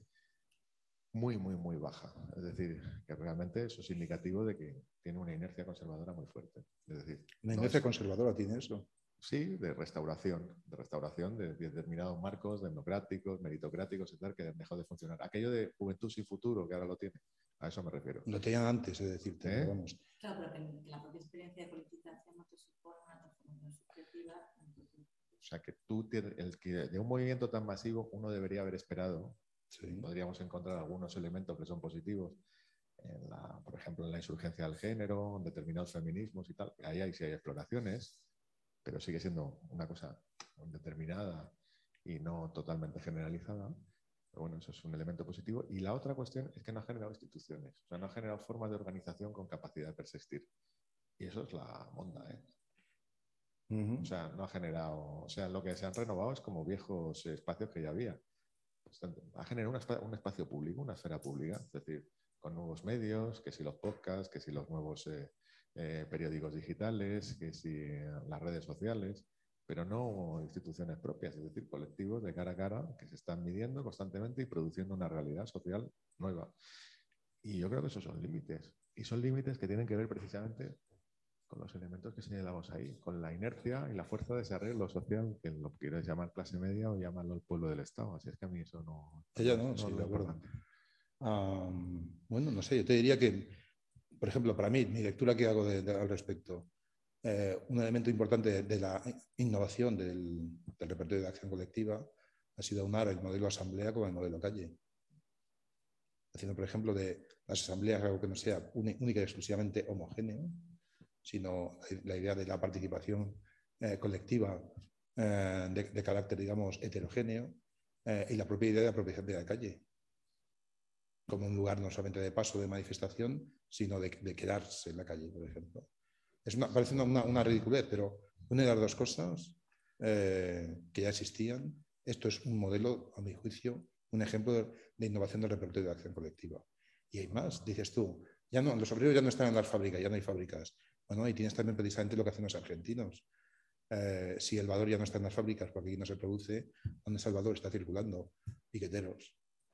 Muy, muy, muy baja. Es decir, que realmente eso es indicativo de que tiene una inercia conservadora muy fuerte. Es decir, ¿una inercia no es... conservadora tiene eso? Sí, de restauración, de restauración de determinados marcos democráticos, meritocráticos, etcétera, que han dejado de funcionar. Aquello de juventud sin futuro, que ahora lo tiene, a eso me refiero. Lo tenían antes, es decir, ¿Eh? vamos. Claro, pero que, que la propia experiencia de politización no te supone una transformación subjetiva. Entonces... O sea, que tú, el que de un movimiento tan masivo, uno debería haber esperado. Sí. Podríamos encontrar algunos elementos que son positivos, en la, por ejemplo, en la insurgencia del género, en determinados feminismos y tal. Ahí hay, sí hay exploraciones, pero sigue siendo una cosa determinada y no totalmente generalizada. Pero bueno, eso es un elemento positivo. Y la otra cuestión es que no ha generado instituciones, o sea, no ha generado formas de organización con capacidad de persistir. Y eso es la monda, ¿eh? Uh-huh. O sea, no ha generado, o sea, lo que se han renovado es como viejos espacios que ya había. Ha generado un espacio público, una esfera pública, es decir, con nuevos medios, que si los podcasts, que si los nuevos eh, eh, periódicos digitales, que si eh, las redes sociales, pero no instituciones propias, es decir, colectivos de cara a cara que se están midiendo constantemente y produciendo una realidad social nueva. Y yo creo que esos son límites. Y son límites que tienen que ver precisamente con los elementos que señalamos ahí, con la inercia y la fuerza de ese arreglo social, que lo quieres llamar clase media o llamarlo el pueblo del Estado. Así es que a mí eso no... Ella no, no, sí, no de acuerdo. Um, bueno, no sé, yo te diría que, por ejemplo, para mí, mi lectura que hago de, de, al respecto, eh, un elemento importante de, de la innovación del, del repertorio de acción colectiva ha sido aunar el modelo asamblea con el modelo calle. Haciendo, por ejemplo, de las asambleas algo que no sea única y exclusivamente homogéneo, sino la idea de la participación eh, colectiva eh, de, de carácter, digamos, heterogéneo eh, y la propia idea de apropiación de la calle como un lugar no solamente de paso, de manifestación, sino de, de quedarse en la calle, por ejemplo. Es una, parece una, una, una ridiculez, pero una de las dos cosas eh, que ya existían, esto es un modelo, a mi juicio, un ejemplo de, de innovación del repertorio de acción colectiva. Y hay más, dices tú, ya no, los obreros ya no están en las fábricas, ya no hay fábricas. Bueno, y tienes también precisamente lo que hacen los argentinos. Eh, si el valor ya no está en las fábricas porque aquí no se produce, ¿dónde está el valor? Está circulando. Piqueteros.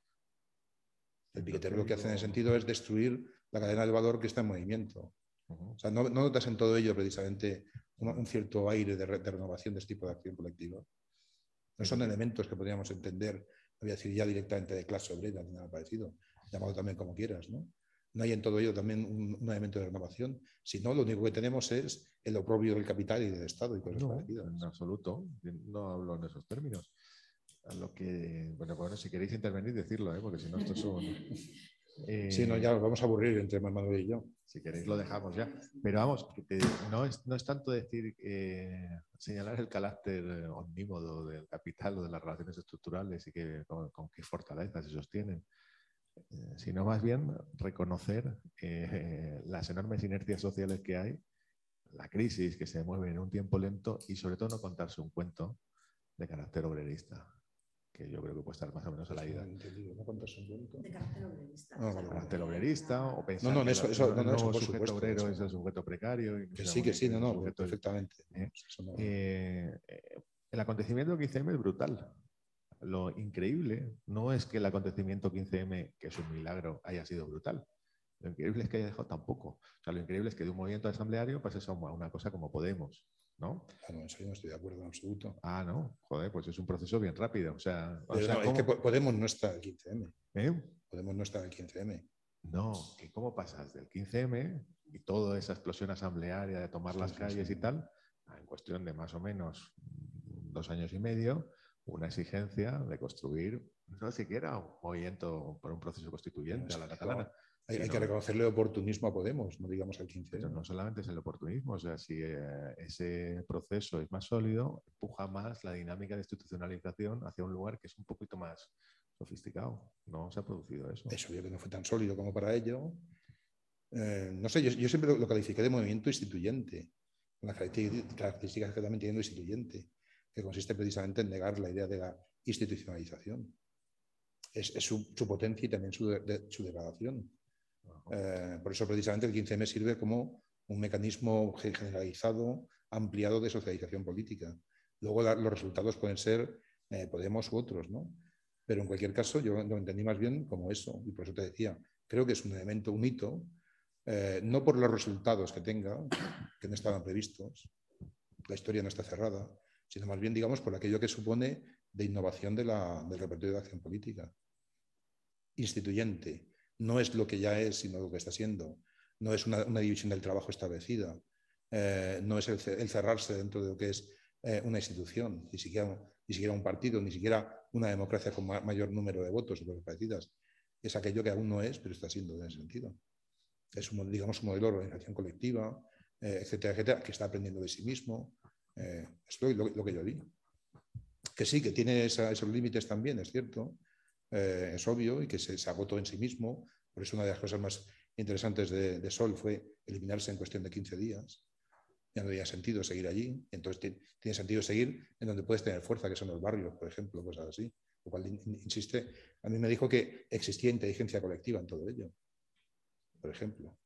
El piquetero lo que hace en ese sentido es destruir la cadena del valor que está en movimiento. O sea, no, no notas en todo ello precisamente un, un cierto aire de, re, de renovación de este tipo de acción colectiva. No son elementos que podríamos entender, no voy a decir ya directamente de clase obrera, ni nada parecido, llamado también como quieras, ¿no? No hay en todo ello también un, un elemento de renovación, sino lo único que tenemos es el oprobio del capital y del Estado y cosas no, parecidas. En absoluto, no hablo en esos términos. A lo que, bueno, bueno, si queréis intervenir, decirlo, ¿eh? Porque si no, esto es un... Eh, sí, no, ya nos vamos a aburrir entre Manuel y yo. Si queréis, lo dejamos ya. Pero vamos, que te, no, es, no es tanto decir, eh, señalar el carácter omnímodo del capital o de las relaciones estructurales y que, con, con qué fortalezas se sostienen, eh, sino más bien reconocer eh, las enormes inercias sociales que hay, la crisis que se mueve en un tiempo lento y sobre todo no contarse un cuento de carácter obrerista, que yo creo que puede estar más o menos a la ida. ¿No contas un cuento? De carácter obrerista. No, o sea, de carácter obrerista o pensar no, no, que eso, el, eso, el no, no, nuevo eso, por sujeto supuesto, obrero eso. es el sujeto precario. Y que sí, que sí, no, no, sujeto, perfectamente. ¿eh? No. Eh, el acontecimiento quince eme es brutal. Lo increíble no es que el acontecimiento quince eme, que es un milagro, haya sido brutal. Lo increíble es que haya dejado tan poco. O sea, lo increíble es que de un movimiento asambleario pases a una cosa como Podemos, ¿no? Ah, no, eso yo no estoy de acuerdo en absoluto. Ah, no, joder, pues es un proceso bien rápido. O sea, o Pero sea no, ¿cómo? es que Podemos no está el quince eme. ¿Eh? Podemos no está el quince eme. No, que cómo pasas del quince eme y toda esa explosión asamblearia de tomar Sí, las sí, calles sí. y tal, a, en cuestión de más o menos dos años y medio, una exigencia de construir no siquiera un movimiento por un proceso constituyente Bueno, a la sí, catalana. Hay, hay sino- que reconocerle oportunismo a Podemos, no digamos al quince Pero eme. no solamente es el oportunismo, o sea, si eh, ese proceso es más sólido, empuja más la dinámica de institucionalización hacia un lugar que es un poquito más sofisticado. No se ha producido eso. Es obvio que no fue tan sólido como para ello. Eh, no sé, yo, yo siempre lo, lo califiqué de movimiento instituyente, con las características que también tiene lo instituyente, que consiste precisamente en negar la idea de la institucionalización. Es, es su, su potencia y también su, de, su degradación. Eh, por eso precisamente el quince eme sirve como un mecanismo generalizado, ampliado de socialización política. Luego la, los resultados pueden ser eh, Podemos u otros, ¿no? Pero en cualquier caso yo lo entendí más bien como eso, y por eso te decía, creo que es un elemento, un hito, eh, no por los resultados que tenga, que no estaban previstos, la historia no está cerrada, sino más bien, digamos, por aquello que supone de innovación de la, del repertorio de acción política. Instituyente, no es lo que ya es, sino lo que está siendo. No es una, una división del trabajo establecida, eh, no es el, el, cerrarse dentro de lo que es eh, una institución, ni siquiera, ni siquiera un partido, ni siquiera una democracia con ma mayor número de votos o cosas parecidas. Es aquello que aún no es, pero está siendo en ese sentido. Es un, digamos, un modelo de organización colectiva, eh, etcétera, etcétera, que está aprendiendo de sí mismo. Eh, es lo, lo, lo que yo vi. Que sí, que tiene esa, esos límites también, es cierto. Eh, es obvio y que se, se agotó en sí mismo. Por eso una de las cosas más interesantes de, de Sol fue eliminarse en cuestión de quince días. Ya no tenía sentido seguir allí. Entonces tiene, tiene sentido seguir en donde puedes tener fuerza, que son los barrios, por ejemplo, cosas así. Lo cual, insiste, a mí me dijo que existía inteligencia colectiva en todo ello, por ejemplo.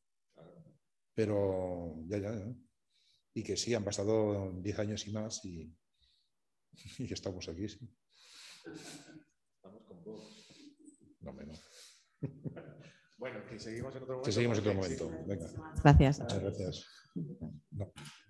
Pero ya, ya, ya. Y que sí, han pasado diez años y más y, y que estamos aquí, sí. Estamos con vos. No menos. Bueno, que seguimos en otro momento. Que seguimos en otro momento. Venga. Gracias. Muchas gracias. No.